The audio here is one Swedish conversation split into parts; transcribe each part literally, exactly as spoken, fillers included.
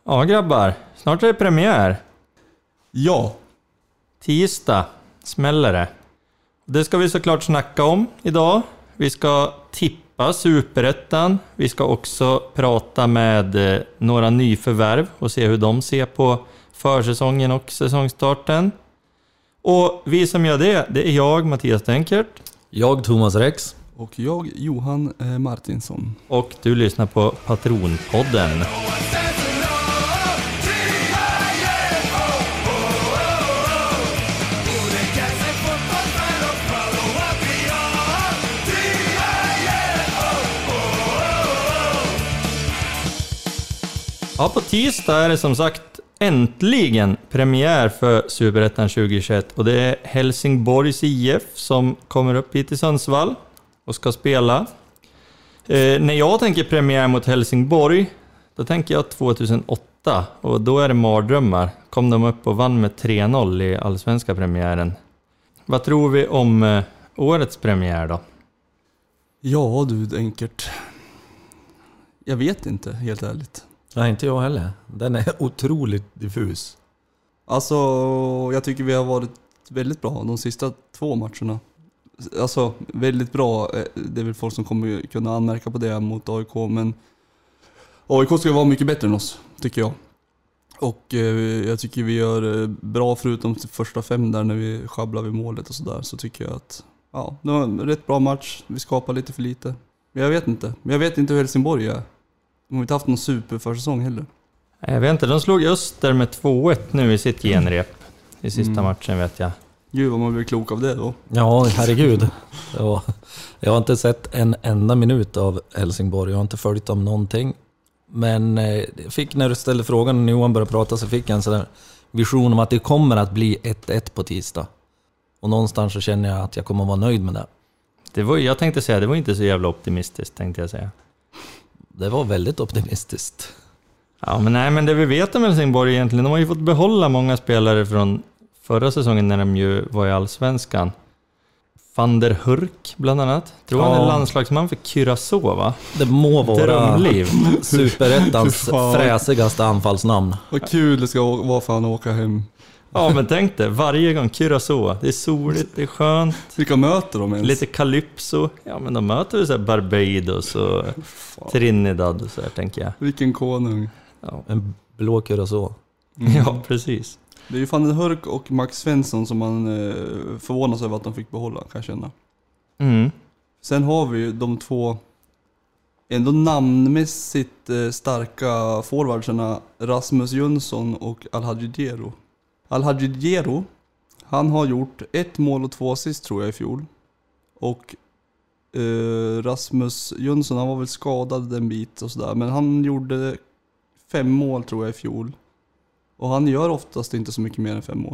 Ja grabbar, snart är det premiär. Ja. Tisdag smäller det. Det ska vi såklart snacka om idag. Vi ska tippa Superettan. Vi ska också prata med eh, några nyförvärv och se hur de ser på försäsongen och säsongstarten. Och vi som gör det, det är jag, Mattias Denkert. Jag, Thomas Rex. Och jag, Johan eh, Martinsson. Och du lyssnar på Patronpodden. Ja, på tisdag är det som sagt äntligen premiär för Superettan tjugohundratjugoett och det är Helsingborgs I F som kommer upp hit i Sundsvall och ska spela. Eh, när jag tänker premiär mot Helsingborg, då tänker jag tjugohundraåtta och då är det mardrömmar. Kom de upp och vann med tre noll i allsvenska premiären. Vad tror vi om eh, årets premiär då? Ja du, enkelt. Jag vet inte, helt ärligt. Nej, inte jag heller. Den är otroligt diffus. Alltså, jag tycker vi har varit väldigt bra de sista två matcherna. Alltså, väldigt bra. Det är väl folk som kommer kunna anmärka på det mot A I K, men A I K ska vara mycket bättre än oss, tycker jag. Och eh, jag tycker vi gör bra förutom första fem där när vi sjabblar vid målet och sådär. Så tycker jag att, ja, det var en rätt bra match. Vi skapar lite för lite. Men jag vet inte. Men jag vet inte hur Helsingborg är. De har inte haft någon superförsäsong heller. Jag vet inte, de slog Öster med två ett nu i sitt genrep. I sista mm. matchen vet jag. Gud vad man blir klok av det då. Ja, herregud. Ja, jag har inte sett en enda minut av Helsingborg. Jag har inte följt dem någonting. Men jag fick, när du ställde frågan och Johan började prata, så fick jag en sån där vision om att det kommer att bli ett ett på tisdag. Och någonstans så känner jag att jag kommer att vara nöjd med det. Det var, jag tänkte säga, det var inte så jävla optimistiskt, tänkte jag säga. Det var väldigt optimistiskt. Ja, men nej, men det vi vet om Helsingborg egentligen, de har ju fått behålla många spelare från förra säsongen när de ju var i Allsvenskan. Van der Hurk bland annat. Tror ja. Han är landslagsman för Curaçao, va? Det må vara Drömliv. Superettans fräsigaste anfallsnamn. Vad kul det ska vara för han att åka hem. Ja, men tänk det, varje gång Curaçao. Det är soligt, det är skönt. Vilka möter de ens? Lite Calypso. Ja, men de möter ju så här Barbados och Trinidad och så här, tänker jag. Vilken konung. Ja, en blå Curaçao. Mm. Ja, precis. Det är ju Van den Hurk och Max Svensson som man eh, förvånas över att de fick behålla, kan jag känna. Mm. Sen har vi ju de två ändå namnmässigt eh, starka forwardsarna Rasmus Jönsson och Al-Hadjidjero. Al-Hadjidjero, han har gjort ett mål och två assist tror jag i fjol. Och eh, Rasmus Jönsson, han var väl skadad en bit och sådär, men han gjorde fem mål tror jag i fjol. Och han gör oftast inte så mycket mer än fem mål.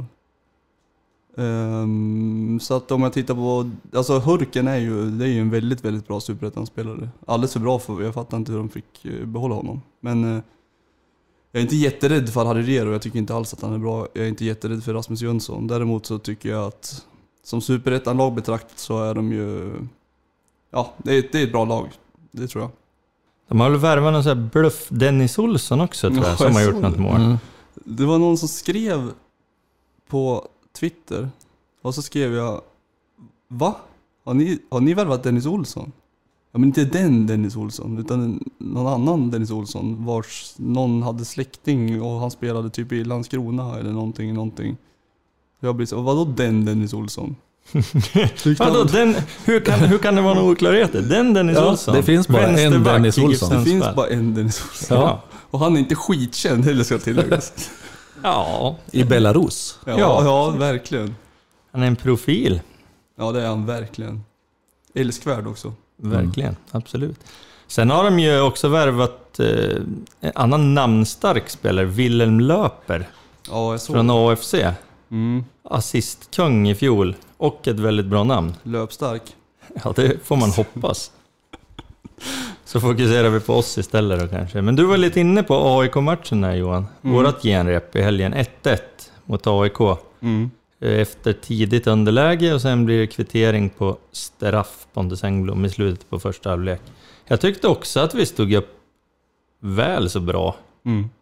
Um, så att om jag tittar på, alltså Hurken är ju, det är ju en väldigt, väldigt bra superettan-spelare. Alldeles för bra för, jag fattar inte hur de fick behålla honom. Men uh, jag är inte jätterädd för Al-Hadjidjero, jag tycker inte alls att han är bra. Jag är inte jätterädd för Rasmus Jönsson. Däremot så tycker jag att som superettan-lag betraktat så är de ju, ja, det är, det är ett bra lag, det tror jag. De har väl värvat någon sån här bluff Dennis Olsson också tror jag, ja, som har gjort något mål. Mm. Det var någon som skrev på Twitter och så skrev jag, va? Har ni, har ni värvat Dennis Olsson? Ja, men inte den Dennis Olsson utan någon annan Dennis Olsson vars någon hade släkting och han spelade typ i Landskrona eller någonting, någonting. Jag blir så, vadå den Dennis Olsson? Vadå, den, hur, kan, hur kan det vara någon oklarheter? Den Dennis ja, Olsson? det finns bara en Dennis Olsson. Det finns bara en Dennis Olsson. Ja. Och han är inte skitkänd heller, ska tilläggas. Ja. I Belarus. Ja, ja, ja, verkligen. Han är en profil. Ja, det är han verkligen. Älskvärd också. Verkligen, mm. Absolut. Sen har de ju också värvat eh, en annan namnstark spelare, Wilhelm Löper. Ja, jag såg från A F C. Mm. Assistkung i fjol. Och ett väldigt bra namn. Löpstark. Ja, det får man hoppas. Så fokuserar vi på oss istället då kanske. Men du var lite inne på A I K-matchen här, Johan. Mm. Vårat genrep i helgen ett ett mot A I K. Mm. Efter tidigt underläge och sen blir det kvittering på straff Pontus Engblom i slutet på första halvlek. Jag tyckte också att vi stod upp väl så bra mm.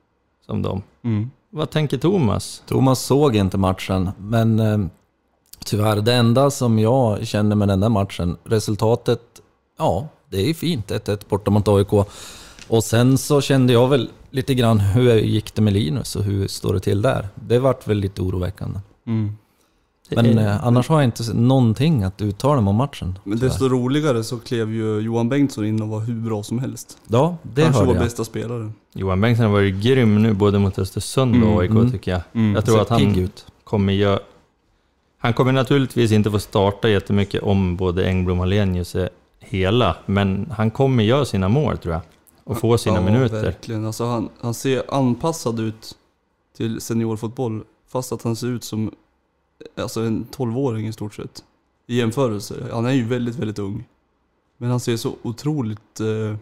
som dem. Mm. Vad tänker Thomas? Thomas såg inte matchen, men eh, tyvärr det enda som jag känner med den där matchen, resultatet, ja, det är fint, ett ett borta mot A I K. Och sen så kände jag väl lite grann hur gick det med Linus och hur står det till där. Det vart väl lite oroväckande. Mm. Men eh, annars har jag inte någonting att uttala om matchen. Men desto roligare så klev ju Johan Bengtsson in och var hur bra som helst. Ja, det Kanske hörde var jag. bästa spelare. Johan Bengtsson har varit grym nu både mot Östersund och A I K Mm. tycker jag. Mm. Jag tror Ser att han pigg ut. kommer göra... Han kommer naturligtvis inte få starta jättemycket om både Engblom och Hallenius är hela, men han kommer göra sina mål tror jag. Och få sina ja, minuter. Verkligen. Alltså han, han ser anpassad ut till seniorfotboll fast att han ser ut som alltså en tolvåring i stort sett. I jämförelse. Han är ju väldigt, väldigt ung. Men han ser så otroligt eh,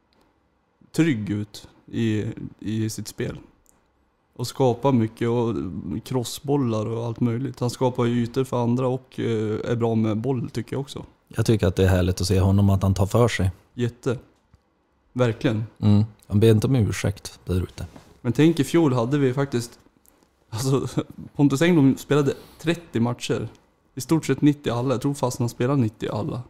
trygg ut i, i sitt spel. Och skapar mycket och crossbollar och allt möjligt. Han skapar ju ytor för andra och eh, är bra med boll tycker jag också. Jag tycker att det är härligt att se honom att han tar för sig. Jätte. Verkligen. Mm. Han ber inte om ursäkt där ute. Men tänk i fjol hade vi faktiskt alltså, Pontus Engblom spelade trettio matcher. I stort sett nittio alla. Jag tror fast han spelade nittio alla.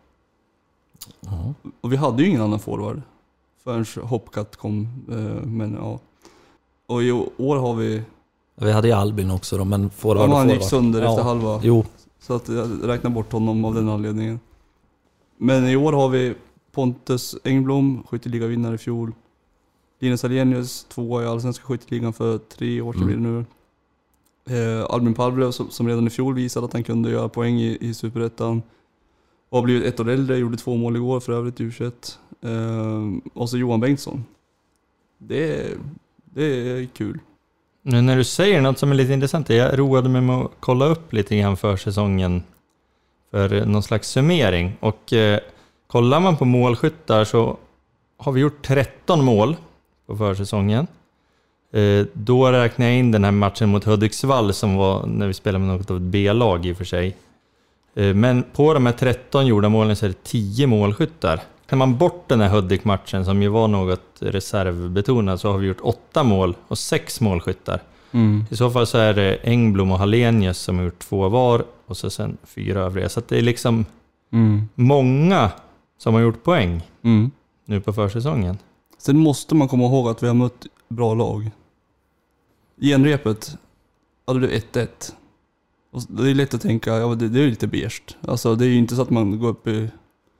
Ja. Och vi hade ju ingen annan forward förrän Hopcat kom. eh, Men ja. Och i år har vi... Vi hade ju Albin också då, men forward Ja, och han gick forward. sönder Ja. efter halva. Jo, Så att jag räknar bort honom av den anledningen. Men i år har vi Pontus Engblom, skytteligavinnare i fjol. Linus Hallenius, tvåa i allsvenska skytteligan för tre år sedan Mm. blir det nu. Eh, Albin Palmlöv som, som redan i fjol visade att han kunde göra poäng i, i Superettan. Och har blivit ett år äldre, gjorde två mål igår för övrigt i U tjugoett. Eh, och så Johan Bengtsson. Det är, det är kul. Nu när du säger något som är lite intressant, jag roade mig med att kolla upp lite grann för säsongen för någon slags summering. Och eh, kollar man på målskyttar så har vi gjort tretton mål på försäsongen. Eh, då räknar jag in den här matchen mot Hudiksvall som var när vi spelade med något av ett B-lag i och för sig. Eh, men på de här tretton gjorda målen så är det tio målskyttar. Kan man bort den här Hudik-matchen som ju var något reservbetonad så har vi gjort åtta mål och sex målskyttar. Mm. I så fall så är det Engblom och Hallenius som har gjort två var och så sen fyra övriga. Så att det är liksom Mm. många som har gjort poäng Mm. nu på försäsongen. Sen måste man komma ihåg att vi har mött bra lag. Genrepet hade det ett ett. Och det är lätt att tänka, ja det, det är lite beige. Alltså det är ju inte så att man går upp i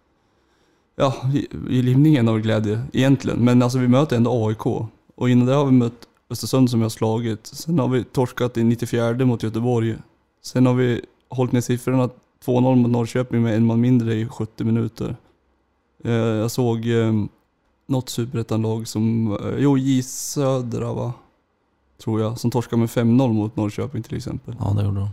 ja, i, i limningen av glädje egentligen. Men alltså vi möter ändå A I K. Och innan det har vi mött Östersund som vi har slagit. Sen har vi torskat i nittiofyra mot Göteborg. Sen har vi hållit ner siffrorna två noll mot Norrköping med en man mindre i sjuttio minuter. Eh, jag såg eh, något superettanlag som, eh, jo J Södra va? Tror jag, som torskade med fem noll mot Norrköping till exempel. ja det gjorde de.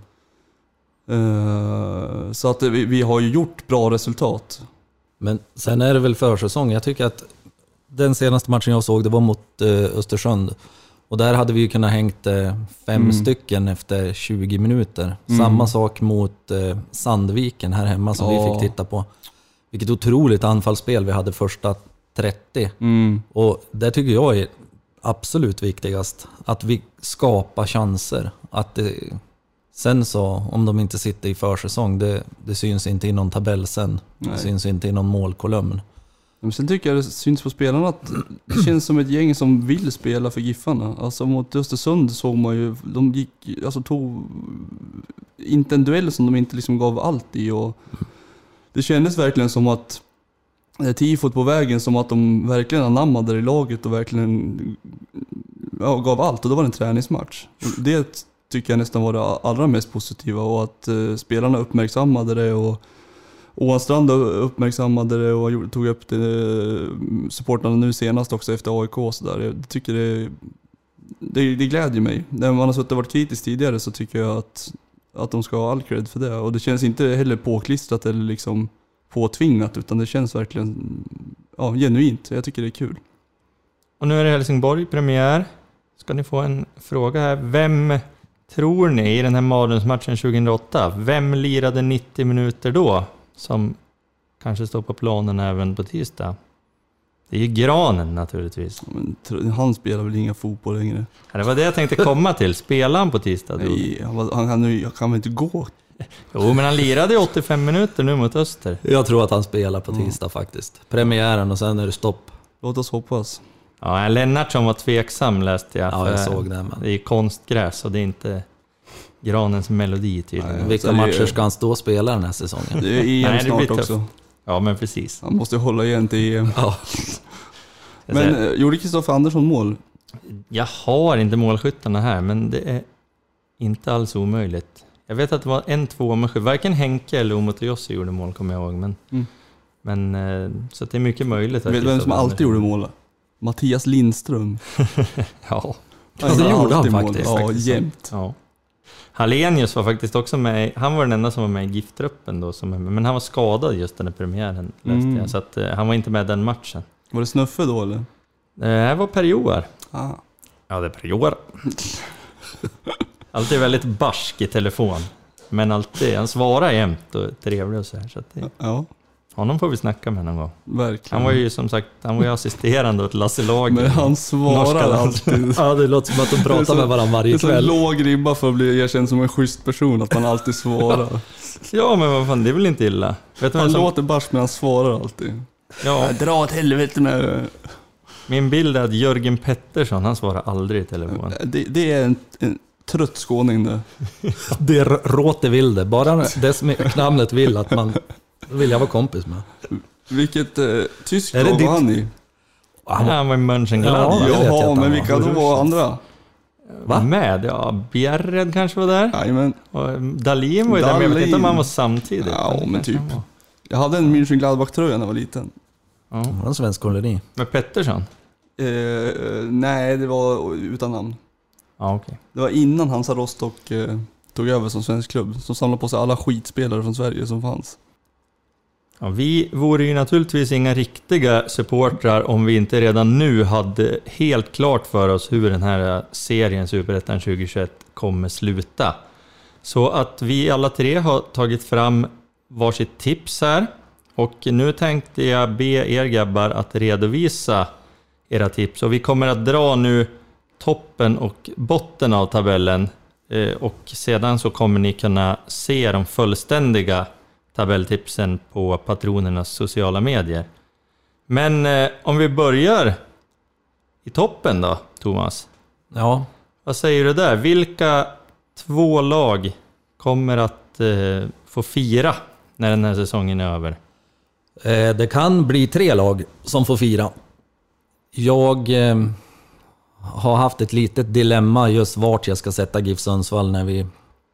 Eh, så att vi, vi har ju gjort bra resultat. Men sen är det väl försäsong. Jag tycker att den senaste matchen jag såg det var mot eh, Östersund. Och där hade vi ju kunnat hängt eh, fem Mm. stycken efter tjugo minuter. Mm. Samma sak mot eh, Sandviken här hemma som Ja. vi fick titta på. Vilket otroligt anfallsspel vi hade första trettio. Mm. Och det tycker jag är absolut viktigast. Att vi skapar chanser. Att det, sen så, om de inte sitter i försäsong, det, det syns inte i någon tabell sen. Det Nej. syns inte i någon målkolumn. Men sen tycker jag det syns på spelarna att det känns som ett gäng som vill spela för Giffarna. Alltså mot Östersund såg man ju, de gick, alltså tog inte en duell som de inte liksom gav allt i. Och det kändes verkligen som att eh, tifot på vägen, som att de verkligen anammade det i laget och verkligen ja, gav allt. Och det var en träningsmatch. Och det tycker jag nästan var det allra mest positiva, och att eh, spelarna uppmärksammade det, och Åhan Strand uppmärksammade det och tog upp det, supportarna nu senast också efter A I K och så där. Jag tycker det, det, det glädjer mig. När man har suttit och varit kritisk tidigare så tycker jag att, att de ska ha all cred för det. Och det känns inte heller påklistrat eller liksom påtvingat, utan det känns verkligen ja, genuint. Jag tycker det är kul. Och nu är det Helsingborg premiär. Ska ni få en fråga här. Vem tror ni i den här mardrömsmatchen tjugohundraåtta, vem lirade nittio minuter då? Som kanske står på planen även på tisdag. Det är ju Granen naturligtvis. Men, tr- han spelar väl inga fotboll längre? Ja, det var det jag tänkte komma till. Spelar han på tisdag? Då? Nej, han, var- han, kan, ju- han kan väl inte gå? Jo, men han lirade i åttiofem minuter nu mot Öster. Jag tror att han spelar på tisdag faktiskt. Premiären och sen är det stopp. Låt oss hoppas. Ja, Lennart som var tveksam läste jag. Ja, jag för såg det. Men Det är konstgräs och det är inte Granens melodi tydligen. Nej. vilka Så det är- matcher ska han stå och spela den här säsongen? Det är E M Nej, det blir snart tufft. också. Ja, men precis. Han måste hålla igen till E M. Ja. Men eh, gjorde Kristoffer Andersson mål? Jag har inte målskyttarna här, men det är inte alls omöjligt. Jag vet att det var en två med sju. Varken Henke eller Omotoyossi gjorde mål, kommer jag ihåg. Men, Mm. men, eh, så att det är mycket möjligt. Att Vet du vem som Kristoffer alltid gjorde mål? Mattias Lindström. Ja, Ja, det gjorde han alltid mål. faktiskt. Ja, Faktiskt. jämt. ja. Hallenius var faktiskt också med. Han var den enda som var med i GIF-truppen då. Som, men han var skadad just den här premiären, läste Mm. jag. Så att, eh, han var inte med den matchen. Var det Snuffe då eller? Eh, Det här var Per Joar. Ah. Ja, det är Per Joar. Alltid väldigt barsk i telefon. Men alltid, han svarar jämt och är trevlig och så här. Så att det, Ja, honom får vi snacka med någon gång. verkligen. Han var ju som sagt, han var ju assisterande åt Lasse Lager. Men han Norska svarar lands- alltid. Ja, det låter som att de Det är pratar så- med varandra Det varje är så kväll. låg ribba för att bli erkänd som en schysst person, att man alltid svarar. Ja, men vad fan, det är väl inte illa. Vet du Han vem som, låter barsk men han svarar alltid. ja, Dra åt helvete med... min bild är att Jörgen Pettersson, han svarar aldrig i telefon. Det, det är en, en trött skåning det. Det råter vill det. Bara det som namnet vill att man vill jag vara kompis med. Vilket eh, tysk Är det lag var ditt- han i? Han var, Han var i Mönchengladbach. Ja, det vet jag att Jaha, han men var. vilka då var andra? Va? Med, ja. Bjerred kanske var där. Jajamän. Och Dahlin var ju där, men jag vet inte om han var samtidigt. Ja, det men kanske typ. han var. Jag hade en Mönchengladbach-tröja när jag var liten. Ja. han var en svensk koloni. Med Pettersson? Eh, nej, det var utan namn. Ja, okej. Det var innan Hansa Rostock eh, tog över som svensk klubb. Som samlade på sig alla skitspelare från Sverige som fanns. Ja, vi vore ju naturligtvis inga riktiga supportrar om vi inte redan nu hade helt klart för oss hur den här serien Superettan tjugohundratjugoett kommer sluta. Så att vi alla tre har tagit fram varsitt tips här. Och nu tänkte jag be er grabbar att redovisa era tips. Och vi kommer att dra nu toppen och botten av tabellen. Eh, Och sedan så kommer ni kunna se de fullständiga tabelltipsen på patronernas sociala medier. Men eh, om vi börjar i toppen då, Thomas. Ja, Vad säger du där? Vilka två lag kommer att eh, få fira när den här säsongen är över? eh, det kan bli tre lag som får fira. Jag eh, har haft ett litet dilemma just vart jag ska sätta GIF Sundsvall när vi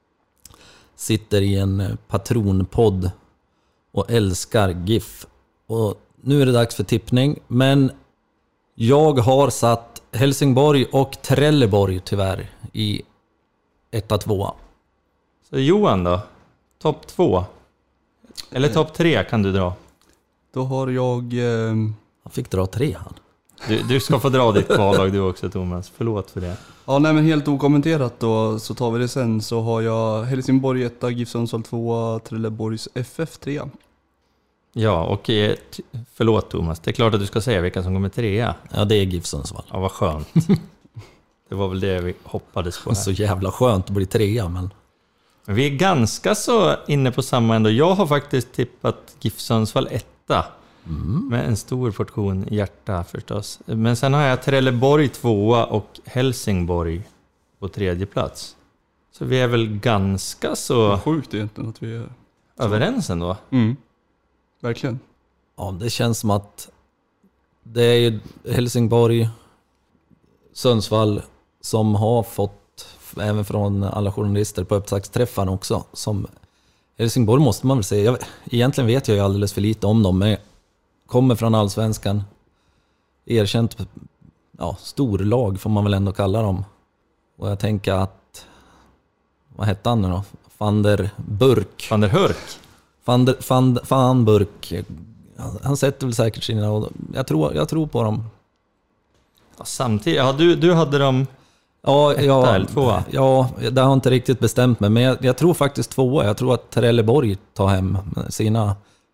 sitter i en eh, patronpodd och älskar GIF. Och nu är det dags för tippning, men jag har satt Helsingborg och Trelleborg tyvärr i etta tvåa. Så Johan då? Topp två? Eller topp tre kan du dra. Då har jag... Eh, Han fick dra tre han. Du, du ska få dra ditt kvallag du också, Thomas. Förlåt för det. ja, nej men helt okommenterat då, så tar vi det sen. Så har jag Helsingborg etta, GIF Sundsvall tvåa, Trelleborgs F F trea. Ja, och eh, t- förlåt Thomas. Det är klart att du ska säga vilka som kommer trea. Ja, det är GIF Sundsvall. Ja, vad skönt. Det var väl det vi hoppades på. Här. Så jävla skönt att bli trea, men... Men vi är ganska så inne på samma ändå. Jag har faktiskt tippat GIF Sundsvall etta. Mm. Med en stor portion hjärta förstås. Men sen har jag Trelleborg tvåa och Helsingborg på tredje plats. Så vi är väl ganska så Sjukt egentligen att vi är... överens ändå. Mm. Verkligen. Ja, det känns som att det är ju Helsingborg, Sundsvall som har fått, även från alla journalister på upptaktsträffarna också, som Helsingborg måste man väl säga. Jag, egentligen vet jag ju alldeles för lite om dem, men kommer från Allsvenskan, erkänt ja, storlag får man väl ändå kalla dem. Och jag tänker att, vad hette han nu då? Van der Burk. Van der Hurk. Van, der, van, van Burk. Han sätter väl säkert sina... Jag tror, jag tror på dem. Ja, samtidigt, ja, du, du hade dem... Ja, ja, eller tvåa? ja, det har jag inte riktigt bestämt mig. Men jag, jag tror faktiskt tvåa. Jag tror att Trelleborg tar hem sina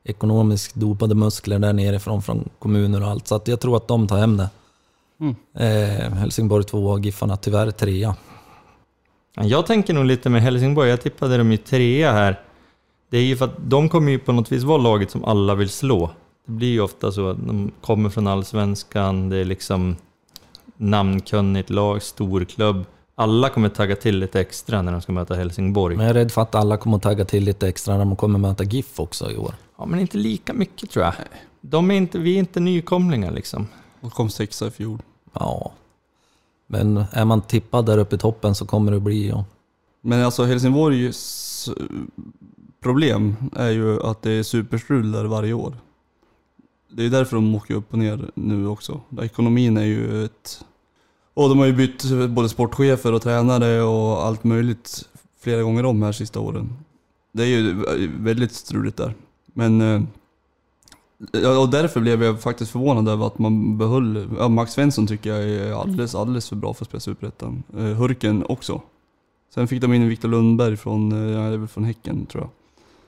ekonomiskt dopade muskler där nerifrån från kommuner och allt. Så att jag tror att de tar hem det. Mm. Eh, Helsingborg två och Giffarna tyvärr trea. Jag tänker nog lite med Helsingborg. Jag tippade dem i trea här. Det är ju för att de kommer ju på något vis vara laget som alla vill slå. Det blir ju ofta så att de kommer från allsvenskan. Det är liksom namnkunnigt lag, storklubb. Alla kommer tagga till lite extra när de ska möta Helsingborg. Men jag är rädd för att alla kommer att tagga till lite extra när de kommer möta GIF också i år. Ja, men inte lika mycket tror jag. De är inte, vi är inte nykomlingar liksom. Och kom sexa i fjol. Ja. Men är man tippad där uppe i toppen så kommer det bli, ja. Men alltså Helsingborgs problem är ju att det är superstrul där varje år. Det är därför de åker upp och ner nu också. Ekonomin är ju ett... Och de har ju bytt både sportchefer och tränare och allt möjligt flera gånger om här sista åren. Det är ju väldigt struligt där. Men... Och därför blev jag faktiskt förvånad över att man behöll... Ja, Max Svensson tycker jag är alldeles, alldeles för bra för att spela Superettan. Hurken också. Sen fick de in Viktor Lundberg från, ja, det är väl från Häcken tror jag.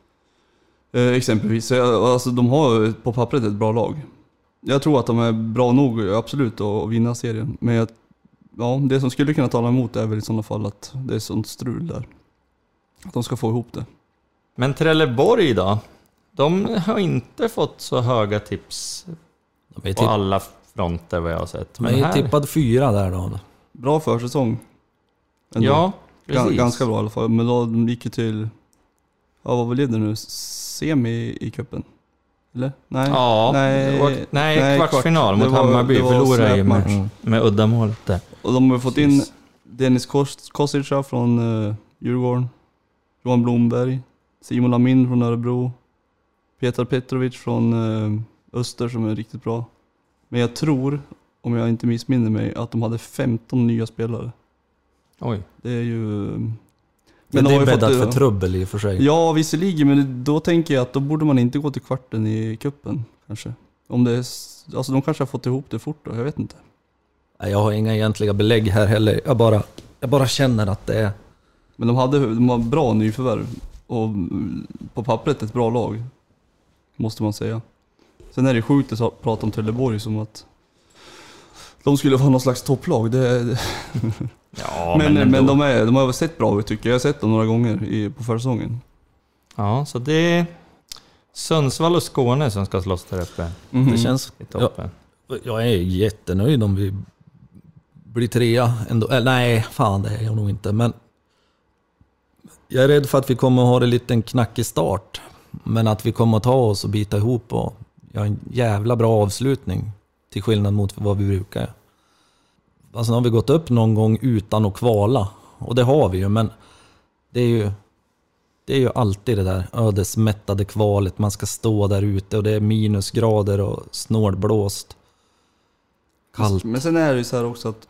Eh, exempelvis. Alltså de har på pappret ett bra lag. Jag tror att de är bra nog, absolut, att vinna serien. Men jag, ja, det som skulle kunna tala emot är väl i sådana fall att det är sånt strul där. Att de ska få ihop det. Men Trelleborg då? De har inte fått så höga tips De är på tipp- alla fronter vad jag har sett. Men är tippad fyra där då. Bra försäsong. Ändå. Ja, precis. G- ganska bra i alla fall. Men då de gick ju till... Ja, vad blev det nu? Semi i cupen? Eller? Nej. Ja, nej, och, nej, nej, kvartsfinal kvart. mot Det var- Hammarby. det var Förlorade ju med, släpmatch. med uddamålet där. Och de har fått in Precis. Dennis Kos- Kosica från uh, Djurgården, Johan Blomberg, Simon Lamin från Örebro, Petar Petrovic från uh, Öster som är riktigt bra. Men jag tror, om jag inte missminner mig, att de hade femton nya spelare. Oj. Det är ju... Men det de är har ju bäddat fått- för trubbel i och för sig. Ja, visserligen, men då tänker jag att då borde man inte gå till kvarten i kuppen kanske. Om det är, s- alltså de kanske har fått ihop det fort då, jag vet inte. Nej, jag har inga egentliga belägg här heller. Jag bara, jag bara känner att det är... Men de hade de har bra nyförvärv och mm, på pappret ett bra lag, måste man säga. Sen är det sjukt att prata om Trelleborg som att de skulle vara någon slags topplag. Det, det. Ja, men men, men, ändå. de, är, de har sett bra ut tycker jag. Jag har sett dem några gånger i, på försäsongen. Ja, så det är Sundsvall och Skåne som ska slåss där uppe Mhm. Det känns... i toppen. Jag är jättenöjd om vi blir trea ändå. Äh, nej, fan det är jag nog inte. Men jag är rädd för att vi kommer att ha en liten knackig start. Men att vi kommer att ta oss och bita ihop och göra en jävla bra avslutning. Till skillnad mot vad vi brukar. Alltså har vi gått upp någon gång utan att kvala. Och det har vi ju, men det är ju... Det är ju alltid det där ödesmättade kvalet. Man ska stå där ute och det är minusgrader och snålblåst. Kallt. Men sen är det ju så här också att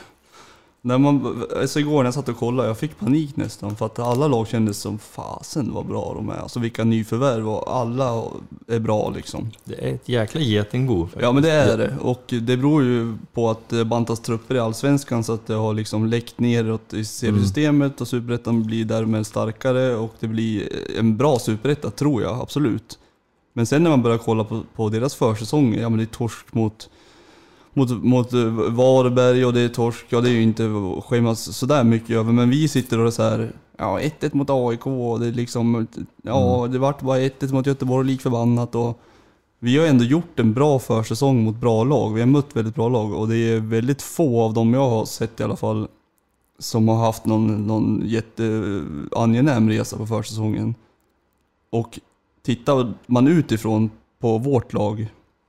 när man, alltså igår när jag satt och kollade, jag fick panik nästan för att alla lag kändes som fasen vad bra de är. Alltså vilka nyförvärv och alla är bra liksom. Det är ett jäkla getingbo. faktiskt. Ja men det är det, och det beror ju på att det bantas trupper i Allsvenskan så att det har liksom läckt neråt i seriesystemet och Superettan blir därmed starkare och det blir en bra Superetta tror jag, absolut. Men sen när man börjar kolla på, på deras försäsong, ja men det är torsk mot Mot, mot Varberg och det är torsk, ja det är ju inte skämmas sådär mycket över, men vi sitter och så här, ja ett ett mot A I K och det är liksom, ja Mm. det vart bara ett ett mot Göteborg lik förbannat och vi har ändå gjort en bra försäsong mot bra lag, vi har mött väldigt bra lag och det är väldigt få av dem jag har sett i alla fall som har haft någon, någon jätteangenäm resa på försäsongen. Och tittar man utifrån på vårt lag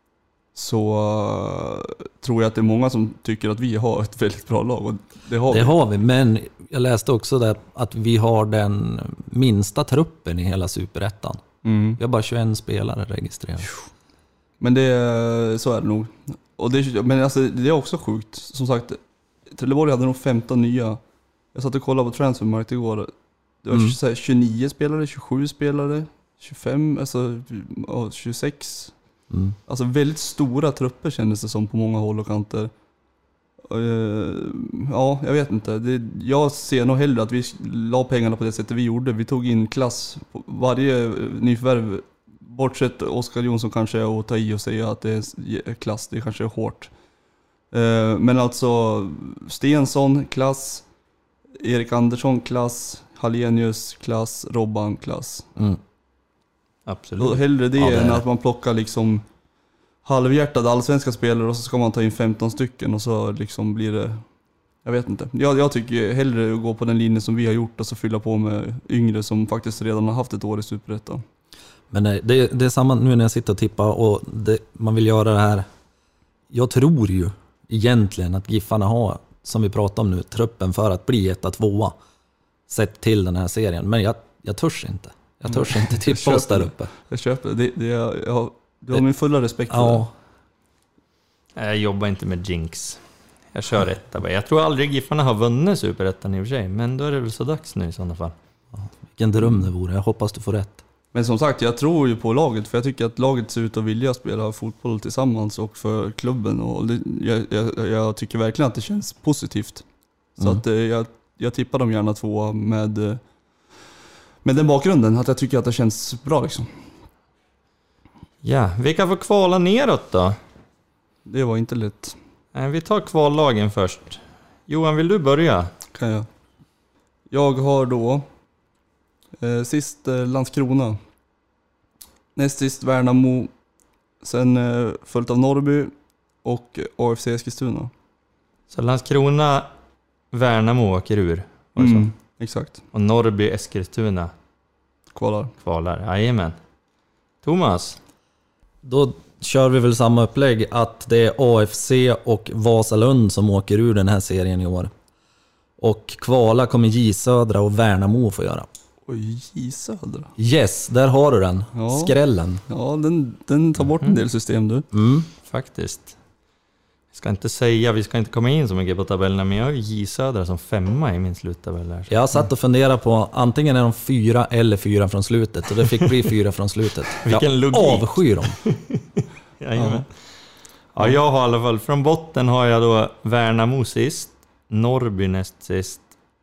så uh, tror jag att det är många som tycker att vi har ett väldigt bra lag och det har Det vi. har vi, men jag läste också där att vi har den minsta truppen i hela Superettan. Mm. Vi har bara tjugoen spelare registrerade. Men det, så är det nog. Och det, men alltså, det är också sjukt. Som sagt, Trelleborg hade nog femton nya. Jag satt och kollade på Transfermarkt igår. Det var Mm. så här, tjugonio spelare, tjugosju spelare, tjugofem, alltså ja, tjugosex. Mm. Alltså väldigt stora trupper kändes det som på många håll och kanter. Uh, ja, jag vet inte. Det, jag ser nog hellre att vi la pengarna på det sättet vi gjorde. Vi tog in klass. På varje nyförvärv bortsett Oskar Jonsson kanske är att ta i och säga att det är klass, det kanske är hårt. Eh, men alltså Stensson, klass. Erik Andersson, klass. Hallenius, klass. Robban, klass. Mm. Absolut. Och hellre det, Ja, det är än det. att man plockar liksom halvhjärtade allsvenska spelare och så ska man ta in femton stycken och så liksom blir det... Jag vet inte. Jag, jag tycker hellre gå på den linjen som vi har gjort och så fylla på med yngre som faktiskt redan har haft ett år i Superettan. Men nej, det, det är samma nu när jag sitter och tippar och det, man vill göra det här. Jag tror ju egentligen att Giffarna har, som vi pratar om nu, truppen för att bli etta, tvåa. Sett till den här serien. Men jag, jag törs inte. Jag törs inte tippa oss där uppe. Jag köper det. det jag, jag, du har min fulla respekt för Ja, Jag jobbar inte med jinx. Jag kör etta bara. Jag tror aldrig Giffarna har vunnit Superettan i och för sig, men då är det väl så dags nu i sådana fall. vilken dröm det vore. Jag hoppas du får rätt. Men som sagt, jag tror ju på laget. För jag tycker att laget ser ut att vilja spela fotboll tillsammans och för klubben. Och det, jag, jag, jag tycker verkligen att det känns positivt. Så Mm. att eh, jag, jag tippar dem gärna två med, eh, med den bakgrunden. Att jag tycker att det känns bra liksom. Ja, vilka får kvala neråt då? Det var inte lätt. Eh, Vi tar kvallagen först. Johan, vill du börja? Kan jag. Jag har då eh, sist eh, Landskrona. Näst sist Värnamo. Sen eh, följt av Norrby och A F C Eskilstuna. Så Landskrona, Värnamo åker ur. var det så? Mm, exakt. Och Norrby, Eskilstuna Kvalar. kvalar. Jajamän. Thomas? Då kör vi väl samma upplägg att det är A F C och Vasalund som åker ur den här serien i år. Och kvala kommer J Södra och Värnamo få göra. Oj, J Södra. Yes, där har du den. Ja. Skrällen. Ja, den, den tar bort en del system du. Mm. Faktiskt. Jag ska inte säga, vi ska inte komma in så mycket på tabellerna, men jag har ju J Södra som femma i min sluttabell här. Jag satt och funderade på antingen är de fyra eller fyra från slutet. Och det fick bli fyra från slutet. Vilken jag logik. avskyr dem. Jajamän. Ja, jag har i alla fall, från botten har jag då Värnamo sist, Norrby näst sist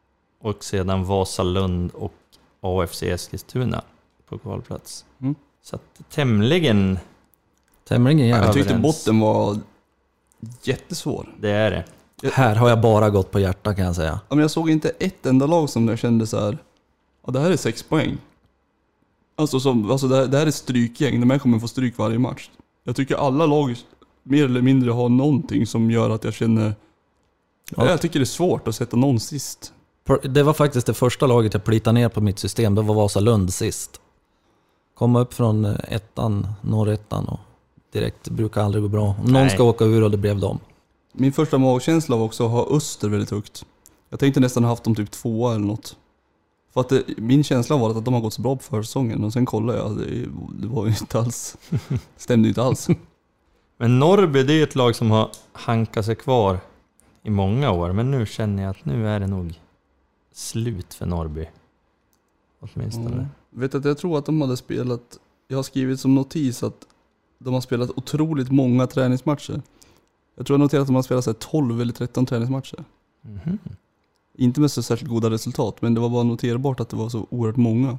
och sedan Vasalund och A F C Eskilstuna på kvalplats. Mm. Så att tämligen, Tämligen jävla. Jag tyckte överens. botten var jättesvår. det är det. Här har jag bara gått på hjärta kan jag säga. Ja, men jag såg inte ett enda lag som jag kände så här. Ja, det här är sex poäng. Alltså, som, alltså det, här, det här är strykgäng. De här kommer få stryk varje match. Jag tycker alla lag mer eller mindre har någonting som gör att jag känner... Ja. Jag tycker det är svårt att sätta någon sist. Det var faktiskt det första laget jag plitade ner på mitt system. Det var Vasalund sist. Komma upp från ettan, norrettan och direkt brukar aldrig gå bra. Någon Nej. ska åka ur och det blev dem. Min första magkänsla var också att ha Öster väldigt högt. Jag tänkte nästan ha haft dem typ tvåa eller något. För att det, min känsla var att de har gått så bra på försäsongen. Och sen kollade jag, det, det var ju inte alls... stämde ju inte alls. Men Norrby, det är ett lag som har hankat sig kvar i många år, men nu känner jag att nu är det nog slut för Norrby. Åtminstone. Mm. Vet att jag tror att de hade spelat... Jag har skrivit som notis att de har spelat otroligt många träningsmatcher. Jag tror jag noterat att de har spelat så här tolv eller tretton träningsmatcher. Mhm. Inte med så särskilt goda resultat, men det var bara noterbart att det var så oerhört många.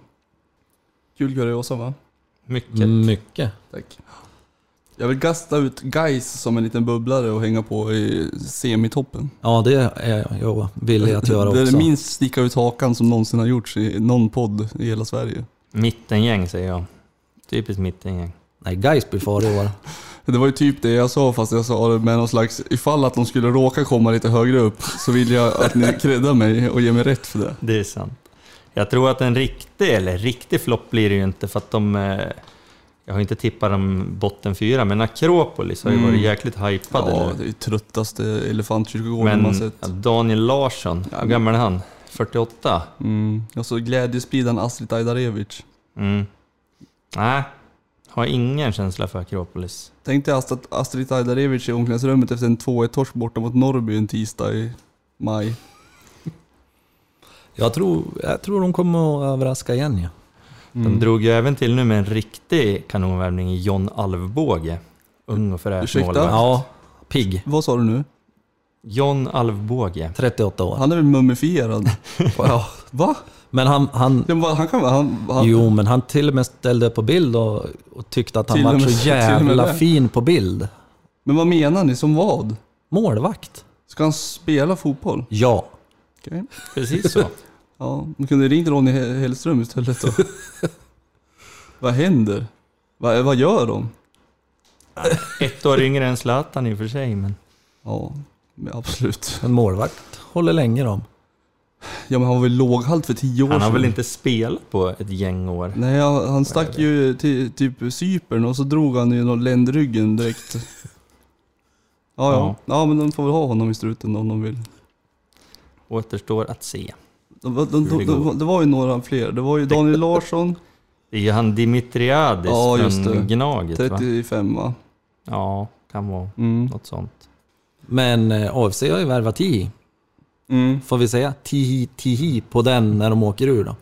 Kul kuriosa va? Mycket. Mycket. Tack. Jag vill kasta ut Gais som en liten bubblare och hänga på i semitoppen. Ja, det är jag villig att göra Det är också. det minst sticka ut hakan som någonsin har gjorts i någon podd i hela Sverige. Mittengäng säger jag. Typiskt mittengäng. Nej, Gais blir far i år. Det var ju typ det jag sa, fast jag sa det med någon slags... Ifall att de skulle råka komma lite högre upp så vill jag att ni kreddar mig och ger mig rätt för det. Det är sant. Jag tror att en riktig, eller riktig flopp blir det ju inte för att de... eh, Jag har inte tippat dem botten fyra, men Akropolis har ju Mm. varit jäkligt hypade Ja, nu. det är ju tröttaste elefantkyrkogården man Men sett. ja, Daniel Larsson, Ja, hur men- gammal är han? fyrtioåtta? Mm. Och så glädjespridaren Astrid Ajdarevic. Mm. Nej, har ingen känsla för Akropolis. Tänk dig Astrid, Astrid Ajdarevic i omklädningsrummet efter en två ett torsk borta mot Norrby en tisdag i maj. Jag tror, jag tror de kommer att överraska igen. Ja. Mm. De drog ju även till nu med en riktig kanonvärvning i John Alvbåge. Ung och fräsch Ursäkta? målvakt. Ja, pigg. Vad sa du nu? John Alvbåge. trettioåtta år. Han är väl mumifierad? Ja. Va? Men han, han, Ja, men han kan han, han, jo, men han till och med ställde på bild och, och tyckte att han Till och var med- så till och med jävla det. fin på bild. Men vad menar ni? Som vad? Målvakt. Ska han spela fotboll? Ja. Okej. Precis så. Ja, man kunde ringt Ronny He- Hellström istället då. Vad händer? Vad, vad gör de? Ett år yngre än Zlatan i och för sig, men... Ja, men absolut. En målvakt håller länge om. Ja, men han var väl låghalt för tio år Han har sedan. väl inte spelat på ett gäng år. Nej, han, han stack ju till typ Cypern och så drog han ju någon ländryggen direkt. Ja, ja. Ja, men de får väl ha honom i struten om de vill. Återstår att se. De, de, de, Hur det de, går. det var ju några fler. Det var ju Daniel Larsson, Det är ju han Dimitriadis Ja, just från det. Gnaget, va? trettiofem va? Ja, kan vara Mm. något sånt. Men eh, A F C har ju värvat Tihi. Mm. Får vi säga Tihi Tihi på den när de åker ur då?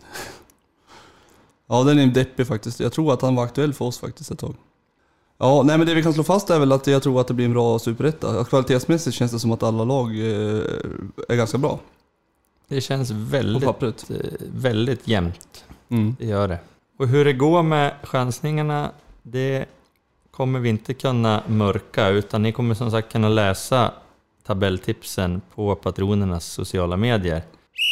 Ja, den är deppig faktiskt. Jag tror att han var aktuell för oss faktiskt ett tag. Ja, nej men det vi kan slå fast är väl att jag tror att det blir en bra superetta. Kvalitetsmässigt känns det som att alla lag eh, är ganska bra Det känns på väldigt, pappret. eh, väldigt jämnt. Mm. Det gör det. Och hur det går med chansningarna, det kommer vi inte kunna mörka, utan ni kommer som sagt kunna läsa tabelltipsen på patronernas sociala medier.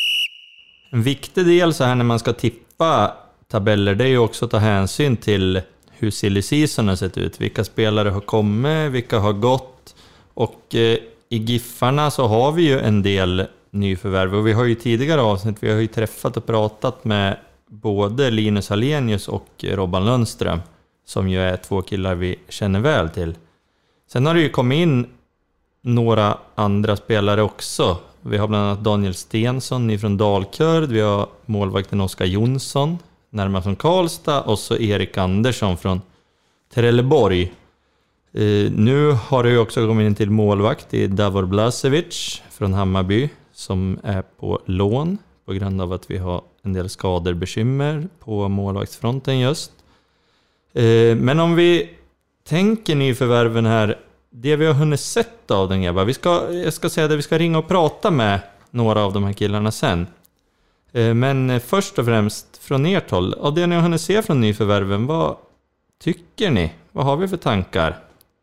En viktig del så här när man ska tippa tabeller, det är ju också att ta hänsyn till hur silly season har sett ut. Vilka spelare har kommit, vilka har gått. Och eh, i Giffarna så har vi ju en del nyförvärv. Och vi har ju tidigare avsnitt, vi har ju träffat och pratat med både Linus Hallenius och Robban Lundström, som ju är två killar vi känner väl till. Sen har det ju kommit in några andra spelare också. Vi har bland annat Daniel Stensson från Dalkurd, vi har målvakten Oskar Jonsson närmare från Karlstad och så Erik Andersson från Trelleborg. Eh, nu har det ju också kommit in till målvakt i Davor Blasevic från Hammarby som är på lån på grund av att vi har en del skador, bekymmer på målvaktsfronten just. Eh, men om vi tänker nyförvärven här, det vi har hunnit sett av den grabbar, vi ska, jag ska säga det, vi ska ringa och prata med några av de här killarna sen. Eh, men först och främst från ert håll, av det ni har hunnit se från nyförvärven, vad tycker ni? Vad har vi för tankar?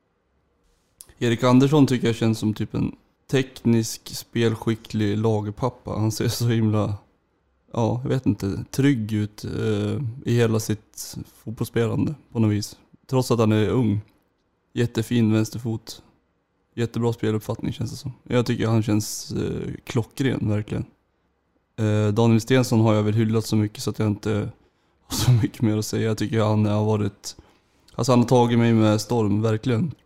Erik Andersson tycker jag känns som typ en teknisk, spelskicklig lagerpappa. Han ser så himla, ja, jag vet inte, trygg ut eh, i hela sitt fotbollsspelande på något vis. Trots att han är ung. Jättefin vänsterfot. Jättebra speluppfattning känns det som. Jag tycker han känns eh, klockren, verkligen. Eh, Daniel Stensson har jag väl hyllat så mycket så att jag inte har så mycket mer att säga. Jag tycker han har varit, alltså han har tagit mig med storm, verkligen.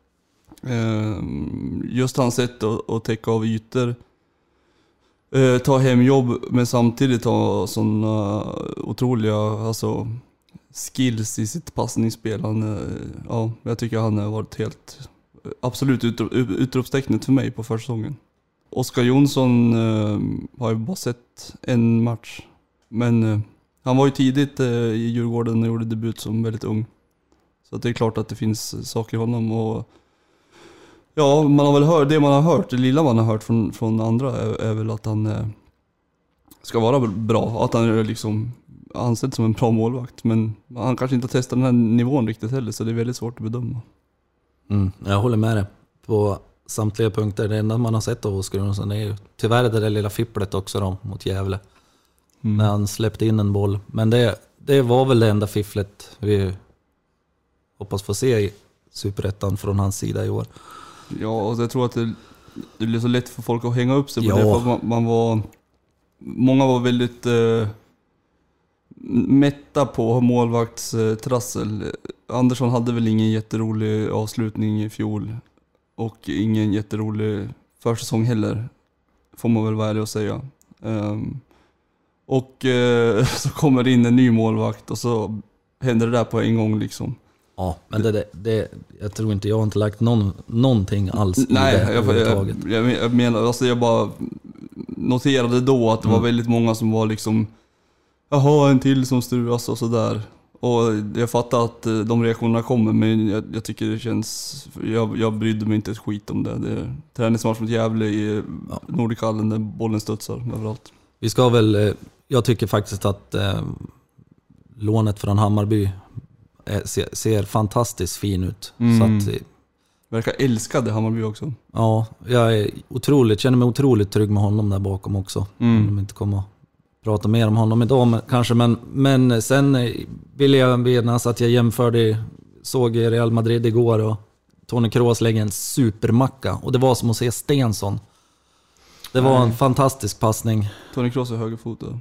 Just hans sätt att, att täcka av ytor, ta hem jobb men samtidigt ha sådana otroliga alltså, skills i sitt passningsspel. Han, ja, jag tycker han har varit helt absolut utrop, utropstecknet för mig på försäsongen. Oskar Jonsson eh, har jag bara sett en match, men eh, han var ju tidigt eh, i Djurgården och gjorde debut som väldigt ung. Så att det är klart att det finns saker i honom. Och ja, man har väl hört, det man har hört, det lilla man har hört från, från andra är, är väl att han eh, ska vara bra. Att han är liksom ansedd som en bra målvakt. Men han kanske inte har testat den här nivån riktigt heller, så det är väldigt svårt att bedöma. Mm, jag håller med dig på samtliga punkter. Det enda man har sett av Oskar Jonsson är ju tyvärr det där lilla fipplet också då, mot Gävle. Mm. När han släppte in en boll. Men det, det var väl det enda fifflet vi hoppas få se i Superettan från hans sida i år. Ja, och jag tror att det, det blir så lätt för folk att hänga upp sig på ja. det. För man, man var, många var väldigt eh, mätta på målvaktstrassel. Andersson hade väl ingen jätterolig avslutning i fjol. Och ingen jätterolig försäsong heller. Får man väl vara ärlig att säga. Um, och uh, så kommer det in en ny målvakt och så händer det där på en gång liksom. Ja, men det, det, det, jag tror inte jag har inte lagt någon, någonting alls i Nej, det jag, överhuvudtaget. jag, jag menar, alltså jag bara noterade då att det Mm. var väldigt många som var liksom, jaha, en till som struas och sådär. Och jag fattar att de reaktionerna kommer, men jag, jag tycker det känns... Jag, jag brydde mig inte ett skit om det. Det är träningsmatch mot Gävle i ja. Nordicallen där bollen studsar överallt. Vi ska väl... Jag tycker faktiskt att eh, lånet från Hammarby är, ser, ser fantastiskt fin ut. Mm. Så att, verkar älskade Hammarby också. Ja, jag är otroligt, känner mig otroligt trygg med honom där bakom också. Mm. Om de inte kommer prata mer om honom idag men, kanske, men, men sen vill jag minnas att jag jämförde, såg Real Madrid igår och Toni Kroos lägger en supermacka och det var som att se Stensson. Det var en fantastisk passning. Toni Kroos är högerfotad.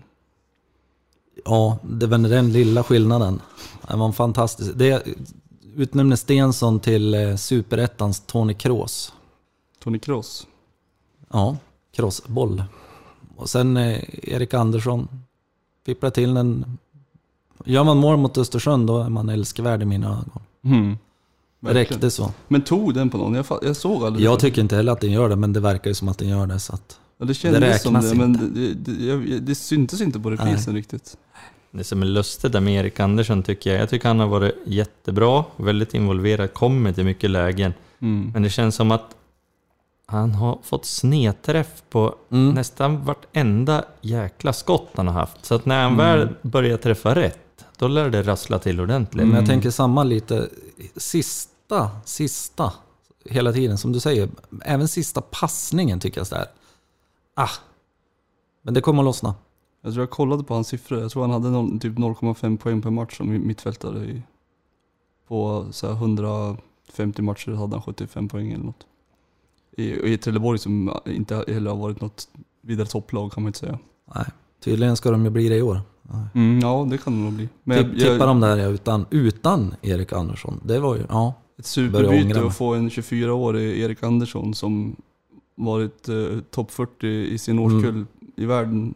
Ja, det var den lilla skillnaden. Det var en fantastisk. Det utnämner Stensson till superettans Toni Kroos. Toni Kroos? Ja, crossboll. Och sen eh, Erik Andersson fipplar till den. Gör man mål mot Östersund då är man älskvärd i mina ögon. Mm, det räckte så. Men tog den på någon? Jag, jag såg aldrig. Jag tycker inte heller att den gör det, men det verkar ju som att den gör det. Så att ja, det kändes det som det, inte. men det, det, det, det syntes inte på reprisen riktigt. Det som är lustigt där med Erik Andersson tycker jag. Jag tycker han har varit jättebra, väldigt involverad, kommit i mycket lägen. Mm. Men det känns som att han har fått snedträff på mm. nästan vartenda jäkla skott han har haft. Så att när han mm. väl börjar träffa rätt, då lär det rassla till ordentligt. Mm. Men jag tänker samma lite, sista, sista, hela tiden som du säger, även sista passningen tycker jag så där. Ah, men det kommer att lossna. Jag tror jag kollade på hans siffror. Jag tror han hade noll, typ noll komma fem poäng per match som mittfältare. I, på så här hundrafemtio matcher hade han sjuttiofem poäng eller något. I, i Trelleborg som inte heller har varit något vidare topplag kan man inte säga. Nej, tydligen ska de ju bli det i år. Mm, ja, det kan de nog bli. Men Tipp, jag, tippar de där ja, utan, utan Erik Andersson. Det var ju, ja. Ett superbyte att få en tjugofyraårig Erik Andersson som varit eh, topp fyrtio i sin årskull mm. i världen.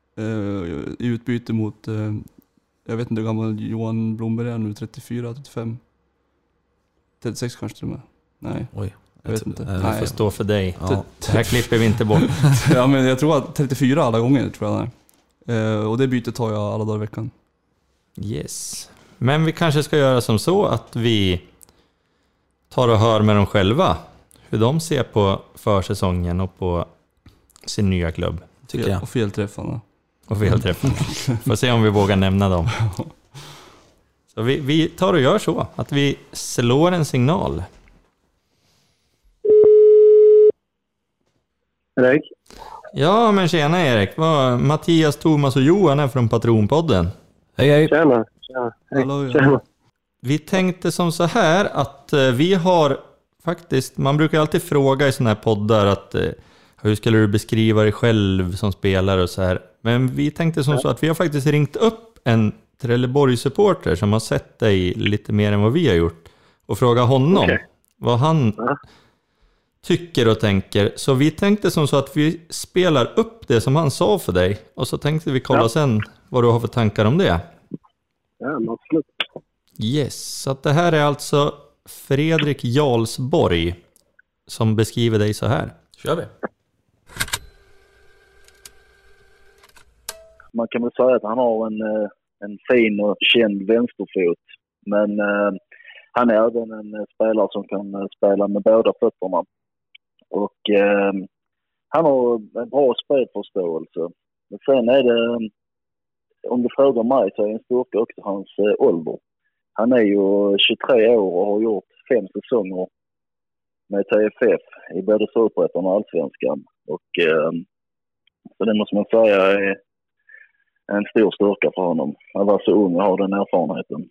I utbyte mot eh, jag vet inte hur gammal Johan Blomberg är nu, trettiofyra, trettiofem, trettiosex kanske till och med. Nej, oj, jag vet inte. Jag Nej, får stå för dig. Ja. Det här klipper vi inte bort. Ja, men jag tror att trettiofyra alla gånger tror jag det är. Eh, och det bytet tar jag alla dagar i veckan. Yes. Men vi kanske ska göra som så att vi tar och hör med dem själva hur de ser på försäsongen och på sin nya klubb. Tycker jag. Och felträffarna. Och felträffarna. Får se om vi vågar nämna dem. Så vi, vi tar och gör så att vi slår en signal. Erik? Ja, men tjena Erik. Vad, Mattias, Thomas och Johan är från Patronpodden. Hej, hej. Tjena. Tjena. Hej. Hallå, Tjena. Vi tänkte som så här att eh, vi har faktiskt, man brukar alltid fråga i såna här poddar att eh, hur skulle du beskriva dig själv som spelare och så här. Men vi tänkte som ja. så att vi har faktiskt ringt upp en Trelleborg-supporter som har sett dig lite mer än vad vi har gjort och fråga honom okay. vad han ja. tycker och tänker. Så vi tänkte som så att vi spelar upp det som han sa för dig och så tänkte vi kolla ja. sen vad du har för tankar om det. Ja, absolut. Yes, så att det här är alltså Fredrik Jarlsborg som beskriver dig så här. Kör vi. Man kan väl säga att han har en, en fin och känd vänsterfot. Men eh, han är även en spelare som kan spela med båda fötterna. Och eh, han har en bra spelförståelse. Men sen är det, om du frågar mig så är en styrka också hans eh, ålder. Han är ju tjugotre år och har gjort fem säsonger med T F F i både Superettan och Allsvenskan. Och eh, så det måste man säga är en stor styrka för honom. Han var så ung och har den erfarenheten.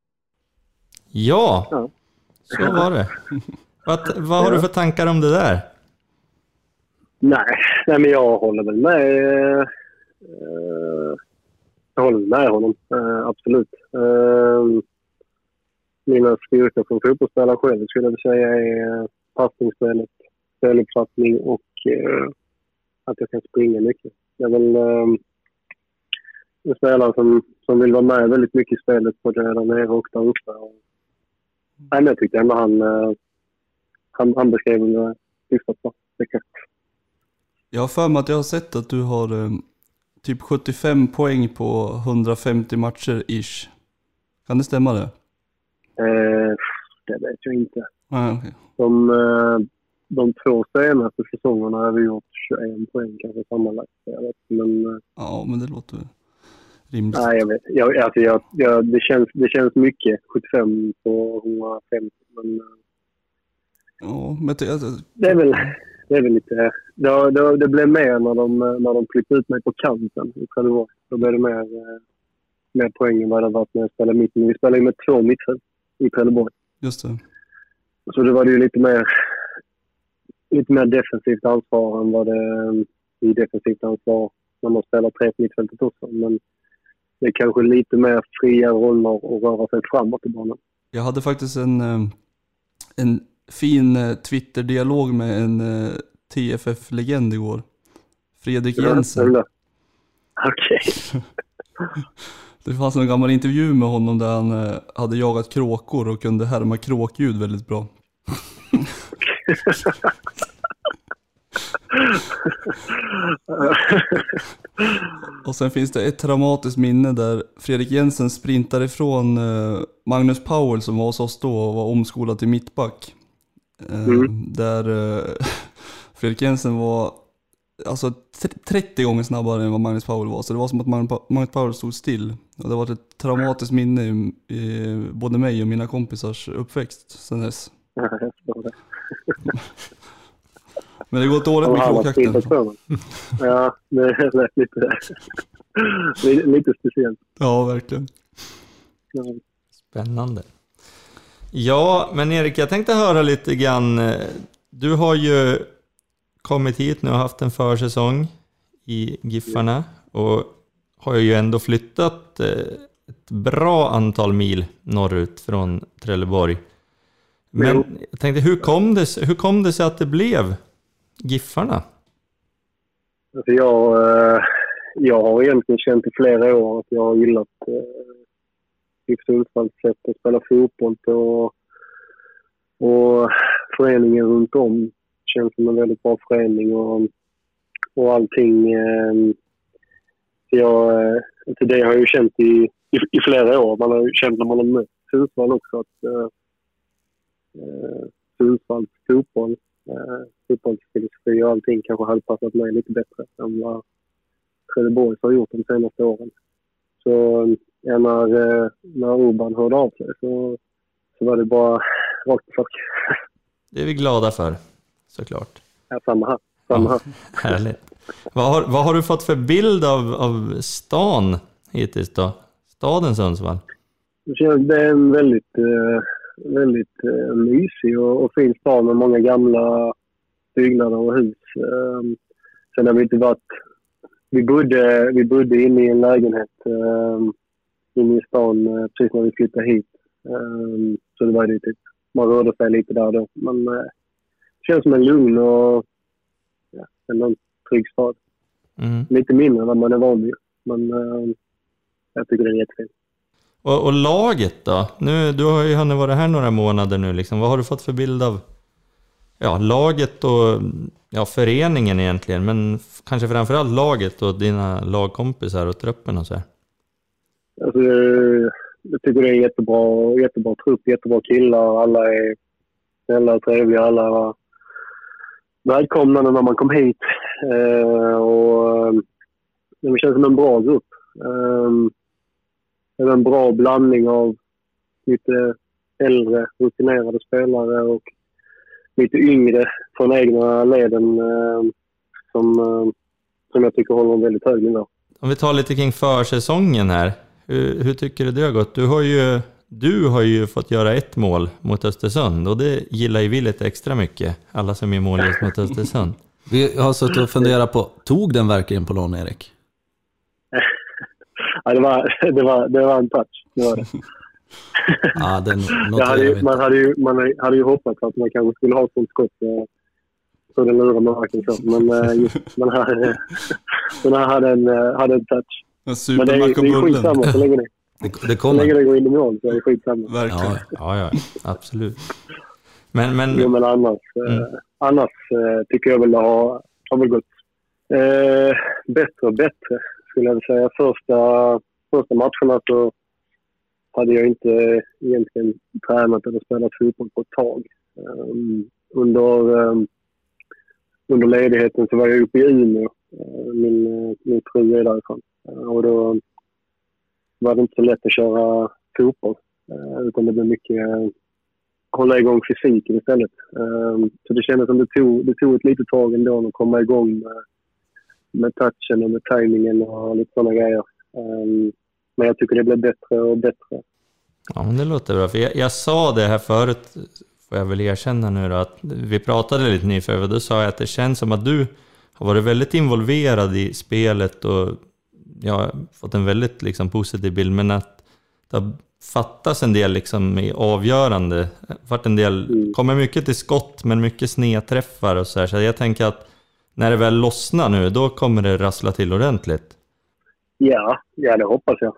Ja, ja. Så var det. Vad, vad har du för tankar om det där? Nej, nej men jag håller väl med. Eh, jag håller med honom, eh, absolut. Eh, mina styrkor som fotbollsspelare själv skulle jag säga är passningsspelet, speluppfattning och eh, att jag kan springa mycket. Jag är väl eh, en spelare som, som vill vara med väldigt mycket i spelet både där nere och där uppe. Och, nej, men jag tyckte ändå han, eh, han, han beskrev det hyfsat bra. Jag har för mig att jag har sett att du har eh, typ sjuttiofem poäng på hundrafemtio matcher ish. Kan det stämma det? Eh, det vet jag inte. Ah, okay. De, eh, de två senaste säsongerna har vi gjort tjugoen poäng kanske sammanlagt. Jag vet, men, eh, Ja, men det låter rimligt. nej, jag vet. Jag, alltså, jag, jag, det, känns, det känns mycket. sjuttiofem på hundrafemtio. Men, eh, Ja, men det, alltså, det, är väl, det är väl lite... Det, det, det blev mer när de, när de klippte ut mig på kanten i Trelleborg. Då blev det mer, eh, mer poäng än vad det var när jag spelade mitten. Vi spelade ju med två mittfält i Trelleborg. just det. Så det var det ju lite mer, lite mer defensivt ansvar än vad det är i defensivt ansvar när man spelar tre på mittfältet också. Men det är kanske lite mer fria roller och röra sig framåt i banan. Jag hade faktiskt en, eh, en fin eh, Twitter-dialog med en eh, T F F-legend igår. Fredrik Jensen. Ja, okej. Det fanns en gammal intervju med honom där han eh, hade jagat kråkor och kunde härma kråkljud väldigt bra. Och sen finns det ett traumatiskt minne där Fredrik Jensen sprintar ifrån eh, Magnus Powell som var hos oss då och var omskolad till mittback. Eh, Mm. Där eh, Fredrik Jensen var alltså trettio gånger snabbare än vad Magnus Powell var. Så det var som att Magnus Powell stod still. Och det var ett traumatiskt minne i, i både mig och mina kompisars uppväxt sen dess. Ja, jag förstår det. Men det går ett dåligt med Ja, han har kråkjakten. sprintat på mig. Ja, det lät lite, lite, lite speciellt. Ja, verkligen. Ja. Spännande. Ja, men Erik, jag tänkte höra lite grann. Du har ju kommit hit nu och haft en försäsong i Giffarna och har ju ändå flyttat ett bra antal mil norrut från Trelleborg. Men Jo. jag tänkte, hur kom det, hur kom det sig att det blev Giffarna? Alltså jag, eh, jag har egentligen känt i flera år att jag har gillat eh, GIF Sundsvalls sätt att spela fotboll på, och föreningen runt om känns som en väldigt bra förening och, och allting. Eh, jag, eh, till det har jag ju känt i, i, i flera år. Man har ju känt när man har mött Sundsvall också att eh, eh, Sundsvalls fotboll Uh, fotbollsfilosofi och allting kanske hade passat mig lite bättre än vad Trelleborg har gjort de senaste åren. Så ja, när, uh, när Urban hörde av sig så, så var det bara rakt på sak. Det är vi glada för, såklart. Ja, samma här. Samma här. Ja, härligt. Vad har, vad har du fått för bild av, av stan hittills då? Staden Sundsvall? Det är en väldigt... Uh, väldigt eh, mysig och, och fin stad med många gamla byggnader och hus. Eh, sen har vi inte varit... Vi bodde, vi bodde inne i en lägenhet eh, inne i stan eh, precis när vi flyttade hit. Eh, så det var det typ... Man rörde sig lite där då. Men eh, det känns som en lugn och ja, en trygg stad. Mm. Lite mindre än vad man är van vid. Men eh, jag tycker det är jättefint. Och, och laget då? Nu, du har ju hunnit vara här några månader nu. Liksom. Vad har du fått för bild av ja, laget och ja, föreningen egentligen? Men f- kanske framförallt laget och dina lagkompisar och truppen och så här. Alltså, jag tycker det är jättebra, jättebra trupp, jättebra killar. Alla är snälla och trevliga. Alla var välkomnande när man kom hit. Eh, och det känns som en bra grupp. Eh, det är en bra blandning av lite äldre, rutinerade spelare och lite yngre från egna leden eh, som, eh, som jag tycker håller en väldigt hög nivå. Om vi tar lite kring försäsongen här. Hur, hur tycker du det har gått? Du har, ju, du har ju fått göra ett mål mot Östersund och det gillar ju vi lite extra mycket. Alla som är målgivare mot Östersund. Vi har suttit och funderat på, tog den verkligen på lån, Erik? Ja, det var, det var, det var en touch. Det var det. Ja, den Jag noterar hade, vi ju- inte. man, hade ju, man hade ju hoppats att man kanske skulle ha ett sånt skott eh, så den lurar man verkligen så. Men eh, just den här, eh, den här hade, en, eh, hade en touch. En Men det är, supermack det och är bullen. skitsamma så länge det, Det, det så länge kommer. det går in i mål så är det skitsamma. Verkligen. Ja, Ja, ja, absolut. Men, men Jo, men annars, eh, Mm. annars eh, tycker jag väl det har, har väl gått eh, bättre och bättre skulle jag vilja säga. Första, första matcherna så hade jag inte egentligen tränat eller spelat fotboll på ett tag. Um, under, um, under ledigheten så var jag uppe i Umeå, uh, min, uh, min fru är därifrån. Uh, och då var det inte så lätt att köra fotboll, uh, utan det blev mycket uh, hålla igång fysiken istället. Um, så det kändes som det tog, det tog ett litet tag ändå att komma igång med, med touchen och med tajmingen och lite sådana grejer. Um, men jag tycker det blev bättre och bättre. Ja, men det låter bra. För jag, jag sa det här förut, får jag väl erkänna nu då, att vi pratade lite nyför, och då sa jag att det känns som att du har varit väldigt involverad i spelet och jag har fått en väldigt liksom, positiv bild, men att det har fattas en del liksom, i avgörande. Vart en del, mm. kommer mycket till skott, men mycket snedträffar och så här. Så jag tänker att när det väl lossnar nu, då kommer det rassla till ordentligt. Ja, ja det hoppas jag.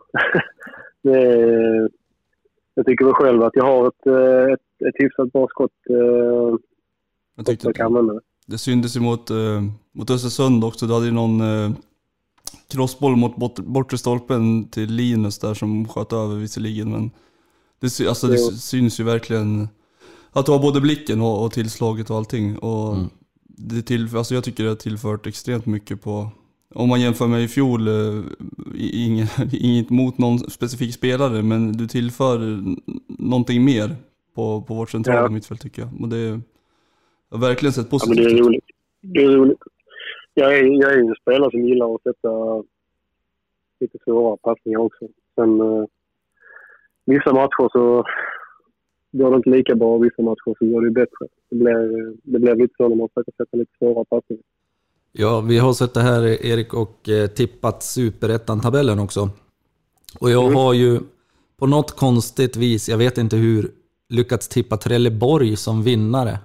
det, jag tycker väl själv att jag har ett, ett, ett hyfsat bra skott. Jag tyckte det, det syntes ju mot, mot Östersund också. Du hade ju någon crossboll mot bort, bortre stolpen till Linus där som sköt över visserligen. Men det, alltså, det syns ju verkligen att du har både blicken och, och tillslaget och allting. Och mm. det till, alltså jag tycker det har tillfört extremt mycket på... Om man jämför med i fjol, inget, inget mot någon specifik spelare, men du tillför någonting mer på, på vårt centrala ja. mittfält tycker jag. Och det har verkligen sett positivt. Ja, men det är roligt. Det är roligt. Jag är, jag är en spelare som gillar att sätta lite svåra passningar också. Sen uh, vissa matcher så går det inte lika bra, vissa matcher så går det bättre. Det blir, det blir lite så när man försöker sätta lite svåra passningar. Ja, vi har sett det här, Erik, och eh, tippat Superettan-tabellen också. Och jag mm. har ju på något konstigt vis, jag vet inte hur, lyckats tippa Trelleborg som vinnare.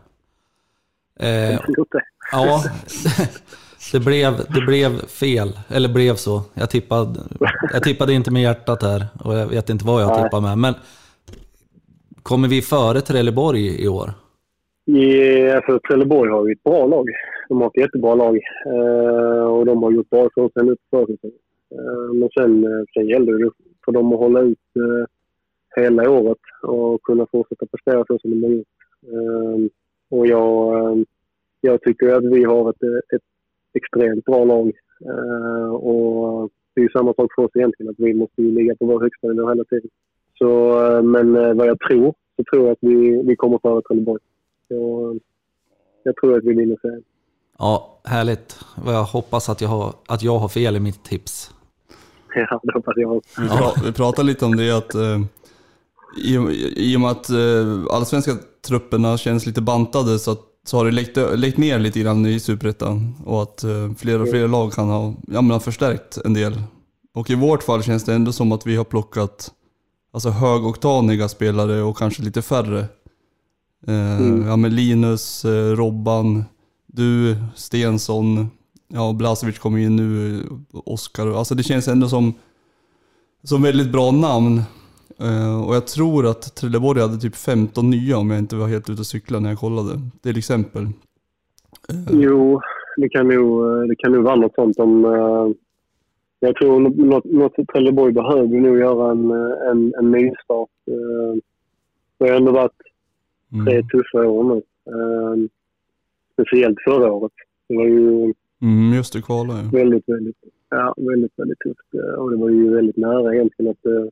Eh, ja, det blev, det blev fel, eller blev så. Jag tippade, jag tippade inte med hjärtat här, och jag vet inte vad jag Nej. tippade med. Men kommer vi före Trelleborg i år? Ja, för Trelleborg har ju ett bra lag. De har ett jättebra lag eh, och de har gjort bra för sen ut för sig. Eh, men sen, sen gäller det för dem att hålla ut eh, hela året och kunna fortsätta prestera så som de har gjort. Eh, och jag, eh, jag tycker att vi har ett, ett extremt bra lag. Eh, och det är ju samma sak för oss egentligen, att vi måste ju ligga på vår högsta nivå hela tiden. Så, eh, men eh, vad jag tror, så tror jag att vi, vi kommer före Trelleborg. Så, jag tror att vi vinner serien. Ja, härligt. Jag hoppas att jag har, att jag har fel i mitt tips. Ja, det hoppas jag också. Ja, vi pratade lite om det att eh, i, i och med att eh, allsvenska trupperna känns lite bantade så, att, så har det läckt, läckt ner lite grann i Superettan och att eh, fler och fler lag kan ha, ja, men har förstärkt en del. Och i vårt fall känns det ändå som att vi har plockat alltså, högoktaniga spelare och kanske lite färre. Eh, mm. Ja, med Linus, eh, Robban, du, Stensson, ja, Blasevic kommer in nu, Oskar. Alltså det känns ändå som, som väldigt bra namn. Uh, och jag tror att Trelleborg hade typ femton nya om jag inte var helt ute och cykla när jag kollade. Till exempel. Uh. Jo, det kan nog, det kan nog vara något sånt om... Uh, jag tror något, något Trelleborg behöver nog göra en, en, en nystart. Uh, det har ändå varit tre mm. tuffa år nu. Uh, Speciellt förra året. Det var ju mm, just det, kvala, ja. väldigt, väldigt, ja, väldigt, väldigt tufft. Och det var ju väldigt nära egentligen att det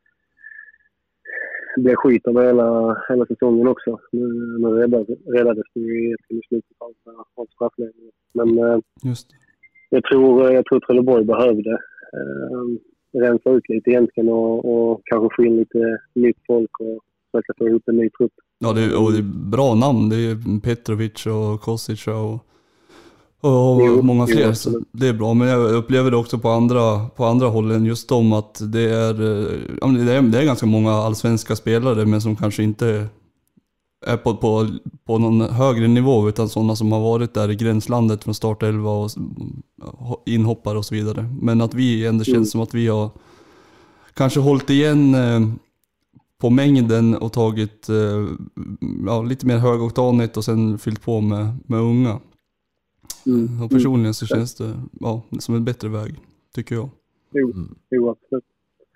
blev skit av hela, hela säsongen också. Nu, nu räddades, räddades det ju i slutet av, av straffläggningen. Men just det. Jag tror, jag tror Trelleborg behövde eh, rensa ut lite egentligen och, och kanske få in lite nytt folk och försöka få ihop en ny trupp. Ja, det är, och det är bra namn. Det är Petrovic och Kosic och, och jo, många fler. Jo, så det är bra. Men jag upplever det också på andra, på andra hållen just om att det är, ja, det är, det är ganska många allsvenska spelare men som kanske inte är på, på, på någon högre nivå utan sådana som har varit där i gränslandet från startelva och inhoppare och så vidare. Men att vi ändå känns mm. som att vi har kanske hållit igen på mängden och tagit ja, lite mer högoktanigt och sen fyllt på med, med unga. Mm. Och personligen så känns det ja, som en bättre väg, tycker jag. Jo, jo absolut.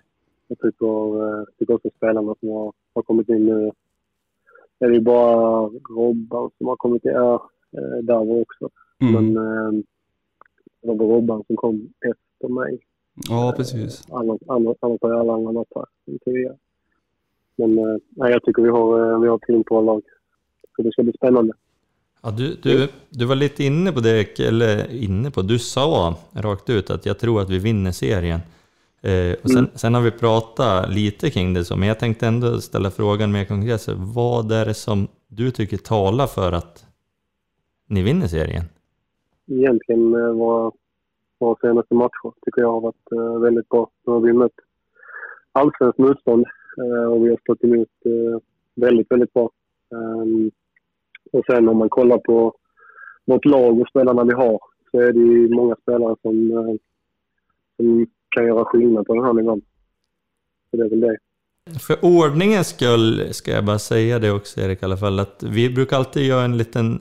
Jag tycker, tycker också spelarna som har, har kommit in nu. Det är ju bara Robban som har kommit in. Ja, där var också. Mm. Men eh, det var Robban som kom efter mig. Ja, precis. Annars har jag alla andra varit här tidigare. Men eh, nej, jag tycker vi har, vi har ett fint bra lag. Så det ska bli spännande. Ja, du, du, du var lite inne på det, eller inne på, du sa rakt ut att jag tror att vi vinner serien. Eh, och sen, mm. sen har vi pratat lite kring det, så, men jag tänkte ändå ställa frågan mer konkret. Så vad är det som du tycker talar för att ni vinner serien? Egentligen eh, var våra senaste matcher tycker jag har varit eh, väldigt bra. Nu har vi mött allsvenskt motstånd eh, och vi har stått emot eh, väldigt, väldigt bra. Um, och sen om man kollar på vårt lag och spelarna vi har, så är det ju många spelare som, eh, som kan göra skillnad på den här nivån. Så det är väl det. För ordningens skull ska jag bara säga det också, Erik, i alla fall, att vi brukar alltid göra en liten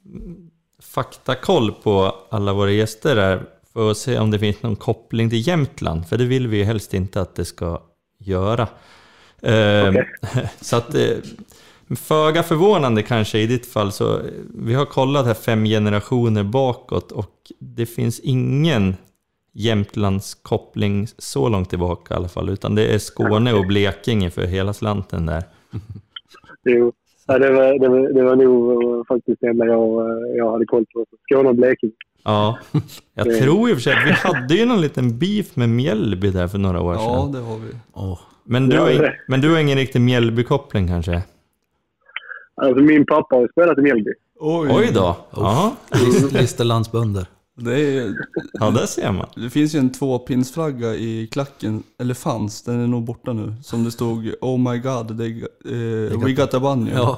faktakoll på alla våra gäster där för att se om det finns någon koppling till Jämtland, för det vill vi ju helst inte att det ska göra. Okay. Så att föga förvånande kanske i ditt fall, så vi har kollat här fem generationer bakåt och det finns ingen Jämtlands koppling så långt tillbaka i alla fall, utan det är Skåne och Blekinge för hela slanten där. Jo, ja, det, var, det, var, det var nog faktiskt det enda jag, jag hade koll på. Skåne och Blekinge. Ja, jag det... tror ju för sig att vi hade ju någon liten beef med Mjällby där för några år sedan. Ja, det har vi. Oh. Men, du har, men du har ingen riktig Mjällby-koppling kanske? Alltså min pappa har spelat i Mjällby. Oj, Oj då. Ja. Listerlandsbönder. Det är, ja, det ser man. Det finns ju en tvåpinsflagga i klacken, eller fanns, den är nog borta nu, som det stod Oh my god, they, uh, we got a bunny. Ja.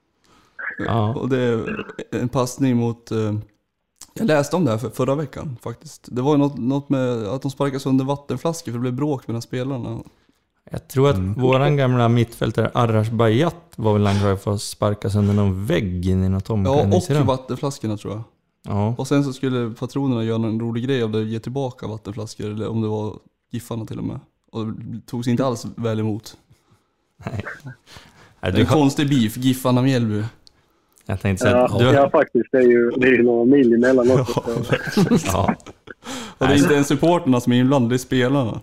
Ja. Och det är en passning mot uh, jag läste om det här för förra veckan faktiskt. Det var ju något, något med att de sparkade sönder vattenflaskor för det blev bråk mellan spelarna. Jag tror att mm. våran gamla mittfältare Arash Bayat var väl anklagad för att sparka sönder någon vägg in i något omklädningsrum. Ja, och vattenflaskorna tror jag. Ja. Och sen så skulle patronerna göra en rolig grej av det, ge tillbaka vattenflaskor, eller om det var giffarna till och med. Och det togs inte alls väl emot. Nej. Det är en konstig beef, giffarna Mjällby. Jag tänkte säga att ja, du... ja, faktiskt. Det är ju, det är ju några mil emellan också. Ja. Ja. Och det är inte ens supporterna som är inblandade, det är spelarna.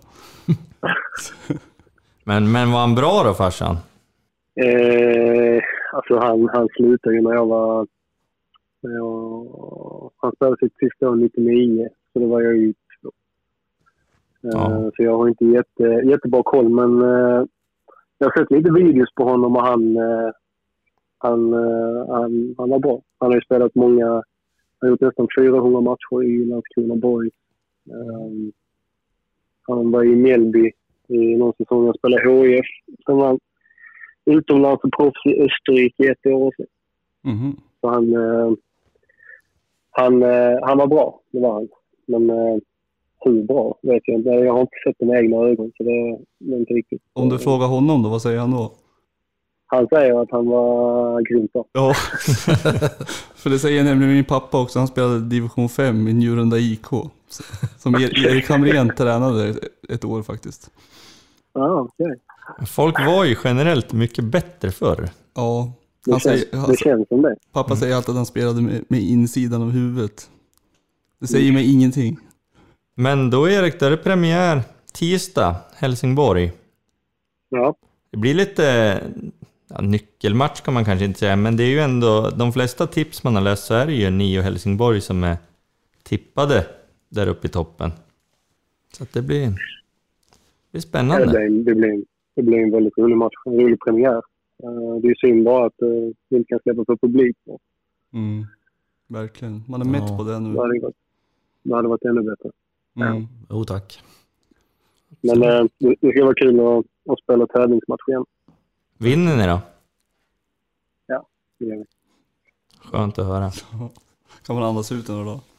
men, men var han bra då, farsan? Eh, alltså han, han slutade ju när jag var... När jag, han spelade sitt sista år nittionio, så det var jag ju två. Ja. Eh, så jag har inte jätte, jättebra koll, men eh, jag har sett lite videos på honom och han... Eh, Han, han, han var bra. Han har ju spelat många, han har gjort nästan fyrahundra matcher i Landskrona Borg. Um, han var i Mjällby i någon säsong. Han spelade H I F. Sen var han utomlands och proffs i Österrike i ett år sedan. Mm-hmm. Så han, uh, han, uh, han var bra, det var han. Men uh, hur bra vet jag inte. Jag har inte sett det med egna ögon, så det, det är inte riktigt. Om du frågar honom då, vad säger han då? Han säger att han var grym på. Ja, för det säger nämligen min pappa också. Han spelade division fem i Njurunda I K. Som Erik Hamrén tränade ett år faktiskt. Ja, okej. Okay. Folk var ju generellt mycket bättre förr. Ja, det, han känns, säger, han, det känns som det. Pappa mm. säger alltid att han spelade med, med insidan av huvudet. Det säger mm. mig ingenting. Men då, Erik, där är premiär tisdag, Helsingborg. Ja. Det blir lite... Ja, nyckelmatch kan man kanske inte säga, men det är ju ändå de flesta tips man har läst, så är det ju ni och Helsingborg som är tippade där uppe i toppen. Så att det blir, det blir spännande. Ja, det, blir, det, blir, det blir en väldigt rolig match, en rolig premiär. Det är synd bara att vi inte kan släppa för publik. Mm, verkligen. Man är mätt ja. på det nu. Det hade varit, det hade varit ännu bättre. Mm. Ja. Oh, tack. Men det, det ska vara kul att, att spela tävlingsmatch igen. Vinner ni då? Ja, det gör vi. Skönt att höra. Kan man andas ut en dag?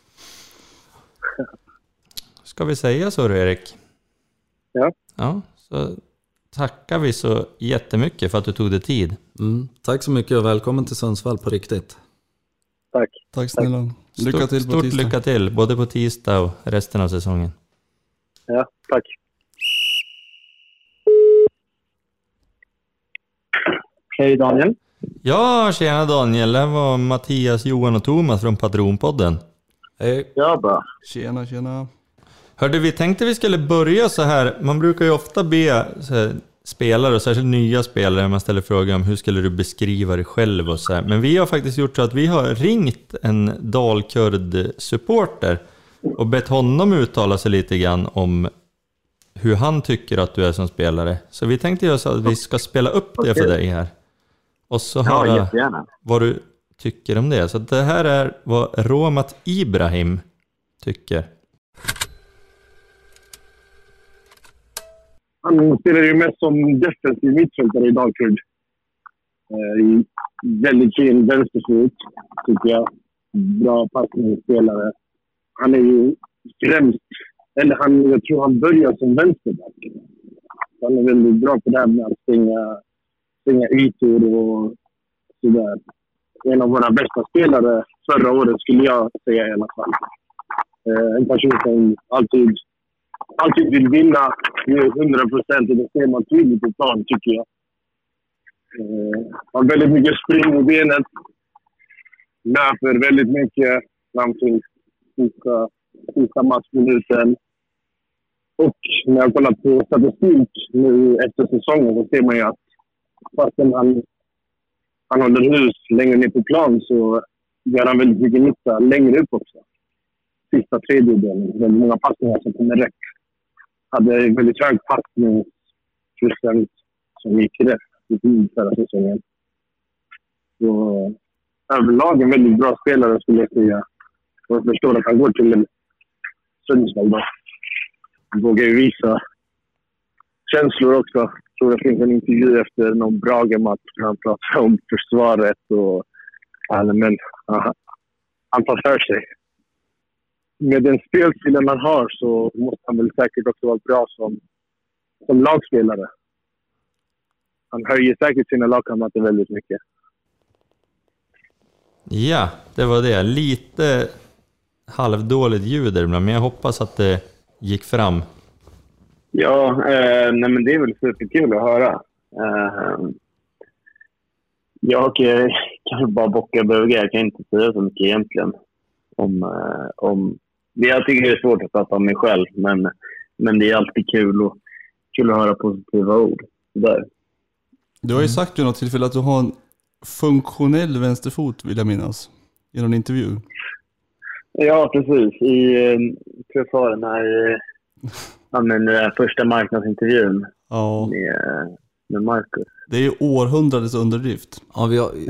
Ska vi säga så då, Erik? Ja. Ja, så tackar vi så jättemycket för att du tog dig tid. Mm, tack så mycket och välkommen till Sundsvall på riktigt. Tack. Tack snälla. Lycka till på Stort tisdag. lycka till, både på tisdag och resten av säsongen. Ja, tack. Hej Daniel. Ja, tjena Daniel. Det var Mattias, Johan och Thomas från Patronpodden. Hej. Ja, bra. Tjena, tjena. Hörde, vi tänkte vi skulle börja så här. Man brukar ju ofta be så här, spelare, och särskilt nya spelare, man ställer frågan om hur skulle du beskriva dig själv och så här. Men vi har faktiskt gjort så att vi har ringt en Dalkurd-supporter och bett honom uttala sig lite grann om hur han tycker att du är som spelare. Så vi tänkte göra så att vi ska spela upp det för dig här. Och så höra Ja, jättegärna. vad du tycker om det. Så det här är vad Romat Ibrahim tycker. Han spelar ju mest som defensiv mittfältare i Dalkurd. Eh, väldigt fin vänsterfot, tycker jag. Bra passningsspelare. Han är ju främst, eller han, jag tror han börjar som vänsterback. Han är väldigt bra på det här med att stänga, stänga ytor och sådär. En av våra bästa spelare förra året skulle jag säga i alla fall. Eh, en person som alltid alltid vill vinna med hundra procent, och det ser man tydligt på plan, tycker jag. Eh, har väldigt mycket spring i benet. Löper väldigt mycket fram till sista, sista matchminuten. Och när jag kollar på statistik nu efter säsongen så ser man ju att fastän han, han håller hus längre ner på plan så gör han väldigt mycket nytta längre upp också. Sista tredjedelen. Väldigt många passningar som kommer rätt. Hade väldigt hög passningsprocent som gick rätt i förra säsongen. Så överlag en väldigt bra spelare skulle jag säga. Och jag förstår att han går till en Sundsvall då. Han vågar ju visa känslor också. Jag tror det finns en intervju efter någon Brage-match när han pratar om försvaret och men, aha, han tar för sig. Med den spelstilen han har så måste han väl säkert också vara bra som, som lagspelare. Han höjer säkert sina lagkamrater väldigt mycket. Ja, det var det. Lite halvdåligt ljud där ibland, men jag hoppas att det gick fram. Ja, eh, nej men det är väl superkul att höra. Eh, jag eh, kan bara bocka böga. Jag kan inte säga så mycket egentligen om... Eh, om jag tycker det är svårt att prata om mig själv, men, men det är alltid kul, och, kul att höra positiva ord. Där. Du har ju sagt vid något tillfälle att du har en funktionell vänsterfot, vill jag minnas, i någon intervju. Ja, precis. I, jag sa den här, ja, men, den här första marknadsintervjun Ja. med, med Marcus. Det är ju århundradets underdrift. Ja, vi har,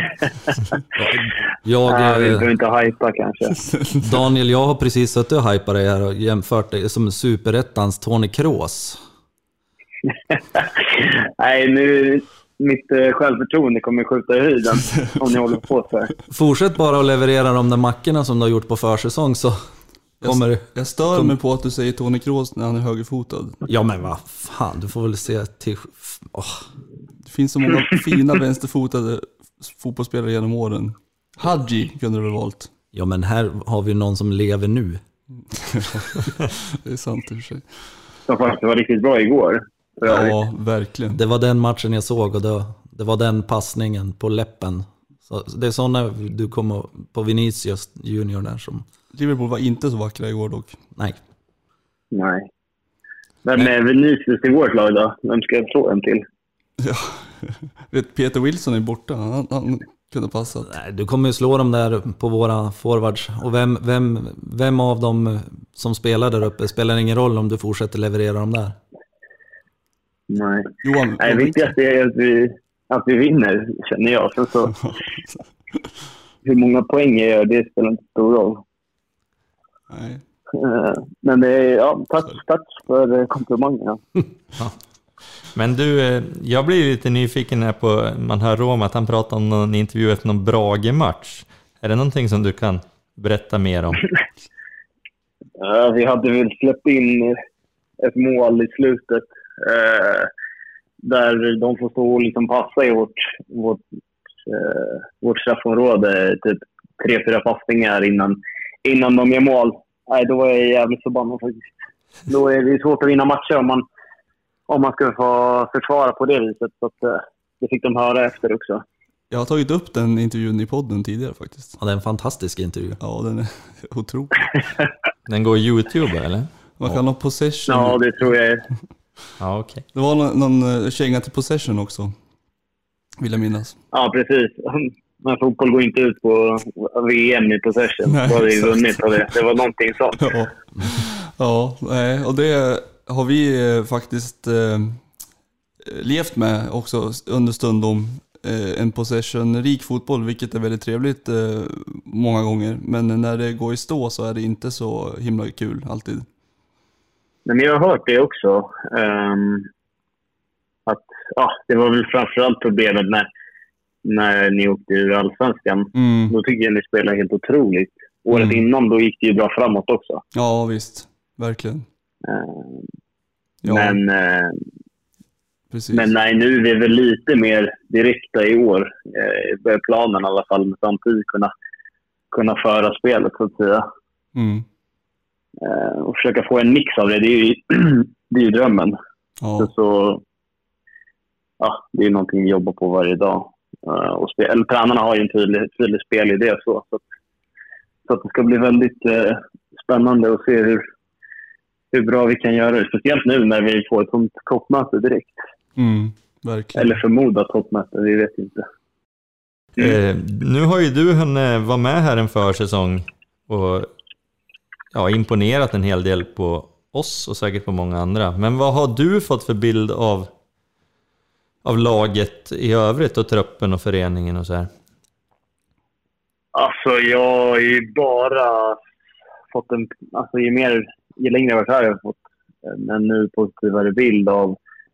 jag, Nej, vi eh, behöver inte hypa kanske. Daniel, jag har precis suttit och hypat dig här och jämfört dig som superettans Tony Kroos. Nej, nu mitt eh, självförtroende kommer skjuta i höjden om ni håller på så här. Fortsätt bara att leverera de där mackorna som du har gjort på försäsong, så kommer det. Jag stör Kom. mig på att du säger Tony Kroos när han är högerfotad. Ja, men vad fan, du får väl se till... Åh. Det finns så många fina vänsterfotade fotbollsspelare genom åren. Hadji kunde du väl valt. Ja, men här har vi någon som lever nu. Det är sant i och för sig. Som faktiskt var riktigt bra igår. Ja, verkligen. Det var den matchen jag såg, och det, det var den passningen på läppen. Så det är sådana du kommer på Vinicius Junior där som... Liverpool var inte så vackra igår dock. Nej. Nej. Men med Vinicius i vårt lag då? Vem ska jag slå en till? Ja. Vet, Peter Wilson är borta. Han, han kunde passa. Nej, du kommer ju slå dem där på våra forwards. Och vem, vem, vem av dem som spelar där uppe spelar ingen roll om du fortsätter leverera dem där. Nej. Johan, Nej, det viktigaste är att vi, att vi vinner, känner jag. Sen så, hur många poäng jag gör, det spelar inte stor roll. Nej. Men det är, ja, tack, tack för komplimangerna. Ja. Men du, jag blir lite nyfiken här på, man hör Rom att han pratar om någon intervju efter någon Brage-match. Är det någonting som du kan berätta mer om? Ja, vi hade väl släppt in ett mål i slutet eh, där de får stå och liksom passa i vårt, vårt, eh, vårt straffområde, typ tre, fyra passningar innan, innan de gör mål. Nej, då var jag jävligt förbannad faktiskt. Då är det svårt att vinna matcher om man, om man ska få försvara på det viset. Så att, det fick de höra efter också. Jag har tagit upp den intervjun i podden tidigare faktiskt. Ja, det är en fantastisk intervju. Ja, den är otrolig. Den går YouTube eller? Man kan ha Possession. Ja, det tror jag är. Ja, okej. Det var någon, någon känga till Possession också, vill jag minnas. Ja, precis. Men fotboll går inte ut på V M i possession. Nej, då hade vi exakt. vunnit av det. Det var någonting sånt. Ja, ja nej, och det har vi eh, faktiskt eh, levt med också understundom. Eh, en possession-rik fotboll, vilket är väldigt trevligt eh, många gånger. Men när det går i stå så är det inte så himla kul alltid. Men jag har hört det också. Um, att ja, det var väl framförallt problemet när, när ni åkte ur Allsvenskan. Mm. Då tycker jag ni spelade helt otroligt. Året Mm. innan då gick det ju bra framåt också. Ja, visst. Verkligen. Um, Ja, men, uh, precis. men nej, nu är vi väl lite mer direkta i år. Uh, börjar planen i alla fall, men samtidigt kunna, kunna föra spelet så att säga. Mm. Uh, och försöka få en mix av det. Det är ju, det är ju drömmen. Ja. Så, så ja, det är någonting vi jobbar på varje dag. Uh, och spel, eller, tränarna har ju en tydlig, tydlig spelidé så, så, att, så att det ska bli väldigt uh, spännande att se hur, hur bra vi kan göra det. Speciellt nu när vi får ett sånt toppmöte direkt. Mm. Verkligen. Eller förmodat toppmöte, vi vet inte. Eh, nu har ju du hunnit vara med här en försäsong och ja, imponerat en hel del på oss och säkert på många andra. Men vad har du fått för bild av, av laget i övrigt och truppen och föreningen och så här? Alltså jag har ju bara fått en, alltså ju mer, ju längre jag varit här har jag fått en ny positivare bild av,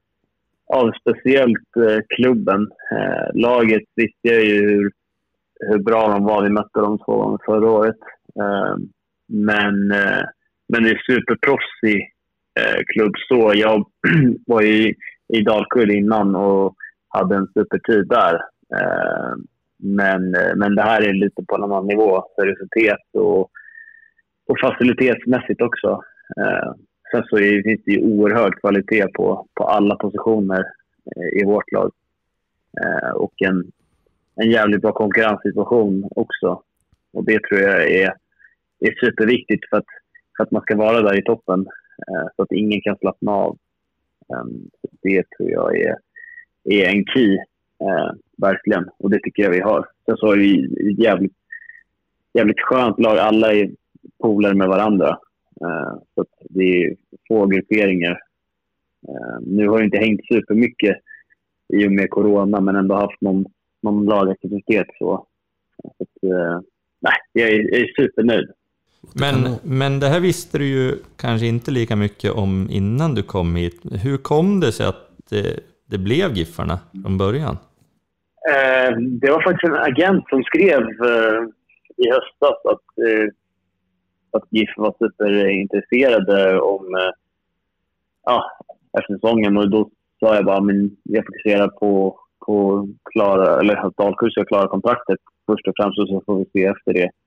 av speciellt eh, klubben. Eh, laget visste jag ju hur, hur bra de var. Vi mötte dem två gånger förra året. Eh, men, eh, men det är superproffsig eh, klubb så. Jag var ju i Dalkurd innan och hade en supertid där. Eh, men, men det här är lite på en annan nivå. Seriositet och, och facilitetsmässigt också. Eh, sen så är, finns det ju oerhörd kvalitet på, på alla positioner eh, i vårt lag. Eh, och en, en jävligt bra konkurrenssituation också. Och det tror jag är, är superviktigt för att, för att man ska vara där i toppen. Eh, så att ingen kan slappna av. Eh, det tror jag är, är en key. Eh, verkligen. Och det tycker jag vi har. Sen så är vi ett jävligt, jävligt skönt lag. Alla är polare med varandra. Uh, så att det är få grupperingar. Uh, nu har det inte hängt supermycket i och med corona, men ändå haft någon, någon lagaktivitet. Så, så att, uh, nej, jag är, jag är supernöjd. Men, men det här visste du ju kanske inte lika mycket om innan du kom hit. Hur kom det sig att det, det blev Giffarna från början? Uh, det var faktiskt en agent som skrev uh, i höstas att uh, att GIF var superintresserade om eh, ja, efter säsongen, och då sa jag bara men jag fokuserar på på klara, eller att Dalkurd ska klara kontraktet först och främst, och så får vi se efter det.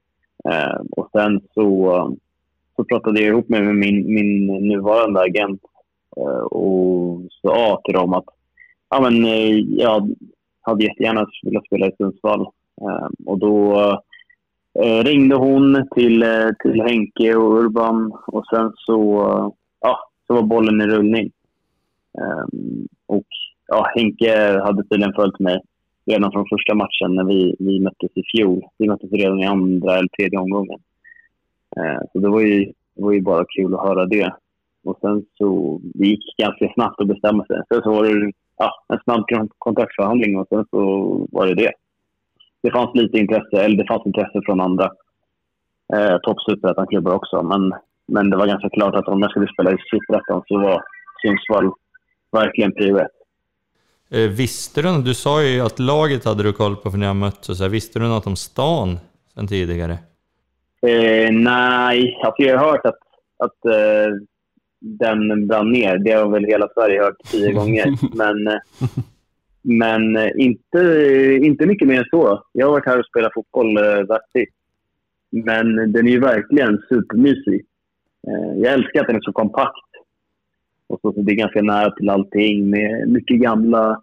Eh, och sen så så pratade jag ihop med min, min nuvarande agent eh, och sa till dem att ja, men eh, jag hade jättegärna velat spela i Sundsvall, eh, och då Eh, ringde hon till, eh, till Henke och Urban, och sen så, eh, ja, så var bollen i rullning. Eh, och ja, Henke hade tydligen följt mig redan från första matchen när vi, vi möttes i fjol. Vi möttes redan i andra eller tredje omgången. Eh, så det var, ju, det var ju bara kul att höra det. Och sen så det gick ganska snabbt att bestämma sig. Sen så var det ja, en snabb kontraktsförhandling, och sen så var det det. Det fanns lite intresse, eller det fanns intresse från andra eh, toppsuperettan-klubbar också. Men, men det var ganska klart att om jag skulle spela i superettan så var Sundsvall verkligen prio ett. Eh, visste du, du sa ju att laget hade du koll på för när jag möttes, så här, visste du något om stan sedan tidigare? Eh, nej, alltså jag har hört att, att eh, den brann ner. Det har väl hela Sverige hört tio gånger. Men... Eh, Men inte, inte mycket mer än så. Jag har varit här och spelat fotboll eh, men den är ju verkligen supermysig. Eh, jag älskar att den är så kompakt. Och så, så det är ganska nära till allting med mycket gamla,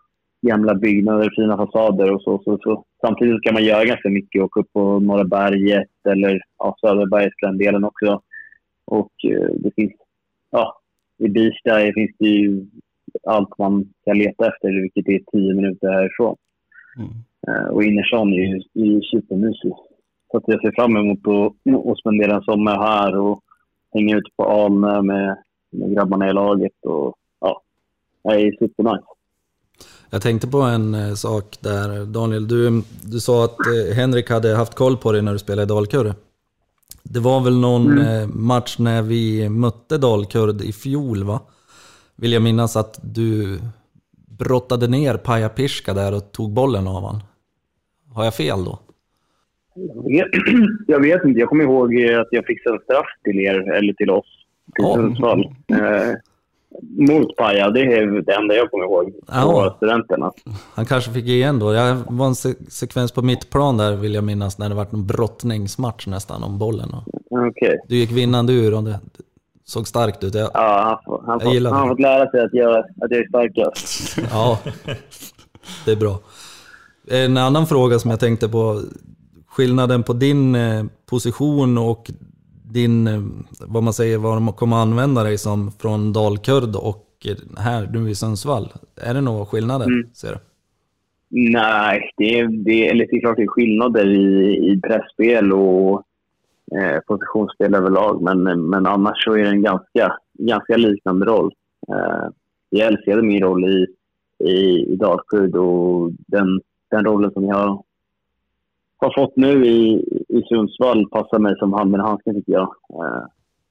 gamla byggnader, fina fasader och så, så, så. Samtidigt kan man göra ganska mycket, åka upp på Norra berget eller ja, Söderberget för den delen också. Och eh, det finns, ja, i Birsta finns det ju allt man kan leta efter, vilket är tio minuter härifrån. Mm. Eh, och innerstan är ju, är ju supermysigt. Så att jag ser fram emot att, att spendera en sommar här och hänga ut på Alnö med, med grabbarna i laget. Och ja, det är supernice. Jag tänkte på en eh, sak där, Daniel. Du, du sa att eh, Henrik hade haft koll på dig när du spelade i Dalkurd. Det var väl någon mm. eh, match när vi mötte Dalkurd i fjol, va? Vill jag minnas att du brottade ner Paja Pirska där och tog bollen av han. Har jag fel då? Jag vet, jag vet inte. Jag kommer ihåg att jag fick en straff till er, eller till oss. Till oh. Sundsvall. Eh, mot Paja, det är det enda jag kommer ihåg på oh. studenterna. Han kanske fick igen då. Jag var en se- sekvens på mitt plan där, vill jag minnas, när det var en brottningsmatch nästan om bollen. Okay. Du gick vinnande ur och det såg starkt ut. Jag, ja, han får, han får, han får lära sig att jag, att jag är starkast. Ja, det är bra. En annan fråga som jag tänkte på, skillnaden på din position och din, vad man säger, vad de kommer använda dig som från Dalkurd och här nu i Sundsvall. Är det några skillnader, mm. ser du? Nej, det är, det är, eller det är klart det är skillnader i, i pressspel och eh, positionsspel överlag, men, men annars så är det en ganska, ganska liknande roll. Eh, jag älskade min roll i, i, i Dalkurd och den, den rollen som jag har fått nu i, i Sundsvall passar mig som handen i handsken, tycker jag. Eh,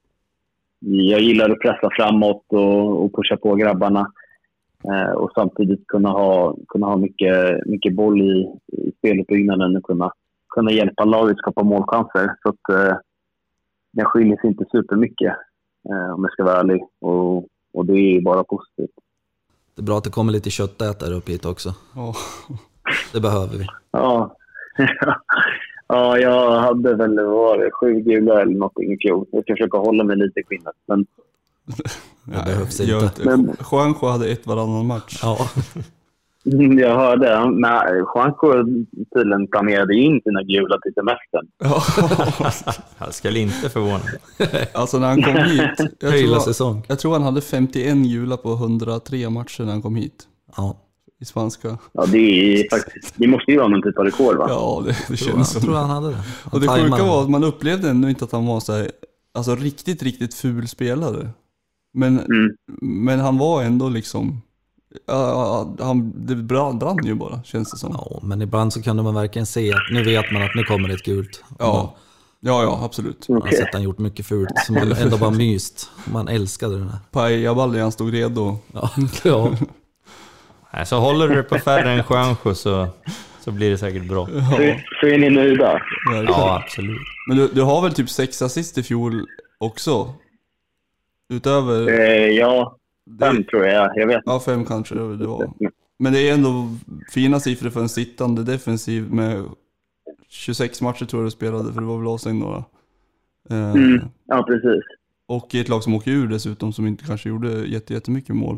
jag gillar att pressa framåt och, och pusha på grabbarna eh, och samtidigt kunna ha, kunna ha mycket, mycket boll i, i speluppbyggnaden och kunna, kunna hjälpa laget skapa målchanser. Så att eh, jag skiljer sig inte supermycket eh, om jag ska vara ärlig, och, och det är bara positivt. Det är bra att det kommer lite köttätare upp hit också. Oh. Det behöver vi. Ja. Ja, jag hade väl var det, sju gula eller något i fjol. Jag ska försöka hålla mig lite i skinnet, men det behövs inte. Men Juanjo hade ett varannan match. Ja. Jag hörde, men Juanjo tydligen planerade in sina gula till semestern. Ja. Jag ska inte förvåna. Alltså när han kom hit, jag tror, säsong. jag tror han hade femtioen gula på hundratre matcher när han kom hit. Ja. I spanska. Ja, det är faktiskt, det måste ju vara någon typ av rekord, va? Ja, det, det känns jag som. tror han hade det. Han och det sjuka var att man upplevde ändå inte att han var så här, alltså riktigt, riktigt ful spelare. Men, mm. men han var ändå liksom, ja, han, det brann, brann ju bara, känns det som. Ja, men ibland så kan man verkligen se att nu vet man att nu kommer ett gult. Ja, ja, ja, absolut. Man har sett han gjort mycket fult, som man ändå bara myst. Man älskade den här. Paja Balli, han stod redo. Ja, ja. Så håller du på färre än Juanjo så, så blir det säkert bra. Ja. Så, så är ni nöjda? Ja, absolut. Men du, du har väl typ sex assist i fjol också? Utöver... Eh, ja, fem det... tror jag. Jag vet. Ja, fem kanske det var. Men det är ändå fina siffror för en sittande defensiv med tjugosex matcher tror jag du spelade, för det var väl avstängd några. Eh, mm, ja, precis. Och i ett lag som åker ur dessutom, som inte kanske gjorde jätte, jättemycket mål.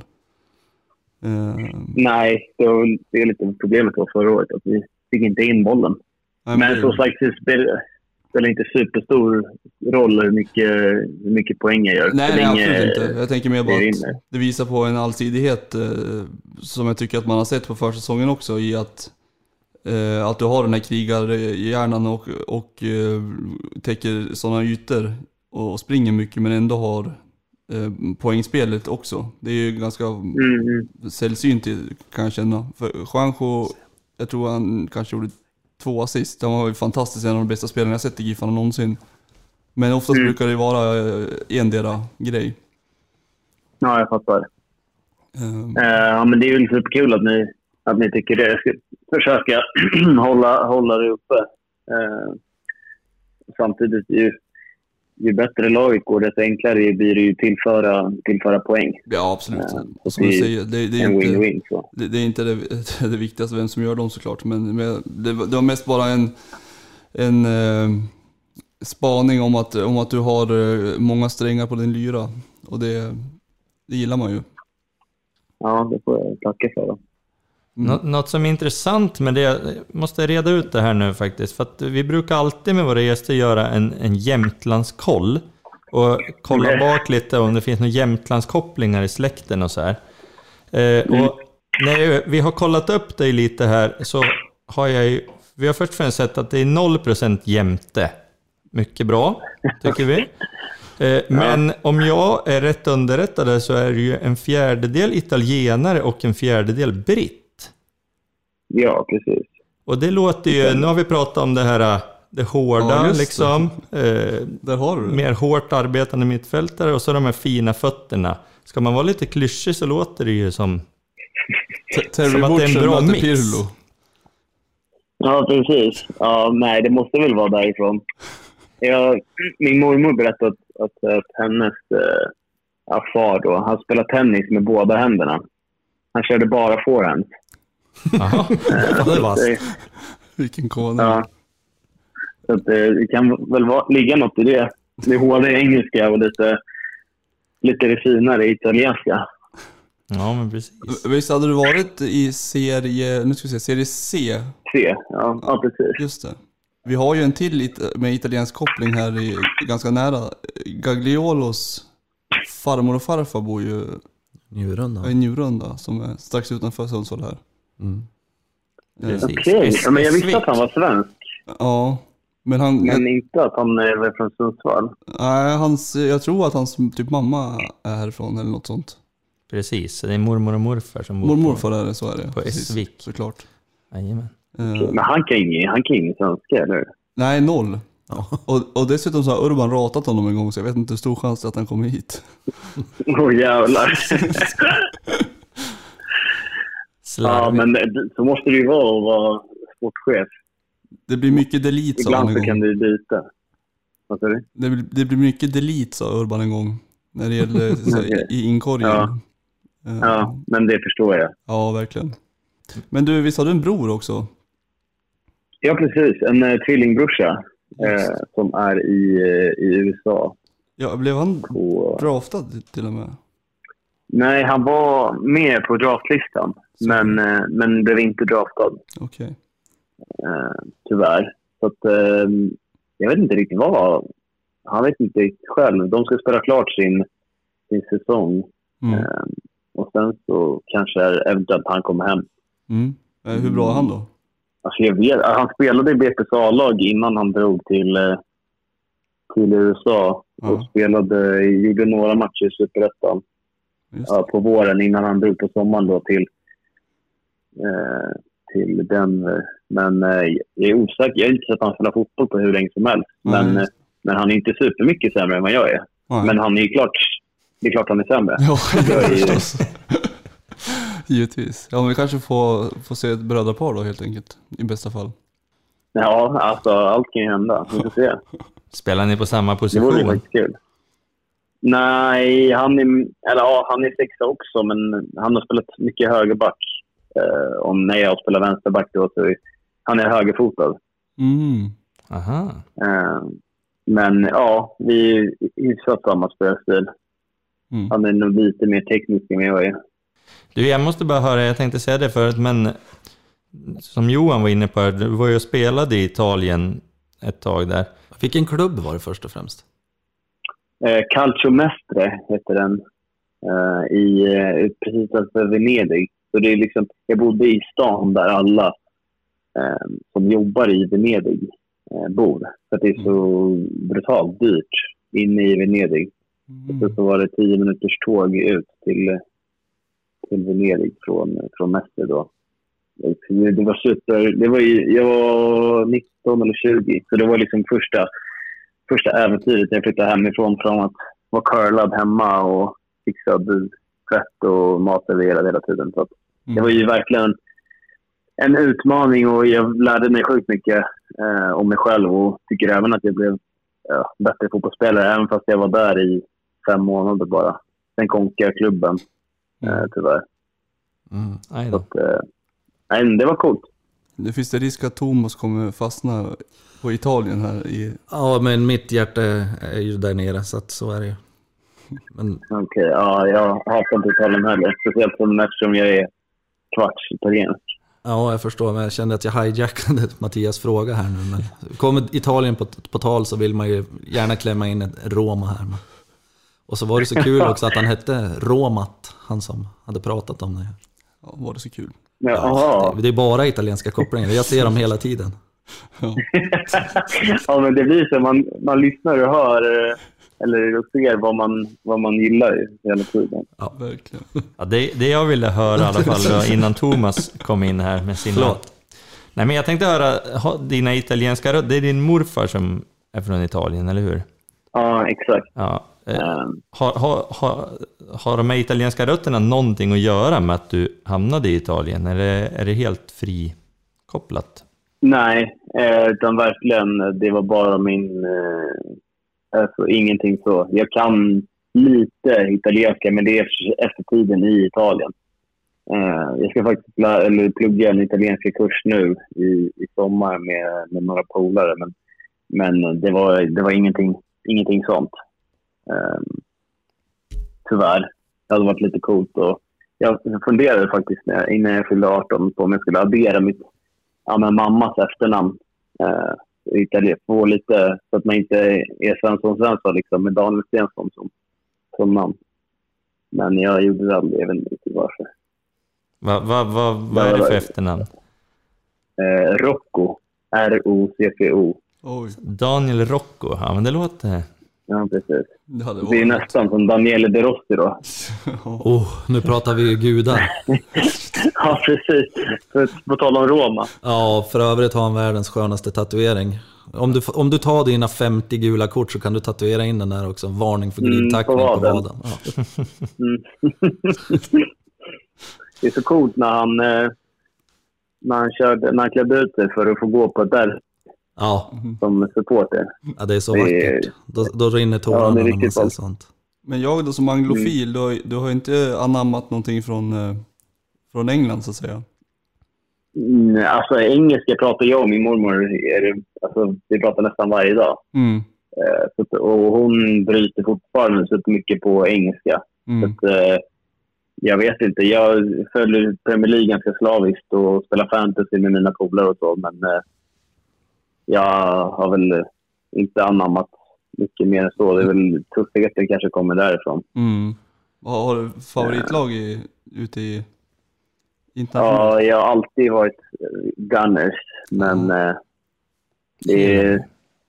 Uh, Nej, det, var, det är lite problemet var förra året att vi fick inte in bollen. Nej, men men som sagt, det spelar, spelar inte superstor roll hur mycket, hur mycket poäng jag gör. Nej, nej absolut inte. Jag tänker mer bara att det visar på en allsidighet eh, som jag tycker att man har sett på försäsongen också, i att, eh, att du har den här krigarhjärnan och, och eh, täcker sådana ytor och, och springer mycket, men ändå har poängspelet också. Det är ju ganska mm. sällsynt, kan jag känna. För Juanjo, jag tror han kanske gjorde två assist. Han var ju fantastisk, en av de bästa spelarna jag sett i Giffarna någonsin. Men oftast mm. brukar det vara endera grej. Ja, jag fattar. Um. Uh, ja, men det är ju superkul att ni, att ni tycker det. Jag ska försöka hålla, hålla det uppe. Uh, samtidigt ju ju bättre laget går, desto enklare blir det ju tillföra, tillföra poäng. Ja, absolut. Uh, och som du säger, det, det, är en inte, win-win, så. Det, det är inte det, det viktigaste vem som gör dem såklart, men det, det var mest bara en, en eh, spaning om att, om att du har många strängar på din lyra, och det, det gillar man ju. Ja, det får jag tacka för då. Nå- något som är intressant med det, jag måste reda ut det här nu faktiskt, för att vi brukar alltid med våra gäster göra en, en Jämtlandskoll och kolla Mm. bak lite om det finns några Jämtlandskopplingar i släkten och så här. Eh, och när vi har kollat upp dig lite här så har jag ju, vi har först och främst sett att det är noll procent jämte. Mycket bra, tycker vi. Eh, men om jag är rätt underrättad så är det ju en fjärdedel italienare och en fjärdedel britt. Ja, precis. Och det låter ju, nu har vi pratat om det här, det hårda Ja, just det. liksom. Eh, Där har du det. mer hårt arbetande mittfältare och så de här fina fötterna. Ska man vara lite klyschig så låter det ju som, T- Terry som att det är en Butcher bra möter mix. Pirlo. Ja, precis. Ja, nej, det måste väl vara därifrån. Jag, min mormor berättade att, att, att hennes äh, ja, far då, han spelade tennis med båda händerna. Han körde bara forehand. jaha, Ja, det var Det- Vilken konung. Ja. Så att, eh, det kan väl vara, ligga något i det. Det är hårda i engelska och lite, lite det finare i italienska. ja men precis. Visst hade du varit i serie, nu ska vi se, serie C? Se, ja, ja precis. Just det. Vi har ju en till it- med italiensk koppling här i, ganska nära. Gagliolos farmor och farfar bor ju Njurunda. i Njurunda som är strax utanför Sundsvall här. Mm. Precis. Okej, ja, men jag visste att han var svensk. Ja, men han... Men inte att han är från Sundsvall. Nej, hans, jag tror att hans typ mamma är härifrån eller något sånt. Precis, det är mormor och morfar som bor Mormor på, för det, så är det. på Precis, Essvik. såklart. Jajamän. Eh, Men han kan ingen, han kan ingen svenska, eller hur? nej, noll. Ja. Och, och dessutom så har Urban ratat honom en gång, så jag vet inte hur stor chans det är att han kommer hit. Åh oh, jävlar. Ja, Slarvigt. men det- så måste det ju vara att vara sportchef. Det blir mycket delete, sa han Ibland en så gång. kan du byta. Vad sa du? Det blir, det blir mycket delete, sa Urban en gång. När det gäller så, i, i inkorgen. Ja. Eh, Ja, men det förstår jag. ja, verkligen. Men du, visst har du en bror också? Ja, precis. En uh, tvillingbrorsa eh, som är i, eh, i U S A. Ja, blev han På... draftad till och med? Nej, han var med på draftlistan. Men, eh, men blev inte draftad, Okej. eh, tyvärr. Så att, eh, jag vet inte riktigt vad. Han vet inte riktigt själv. De ska spela klart sin, sin säsong. Mm. Eh, och sen så kanske eventuellt han kommer hem. Mm. Eh, hur bra är han då? Alltså jag vet, han spelade i B P S A-lag innan han drog till, eh, till U S A. Ja. Och spelade, gjorde några matcher i Superettan Just ja, på våren innan han drog på sommaren då till, eh, till Denver. Men eh, jag är osäker. Jag har inte sett han spela fotboll på hur länge som helst. Nej. Men, eh, men han är inte supermycket sämre än vad jag är. Nej. Men han är ju klart, det är klart han är sämre. Ja, Jag är ju- förstås. Givetvis. Ja, men vi kanske får, får se ett brödrapar då helt enkelt. I bästa fall. Ja, alltså allt kan ju hända. Vi får se. Spelar ni på samma Det vore ju position? faktiskt kul. Nej, han är, eller, ja, han är sexa också, men han har spelat mycket högerback. Eh, om när jag spelar vänsterback då, så är, han är högerfotad. Mm. Aha. Eh, men ja, vi är hyfsat samma spelstil. Mm. Han är nog lite mer teknisk än jag är. Du, jag måste bara höra, jag tänkte säga det förut, men som Johan var inne på, du var ju och spelade i Italien ett tag där. Vilken klubb var det först och främst? Eh, Calcio Mestre heter den. Eh, i, eh, precis utanför Venedig. Så det är liksom, jag bodde i stan där alla eh, som jobbar i Venedig eh, bor. För att det är så brutalt dyrt inne i Venedig. Mm. Så, så var det tio minuters tåg ut till, till Venedig från, från Mestre då. Det, det var super. Det var ju, jag var nitton eller tjugo. Så det var liksom första, första äventyret när jag flyttade hemifrån, från att vara curlad hemma och fixad tvätt och mat serverad hela tiden. Så att det var ju verkligen en utmaning och jag lärde mig sjukt mycket eh, om mig själv och tycker även att jag blev ja, bättre fotbollsspelare även fast jag var där i fem månader bara. Sen konkade klubben eh, tyvärr. Mm. Aj Så då. att, eh, nej, men det var coolt. Det finns det risk att Thomas kommer fastna på Italien här i... Ja, men mitt hjärta är ju där nere, så att så är det ju. Men Okej, ja, jag hatar inte Italien heller. Speciellt som eftersom jag är kvarts italiensk. Ja, jag förstår, men jag kände att jag hijackade Mattias fråga här nu. Men kommer Italien på, på tal så vill man ju gärna klämma in ett Roma här. Och så var det så kul också att han hette Romat, han som hade pratat om det. Ja, var det så kul. Ja, det, det är bara italienska kopplingar, jag ser dem hela tiden. Ja, ja men det blir så, man, man lyssnar och hör eller ser vad man, vad man gillar hela tiden. ja, verkligen. Ja, det, det jag ville höra i alla fall då, innan Thomas kom in här med sina... Förlåt. Nej, men jag tänkte höra, ha, dina italienska rötter, det är din morfar som är från Italien, eller hur? Ja, exakt. Ja. Eh, Um, har, har, har, har de italienska rötterna någonting att göra med att du hamnade i Italien, eller är det helt frikopplat? nej, eh, utan verkligen, det var bara min... Eh, alltså ingenting så. Jag kan lite italienska, men det är efter tiden i Italien. Eh, jag ska faktiskt pl- eller plugga en italienska kurs nu i, i sommar med, med några polare, men, men det var, det var ingenting, ingenting sånt. Eh, tyvärr. Det hade varit lite coolt. Och jag funderade faktiskt när, innan jag fyllde arton på om jag skulle addera mitt, ja, men mammas efternamn. Eh, Italien, få lite, så att man inte är Svensson Svensson liksom, med Daniel Stensson som, som namn. Men jag gjorde det aldrig, jag vet inte varför. Vad va, va, va är det för efternamn? Eh, Rocco. R O C C O. Oj, Daniel Rocco, ja men det låter... Ja, precis. det hade Det är varit. nästan som Daniele De Rossi då. Oh, nu pratar vi ju gudar. Ja, precis. För, på tal om Roma. Ja, för övrigt har han världens skönaste tatuering. Om du, om du tar dina femtio gula kort så kan du tatuera in den där också. Varning för glidtackning Mm, på på vaden. vaden. Ja. Mm. Det är så coolt när han, eh, när han, körde, när han klädde ut sig för att få gå på ett där Ja, som supporter. ja, det är så Det är- vackert. Då, då rinner Ja, tårarna det är när man riktigt ser ballt. sånt. Men jag då som anglofil, du, har, du har inte anammat någonting från, eh, från England så att säga. Mm, alltså engelska pratar jag och min mormor, är det, alltså, vi pratar nästan varje dag. Mm. Eh, så, att- och hon bryter fortfarande så mycket på engelska. Mm. Så att, eh, jag vet inte, jag följer Premier League ganska slaviskt och spelar fantasy med mina polare och så, men eh, jag har väl inte anammat mycket mer än så. Det är väl tuffheten kanske kommer därifrån. Mm. Vad har du favoritlag i, ute i internationellt? Ja, jag har alltid varit eh, Gunners, men eh, det, är,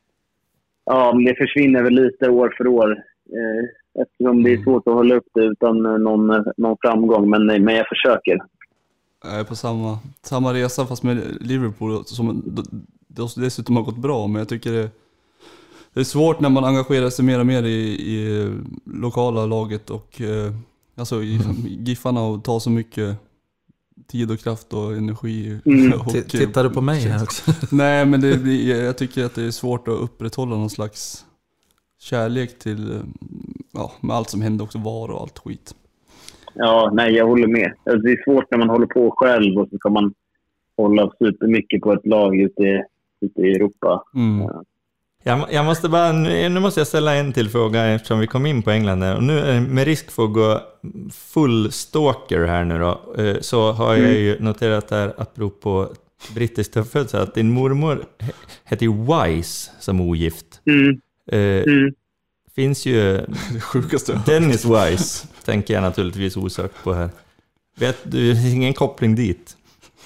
ja, men det försvinner väl lite år för år. Eh, eftersom det är svårt att hålla upp det utan eh, någon, någon framgång, men, men jag försöker. Jag är på samma, samma resa fast med Liverpool som d- dessutom har gått bra, men jag tycker det, det är svårt när man engagerar sig mer och mer i, i lokala laget och eh, alltså i Giffarna och tar så mycket tid och kraft och energi. Mm. Och, T- Tittar du på mig här också? nej, men det blir, jag tycker att det är svårt att upprätthålla någon slags kärlek till eh, ja, med allt som händer också, var och allt skit. Ja, nej, jag håller med. Alltså, det är svårt när man håller på själv och så kan man hålla supermycket på ett lag ute, ute i Europa. Mm. Ja. Jag, jag måste bara, nu, nu måste jag ställa en till fråga eftersom vi kom in på England där. Och nu är det med risk för att gå full stalker här nu då, eh, så har jag ju noterat där apropå brittisk tuffhet så att din mormor he- heter ju Wise som ogift. Mm, Eh, mm. finns ju Det sjukaste. Dennis Wise, tänker jag naturligtvis osökt på här. Vet du, ingen koppling dit?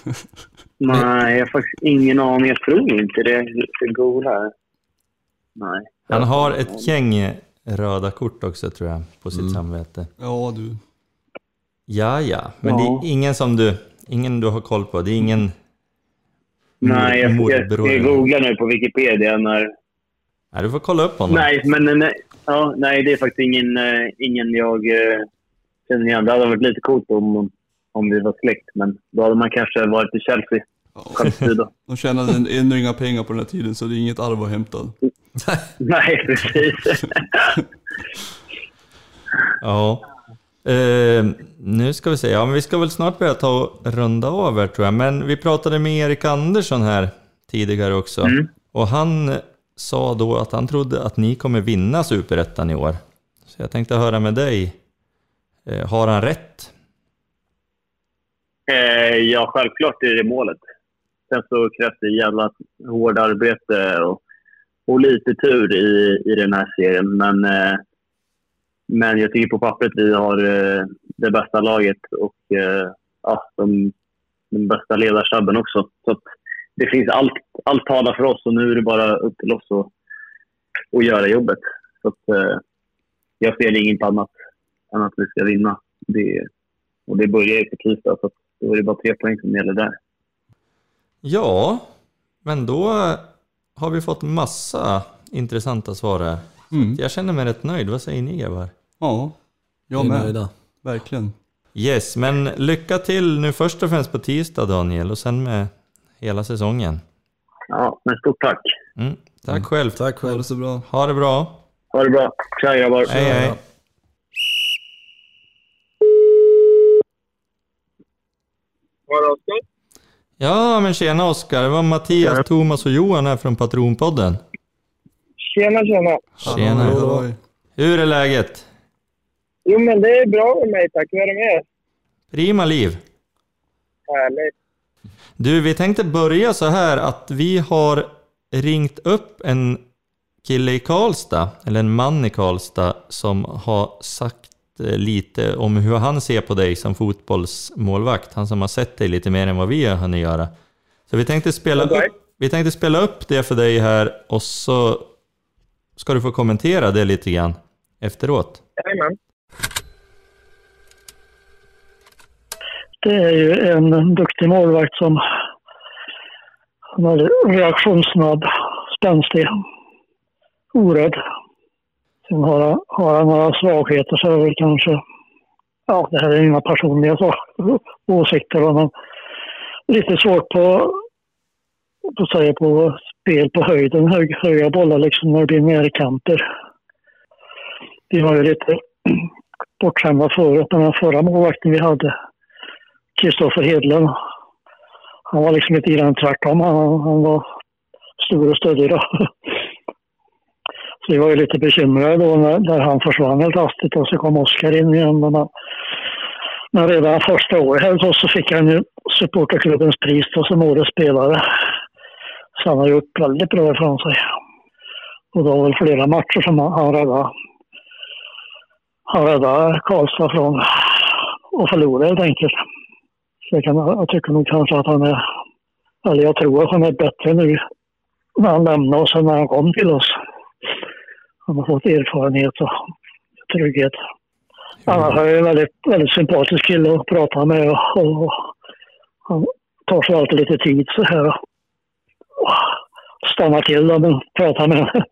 Nej, jag har faktiskt ingen aning. Jag tror inte det. Det går här. Nej. Han har ett gäng röda kort också tror jag på sitt Mm. samvete. Ja, du. Ja, ja. Men Ja. det är ingen som du, ingen du har koll på. Det är ingen Nej, jag, jag, morbror. jag googlar nu på Wikipedia när... Nej, du får kolla upp honom. Nej, men nej, ja, nej, det är faktiskt ingen, eh, ingen jag eh, känner igen. Det hade varit lite coolt om, om vi var släkt, men då hade man kanske varit i Chelsea. Ja. Självsida. De tjänade ändå inga pengar på den här tiden så det är inget arv att hämta. Nej, precis. Ja. Eh, nu ska vi se. Ja, men vi ska väl snart börja ta och runda av här tror jag. Men vi pratade med Erik Andersson här tidigare också. Mm. Och han sa då att han trodde att ni kommer vinna Superettan i år. Så jag tänkte höra med dig. Eh, har han rätt? Eh, ja, självklart är det målet. Sen så krävs det jävla hård arbete och, och lite tur i, i den här serien. Men, eh, men jag tycker på pappret vi har eh, det bästa laget och eh, ja, de, den bästa ledarstabben också. Så att det finns allt, allt talar för oss och nu är det bara upp till oss att, att göra jobbet. Så att, eh, jag ser inget annat än att vi ska vinna. Det, och det börjar ju på tisdag så att då är det bara tre poäng som gäller där. Ja, men då har vi fått massa intressanta svar här. Mm. Jag känner mig rätt nöjd. Vad säger ni, grabbar? Ja, jag Vi är med. nöjda. Verkligen. Yes, men lycka till nu först och främst på tisdag, Daniel, och sen med hela säsongen. Ja, men stort tack. Mm. Tack själv. Tack Ha själv. det så bra. Ha det bra. Ha det bra. Tja grabbar. Hej, hej. Ja, men tjena Oskar. Det var Mattias, Ja. Thomas och Johan här från Patronpodden. Tjena, tjena. Tjena. Hallå. Hur är läget? Jo, men det är bra med mig, tack. Hur är det med er? Prima liv. Härligt. Du, vi tänkte börja så här att vi har ringt upp en kille i Karlstad, eller en man i Karlstad, som har sagt eh, lite om hur han ser på dig som fotbollsmålvakt. Han som har sett dig lite mer än vad vi har hunnit göra. Så vi tänkte spela, Okej. upp, vi tänkte spela upp det för dig här och så ska du få kommentera det lite grann efteråt. Jajamän. Det är ju en duktig målvakt som han är reaktionssnabb, spänstig, orädd. Sen har han, har han några svagheter så är det väl kanske, ja det här är inga personliga så, åsikter, men lite svårt på, på, säga, på spel på höjden, hög, höga bollar liksom när det blir närkamper. Vi var ju lite bortskämda förut med den förra målvakten vi hade. Kristoffer Hedlund. Han var liksom lite grann tvärtom. Han, han var stor och stödig då. Så vi var ju lite bekymrade då när, när han försvann helt hastigt och så kom Oskar in igen. Men, men redan första året här så, så fick han ju supporterklubbens pris då som årets spelare. Så han har gjort väldigt bra ifrån sig. Och då var väl flera matcher som han, han räddade. Han räddade Karlstad från att förlora helt enkelt. Så jag, kan, jag tycker nog kanske att han är, eller jag tror att han är bättre nu när han lämnade oss än när han kom till oss. Han har fått erfarenhet och trygghet. Annars är en väldigt, väldigt sympatisk kille att prata med och, och han tar sig alltid lite tid så här och stannar till och pratar med.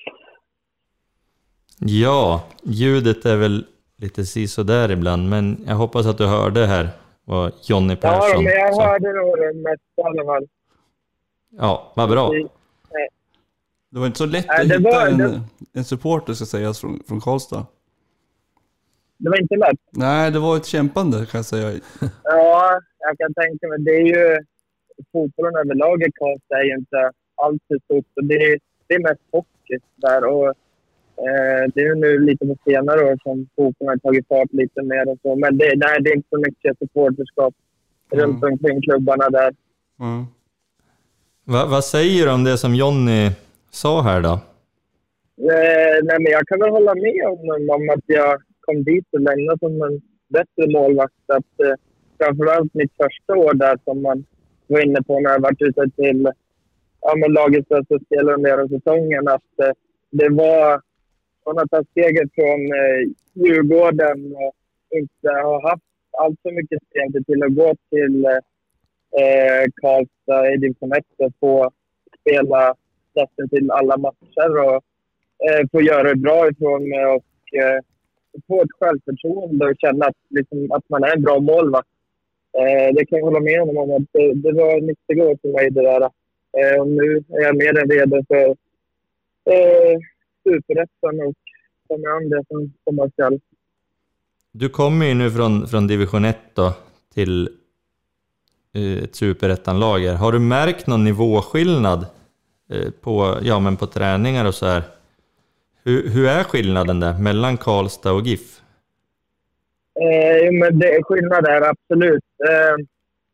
Ja, ljudet är väl lite sisådär ibland, men jag hoppas att du hörde här vad Johnny Persson Ja, men jag sa. hörde nog det mesta i alla fall. Ja, vad bra. Det var inte så lätt Nej, att det hitta var- en, det- en supporter ska sägas från, från Karlstad. Det var inte lätt. Nej, det var ett kämpande kan jag säga. Ja, jag kan tänka mig. Det är ju... Fotbollen överlag i Karlstad är ju inte alls så stort. Och det, är, det är mest hockey där. Och, eh, det är ju nu lite på senare år som fotbollen har tagit fart lite mer och så. Men det, nej, det är inte så mycket supporterskap Mm. runt omkring klubbarna där. Mm. Va, vad säger du om det som Johnny sa här då? Eh, nej, men jag kan väl hålla med om, om att jag kom dit och lämnade som en bättre målvakt. Att, eh, framförallt mitt första år där som man var inne på när jag varit ute till ja, men lagets bästa spelare under hela säsongen. Att eh, det var från att ta steget från eh, Djurgården och inte ha haft allt för mycket spel till att gå till eh, Karlstad i division ett och få spela nästan till alla matcher och eh, få göra det bra ifrån mig och eh, få ett självförtroende och känna att, liksom, att man är en bra målvakt. Eh, det kan jag hålla med om. Att det, det var nyttiga år för mig det där. Eh, och nu är jag mer än redo för eh, superettan och kommer an det som kommer skall. Du kommer ju nu från, från division ett då till eh, ett superettanlager. Har du märkt någon nivåskillnad eh, på, ja, men på träningar och så här? Hur, hur är skillnaden där mellan Karlstad och GIF? Eh, men det är skillnad där, absolut. Eh,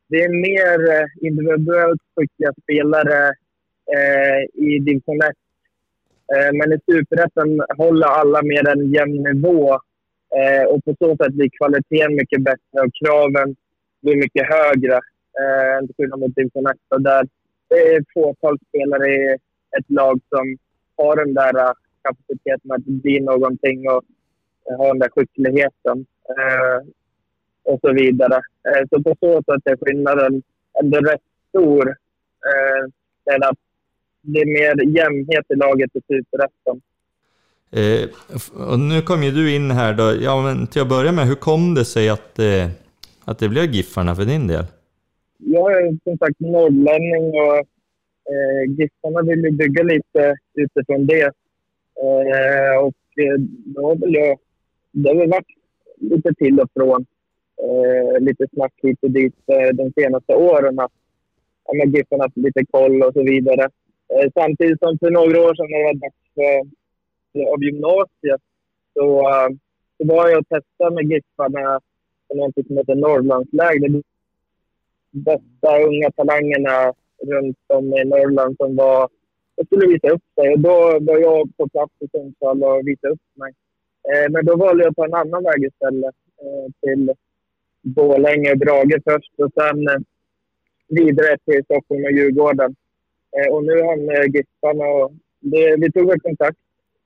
det är mer eh, individuellt skickliga spelare eh, i division ett. Eh, men i Superettan håller alla med en jämn nivå. Eh, och på så sätt blir kvaliteten mycket bättre och kraven blir mycket högre eh, än skillnad mot division ett. Där det är fåtal spelare i ett lag som har den där uh, kapaciteten att bli någonting och uh, ha den där skickligheten uh, och så vidare. Uh, så på så sätt är skillnaden ändå rätt stor. Uh, att det är mer jämnhet i laget i Superettan. Eh, och nu kom ju du in här då. Ja, men till att börja med, hur kom det sig att, eh, att det blev Giffarna för din del? Jag är som sagt norrlänning och eh, Giffarna vill ju bygga lite utifrån det. Eh, och eh, då vill jag, det har väl varit lite till och från. Eh, lite snack hit och dit eh, de senaste åren. Att ja, med Giffarna haft lite koll och så vidare. Eh, samtidigt som för några år sedan när det var dags för av gymnasiet så, uh, så var jag och testade med Giffarna på något som heter Norrlandsläger. De bästa unga talangerna runt om i Norrland som var, jag skulle visa upp sig. Och då var jag på plats i Sundsvall och visa upp mig. Eh, men då valde jag på en annan väg istället. Eh, till Borlänge och Brage först och sen eh, vidare till Stockholm och Djurgården. Eh, och nu hamnar jag i Giffarna och det, vi tog en kontakt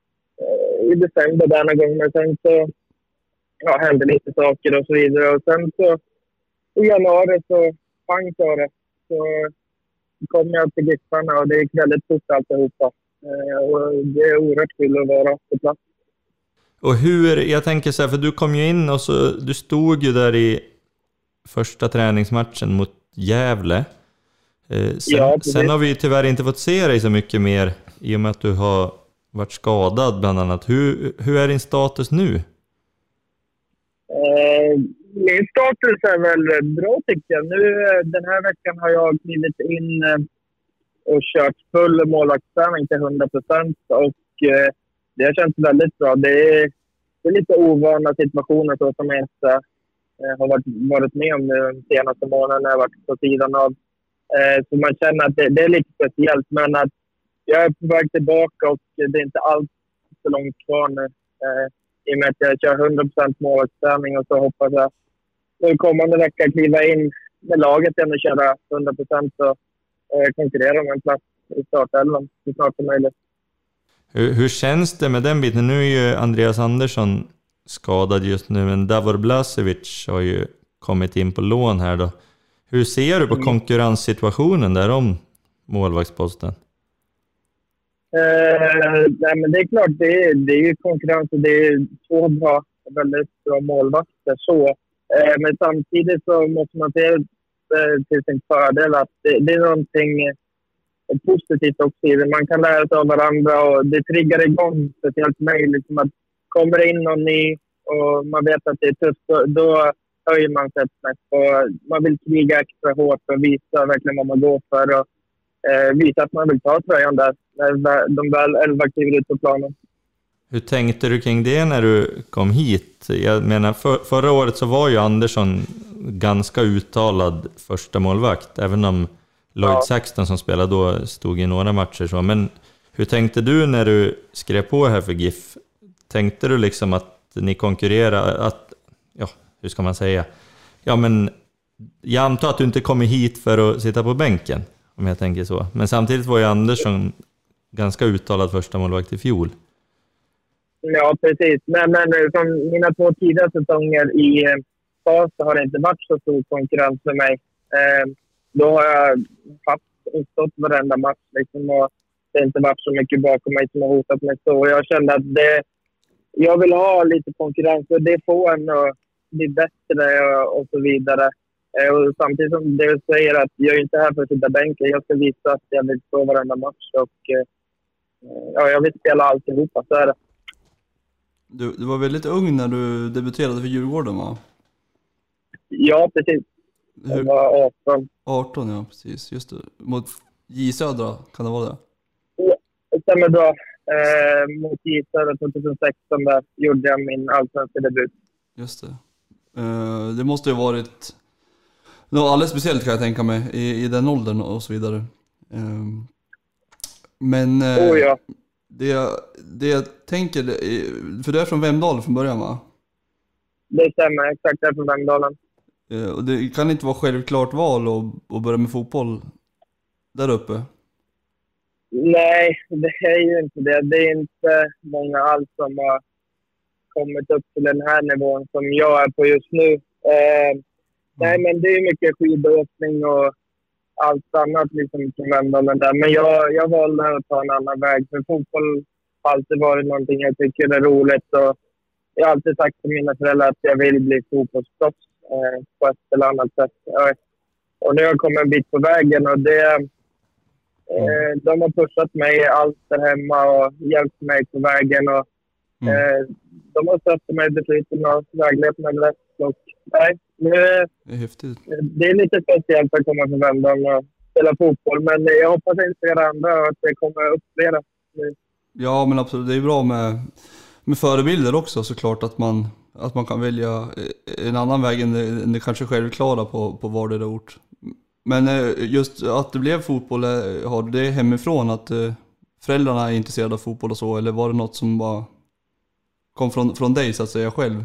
i december där någon gång, men sen så ja, hände lite saker och så vidare. Och sen så i januari så pang för det. Så kom jag till Giffarna och det gick väldigt fort alltihopa. Och det är oerhört kul att vara på plats. Och hur, jag tänker så här, för du kom ju in och så, du stod ju där i första träningsmatchen mot Gävle. Eh, sen, ja, sen har vi ju tyvärr inte fått se dig så mycket mer i och med att du har varit skadad bland annat. Hur, hur är din status nu? Eh, min status är väl bra tycker jag. Nu den här veckan har jag klivit in eh, och kört full målvaktsträning till hundra procent och eh, det har känts väldigt bra. Det är, det är lite ovana situationer så som jag inte eh, har varit, varit med om de senaste månaderna när jag har varit på sidan av. Eh, så man känner att det, det är lite speciellt, men att jag är på väg tillbaka och det är inte alls så långt kvar nu. Eh, I och med att jag kör hundra procent målvaktsträning och så hoppas jag nu kommande vecka kliva in med laget igen och köra hundra procent och eh, konkurrera om en plats i startelvan så snart som möjligt. Hur, hur känns det med den biten? Nu är ju Andreas Andersson skadad just nu, men Davor Blasevic har ju kommit in på lån här då. Hur ser du på konkurrenssituationen där om målvaktsposten? Eh, nej, men det är klart, det är, det är ju konkurrens och det är två bra, väldigt bra målvakter. Så. Eh, men samtidigt så måste man se eh, till sin fördel att det, det är någonting eh, positivt också i det. Man kan lära sig av varandra och det triggar igång speciellt mig. Liksom att kommer det in någon ny och man vet att det är tufft, då, då höjer man sig mest. Och man vill kriga extra hårt och visa verkligen vad man går för och eh, visa att man vill ta tröjan där när de väl elva kliver ut på planen. Hur tänkte du kring det när du kom hit? Jag menar, för, förra året så var ju Andersson ganska uttalad första målvakt, även om Lloyd ja. Saxton som spelade då stod i några matcher. Så. Men hur tänkte du när du skrev på här för GIF? Tänkte du liksom att ni konkurrerar, att, ja, hur ska man säga? Ja, men jag antar att du inte kommer hit för att sitta på bänken, om jag tänker så. Men samtidigt var ju Andersson ganska uttalad första målvakt i fjol. Ja, precis. Men, men från mina två tidigare säsonger i Fas har det inte varit så stor konkurrens för mig. Eh, då har jag haft stått varenda match liksom, och det har inte varit så mycket bakom mig som har hotat mig så. Och jag kände att det, jag vill ha lite konkurrens och det får en att bli bättre och, och så vidare. Eh, och samtidigt som det säger att jag är inte här för att sitta bänken. Jag ska visa att jag vill stå varenda match och eh, ja, jag vill spela alltihopa, så är det. Du, du var väldigt ung när du debuterade för Djurgården, va? Ja, precis. Jag Hur? var arton. arton, ja, precis. Just det. Mot J Södra, kan det vara det? Ja, det stämmer bra. Eh, mot J Södra tjugohundrasexton där gjorde jag min allsvenska debut. Just det. Eh, det måste ju ha varit något alldeles speciellt kan jag tänka mig i, i den åldern och så vidare. Um, men uh, oh, ja. det, jag, det jag tänker, för du är från Vemdalen från början, va? Det stämmer, exakt, jag är från Vemdalen. Uh, och det kan inte vara självklart val att, att börja med fotboll där uppe? Nej, det är ju inte det. Det är inte många alls som har kommit upp till den här nivån som jag är på just nu. Eh, mm. Nej, men det är mycket skidåkning och allt annat liksom från Vemdalen där. Men jag, jag valde att ta en annan väg. För fotboll har alltid varit någonting jag tycker är roligt. Och jag har alltid sagt till mina föräldrar att jag vill bli fotbollsproffs eh, på ett eller annat sätt. Och nu har jag kommit en bit på vägen och det... Mm. De har pushat mig allt där hemma och hjälpt mig på vägen. Och, mm. eh, de har stött mig i besluten och väglett mig rätt. Och, nej, nu, det är häftigt. Det är lite speciellt att komma från Vemdalen och spela fotboll. Men jag hoppas att inspirera andra och att det kommer upp flera. Ja, men absolut. Det är bra med, med förebilder också såklart. Att man, att man kan välja en annan väg än det, än det kanske självklara på, på vardera ort. Men just att det blev fotboll, har det hemifrån att föräldrarna är intresserade av fotboll och så, eller var det något som bara kom från, från dig så att säga själv?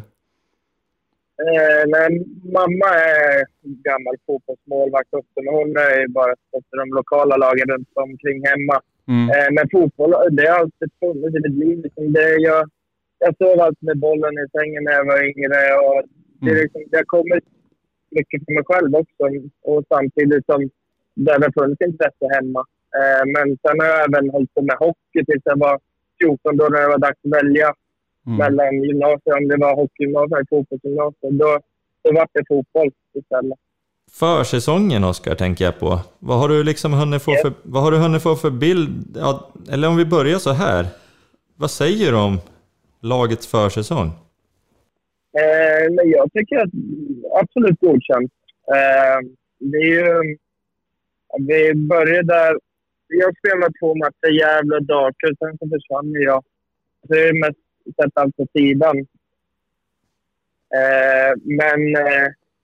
Eh, nej, mamma är gammal fotbollsmålvakt också, men hon är ju bara efter de lokala lagen runt omkring hemma. Mm. Eh, men fotboll, det har alltid funnits i mitt liv. Liksom det, jag, jag sov alltid med bollen i sängen när jag var yngre och det, mm. liksom, det har kommit mycket för mig själv också och samtidigt som det har funnits intresse hemma. Eh, men sen har jag även hållit på med hockey tills jag var fjorton då när det var dags att välja mm. mellan gymnasiet, om det var hockeygymnasiet eller fotbollsgymnasiet. Då, då var det fotboll istället. Försäsongen, Oskar, tänker jag på. Vad har du liksom hunnit få för, vad har du hunnit få för bild? Ja, eller om vi börjar så här. Vad säger du om lagets försäsong? Eh, men jag tycker att absolut godkänt. Eh, det är ju... Vi började där... Jag spelade två matcher, Gävle och Darker, sen så försvann jag. Så det är mest sett allt på sidan. Eh, men... Eh,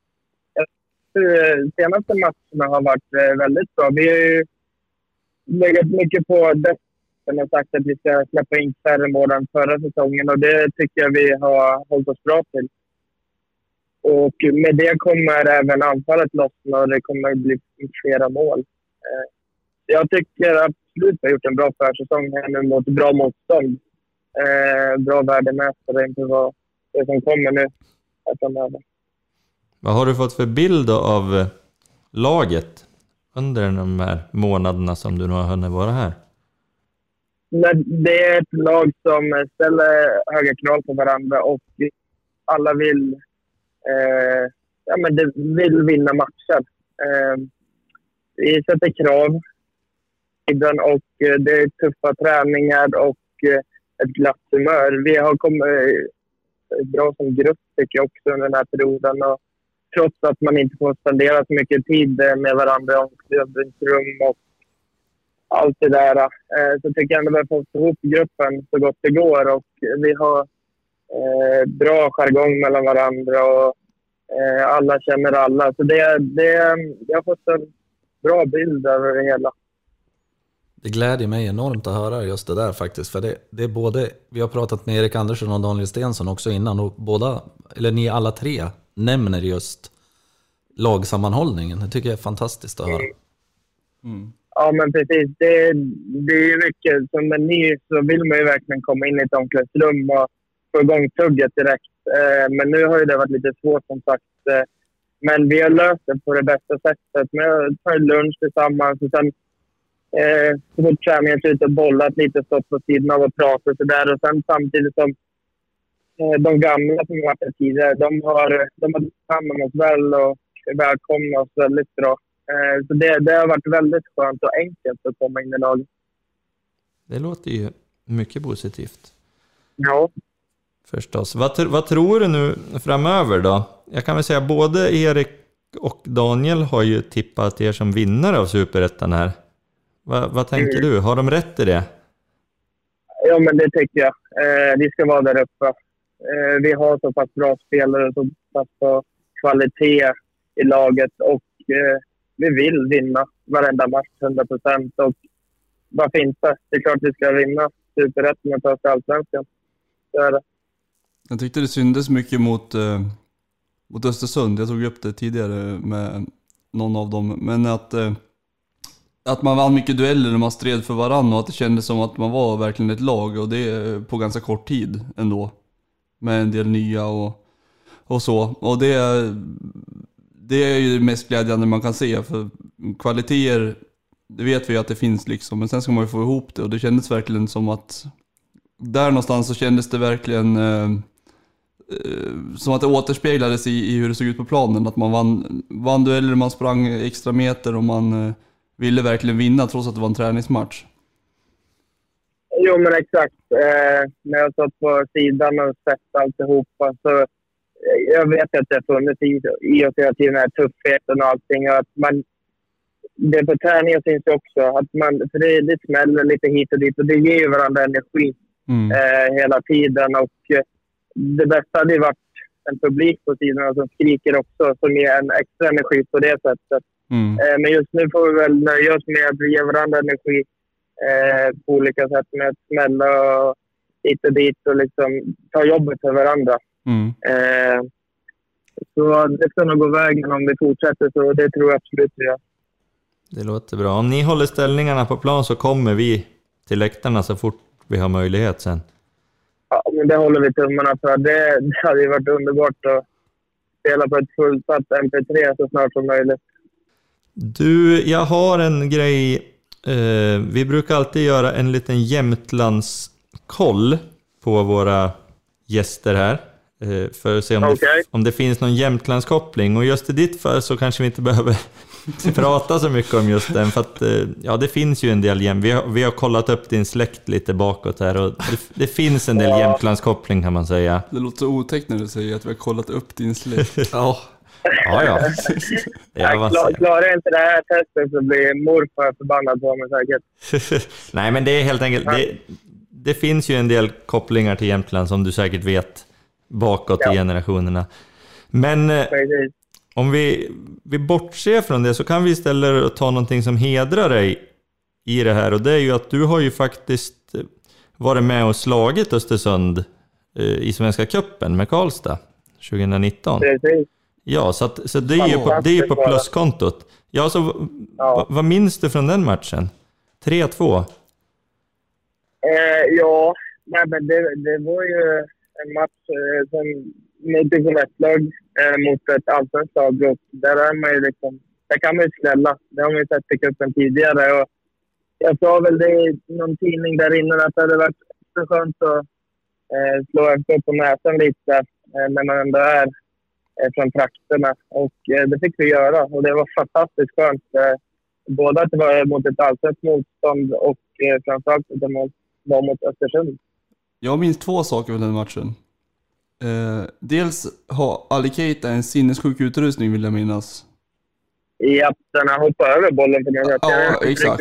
senaste matcherna har varit eh, väldigt bra. Vi har ju legat mycket på det. Jag har sagt att vi ska släppa in färre mål än förra säsongen och det tycker jag vi har hållit oss bra till. Och med det kommer även anfallet lossna och det kommer bli flera mål. Eh, jag tycker absolut att vi har gjort en bra försäsong här nu mot bra motstånd. Eh, bra värdemästare inför vad det som kommer nu. Vad har du fått för bild av laget under de här månaderna som du nu har hunnit vara här? Det är ett lag som ställer höga krav på varandra och alla vill, eh, ja, men de vill vinna matcher. Eh, vi sätter krav och det är tuffa träningar och ett glatt humör. Vi har kommit bra som grupp tycker jag också under den här perioden. Och trots att man inte får spendera så mycket tid med varandra i omklädningsrum och allt det där, eh, så tycker jag ändå att vi har fått ihop gruppen så gott det går och vi har eh, bra jargong mellan varandra och eh, alla känner alla. Så det, det, jag har fått en bra bild över det hela. Det glädjer mig enormt att höra just det där faktiskt, för det, det är både, vi har pratat med Erik Andersson och Daniel Stensson också innan och båda, eller ni alla tre nämner just lagsammanhållningen. Det tycker jag är fantastiskt att höra. Mm. Ja, men precis. Det, det är ju mycket. Som en ny så vill man ju verkligen komma in i ett omklädningsrum och få igång tugget direkt. Eh, men nu har ju det varit lite svårt som sagt. Eh, men vi har löst det på det bästa sättet. Vi har tagit lunch tillsammans och sen eh, så fort träningen slut och bollat lite, stått på sidan av och pratat och där. Och sen samtidigt som eh, de gamla som har varit här tidigare, de har, de har tagit oss väl och välkomna oss väldigt bra. Så det, det har varit väldigt skönt och enkelt att komma in i laget. Det låter ju mycket positivt. Ja. Förstås. Vad, vad tror du nu framöver då? Jag kan väl säga både Erik och Daniel har ju tippat er som vinnare av Superettan här. Va, vad tänker mm. du? Har de rätt i det? Ja, men det tycker jag. Eh, vi ska vara där uppe. Eh, vi har så pass bra spelare och så pass bra kvalitet i laget och eh, vi vill vinna varenda match hundra procent. Och varför inte? Det är klart vi ska vinna Superettan och ta sig Allsvenskan. Så är det. Jag tyckte det syndes mycket mot, eh, mot Östersund. Jag tog upp det tidigare med någon av dem. Men att, eh, att man vann mycket dueller när man stred för varann och att det kändes som att man var verkligen ett lag. Och det på ganska kort tid ändå. Med en del nya och, och så. Och det, det är ju det mest glädjande man kan se. För kvaliteter, det vet vi att det finns liksom. Men sen ska man ju få ihop det. Och det kändes verkligen som att där någonstans så kändes det verkligen eh, som att det återspeglades i, i hur det såg ut på planen. Att man vann, vann dueller, man sprang extra meter och man eh, ville verkligen vinna trots att det var en träningsmatch. Jo, men exakt. Eh, när jag satt på sidan och sett alltihopa så eh, jag vet att det har funnits i, i oss hela tiden den här tuffheten och allting. Och att man, det på träningen syns också. Att man, för det, det smäller lite hit och dit och det ger ju varandra energi mm. eh, hela tiden. Och eh, det bästa hade ju varit en publik på sidan som skriker också, som ger en extra energi på det sättet. Mm. Eh, men just nu får vi väl nöja oss med att ge varandra energi Eh, på olika sätt med att smälla och hit och dit och liksom ta jobbet för varandra. Mm. Eh, så det ska nog gå vägen om vi fortsätter, så det tror jag absolut vi gör. Det låter bra. Om ni håller ställningarna på plan så kommer vi till läktarna så fort vi har möjlighet sen. Ja, men det håller vi tummarna för. Det, det hade ju varit underbart att spela på ett fullsatt M P tre så snart som möjligt. Du, jag har en grej. Uh, vi brukar alltid göra en liten Jämtlandskoll på våra gäster här uh, för att se om, okay. det, om det finns någon Jämtlandskoppling. Och just i ditt fall så kanske vi inte behöver prata så mycket om just den, för att uh, ja, det finns ju en del jäm. Vi har, vi har kollat upp din släkt lite bakåt här och det, det finns en del ja. Jämtlandskoppling kan man säga. Det låter så otäckt när du säger att vi har kollat upp din släkt. Ja. Ja, ja. Jag klar, klarar inte det här testet så blir morfar förbannad på mig säkert. Nej, men det är helt enkelt det, det finns ju en del kopplingar till Jämtland som du säkert vet bakåt ja. i generationerna. Men Precis. om vi, vi bortser från det så kan vi istället ta någonting som hedrar dig i det här, och det är ju att du har ju faktiskt varit med och slagit Östersund i Svenska cupen med Karlstad tjugonitton. Precis. Ja, så, att, så det är ju på, det är ju på pluskontot. Ja, så ja. V- vad minns du från den matchen? tre två? Eh, ja, nej, men det, det var ju en match eh, som mot ett lag eh, mot ett allsvenskt lag. Och där är man ju liksom, där kan man ju slälla. Det har man ju sett i cupen tidigare. Och jag sa väl det i någon tidning där innan att det hade varit så skönt att eh, slå efter på näsan lite eh, när man ändå är från trakterna, och eh, det fick vi göra och det var fantastiskt skönt. Eh, både att det var mot ett allsvenskt motstånd och eh, framförallt att det var mot Östersund. Jag minns två saker från den matchen. Eh, dels har Ali Keita en sinnessjuk utrustning, vill jag minnas. Ja, den har hoppat över bollen på något sätt. Ja, exakt.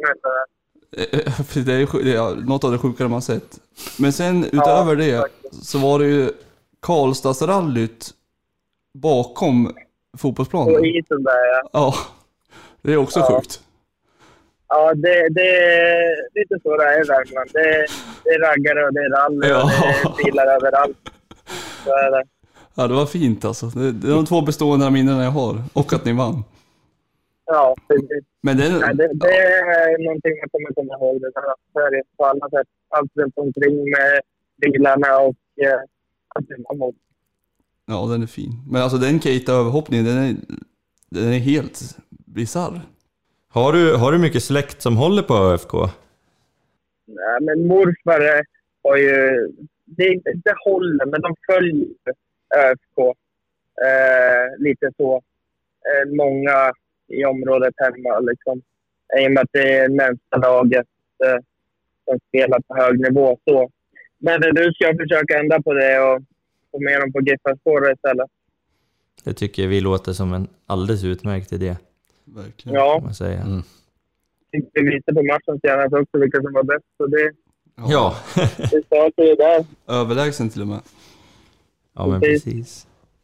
Det är, det är något av det sjukare man sett. Men sen utöver ja, det så var det ju Karlstadsrallyt bakom fotbollsplanen. På isen där, ja. Ja, det är också ja. sjukt. Ja, det, det är lite så det är i Värmland. Det, det är raggare och det är rally ja. och det är bilar överallt. Så är det. Ja, det var fint alltså. Det, det är de två bestående minnen jag har. Och att ni vann. Ja, precis. Men det, Nej, det, det är någonting jag kommer komma ihåg. Det är på alla sätt. Allt runt omkring med bilarna och eh, allt emot. Ja, den är fin. Men alltså den Keita-överhoppningen, den är, den är helt bizarr. Har du, har du mycket släkt som håller på Ö F K? Nej, men morfar har ju... Det inte håller, men de följer Ö F K. Eh, lite så. Eh, många i området hemma, liksom. I och med att det är närmsta laget eh, som spelar på hög nivå. Så. Men nu ska jag försöka ändra på det och få med dem på G F S istället. Det tycker vi låter som en alldeles utmärkt idé. Verkligen. Ja. Kan man säga. Mm. Vi visste på matchen senast också vilka som var bäst. Så det, ja. det startar ju där. Överlägsen till och med. Ja, men precis.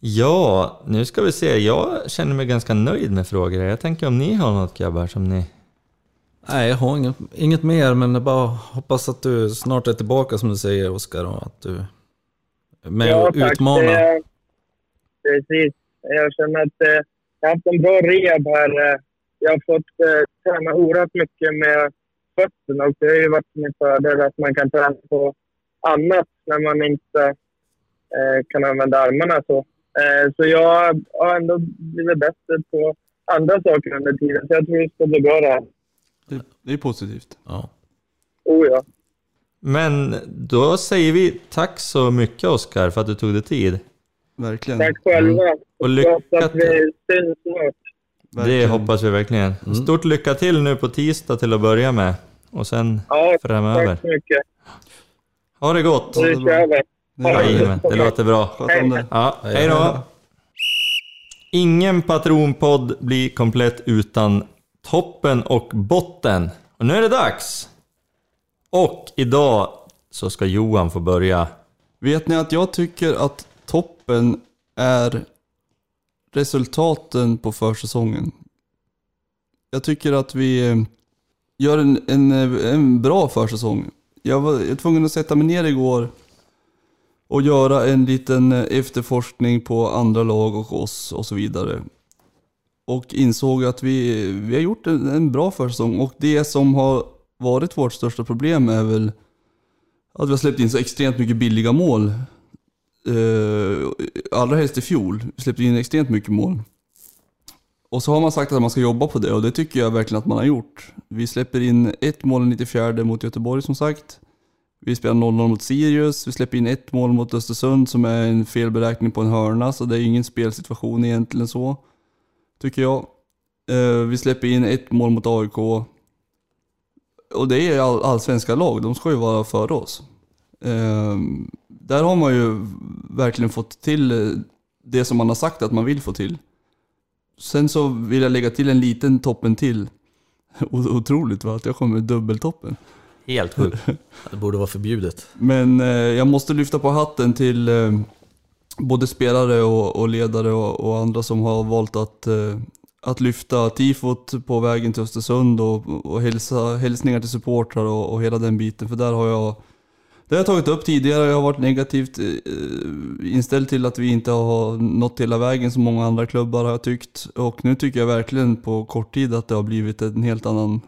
Ja, nu ska vi se. Jag känner mig ganska nöjd med frågor. Jag tänker om ni har något, grabbar, som ni... Nej, jag har inget, inget mer, men jag bara hoppas att du snart är tillbaka, som du säger, Oskar, och att du är med Ja, och tack. utmanar. Det, precis. Jag känner att eh, jag har haft en bra rehab här. Eh, Jag har fått eh, träna oerhört mycket med fötterna, och det har ju varit min fördel att man kan träna på annat när man inte eh, kan använda armarna. Så, eh, så jag har ändå blivit bättre på andra saker under tiden, så jag tror det ska bli bra det här. Det, det är positivt. Ja. Oh ja. Men då säger vi tack så mycket, Oskar, för att du tog dig tid. Verkligen. Tack själva. Mm. Och Jag hoppas lycka att vi till. syns snart. Det Verkligen. hoppas vi verkligen. Mm. Stort lycka till nu på tisdag till att börja med. Och sen Ja, framöver. tack så mycket. Ha det gott. Nu det är bra. kör vi. Det är Jajamän, det låter bra. Sköt om det. Ja, Hej, hej då. hej. Ingen patronpodd blir komplett utan toppen och botten. Och nu är det dags. Och idag så ska Johan få börja. Vet ni att jag tycker att toppen är resultaten på försäsongen. Jag tycker att vi eh, gör en, en, en bra försäsong. Jag var jag var tvungen att sätta mig ner igår och göra en liten efterforskning på andra lag och oss och så vidare. Och insåg att vi, vi har gjort en, en bra försäsong. Och det som har varit vårt största problem är väl att vi har släppt in så extremt mycket billiga mål. Uh, allra helst i fjol. Vi släppte in extremt mycket mål. Och så har man sagt att man ska jobba på det, och det tycker jag verkligen att man har gjort. Vi släpper in ett mål nittiofyra mot Göteborg, som sagt. Vi spelar noll noll mot Sirius. Vi släpper in ett mål mot Östersund som är en felberäkning på en hörna, så det är ingen spelsituation egentligen så, tycker jag. Uh, vi släpper in ett mål mot A I K. Och det är all, allsvenska lag, de ska ju vara före oss. Uh, där har man ju verkligen fått till det som man har sagt att man vill få till. Sen så vill jag lägga till en liten toppen till. Otroligt, va? Att jag kommer med dubbeltoppen. Helt sjukt. Det borde vara förbjudet. Men eh, jag måste lyfta på hatten till eh, både spelare och, och ledare och, och andra som har valt att, eh, att lyfta tifot på vägen till Östersund och, och hälsa, hälsningar till supportrar och, och hela den biten. För där har jag Det har jag tagit upp tidigare. Jag har varit negativt inställd till att vi inte har nått hela vägen som många andra klubbar har tyckt. Och nu tycker jag verkligen på kort tid att det har blivit en helt annan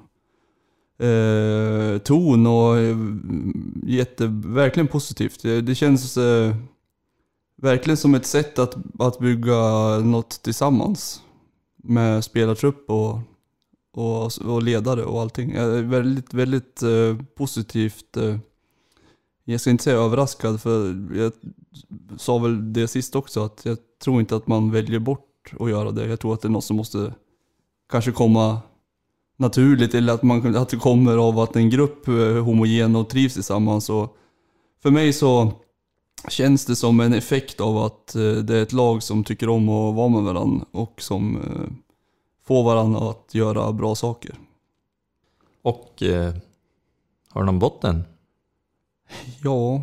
eh, ton och jätte, verkligen positivt. Det, det känns eh, verkligen som ett sätt att, att bygga något tillsammans med spelartrupp och, och, och ledare och allting. Jag är väldigt, väldigt eh, positivt. Eh, Jag ska inte säga överraskad, för jag sa väl det sist också, att jag tror inte att man väljer bort att göra det. Jag tror att det är något som måste kanske komma naturligt, eller att, man, att det kommer av att en grupp är homogen och trivs tillsammans. Och för mig så känns det som en effekt av att det är ett lag som tycker om att vara med varandra och som får varandra att göra bra saker. Och eh, har du någon botten? Ja,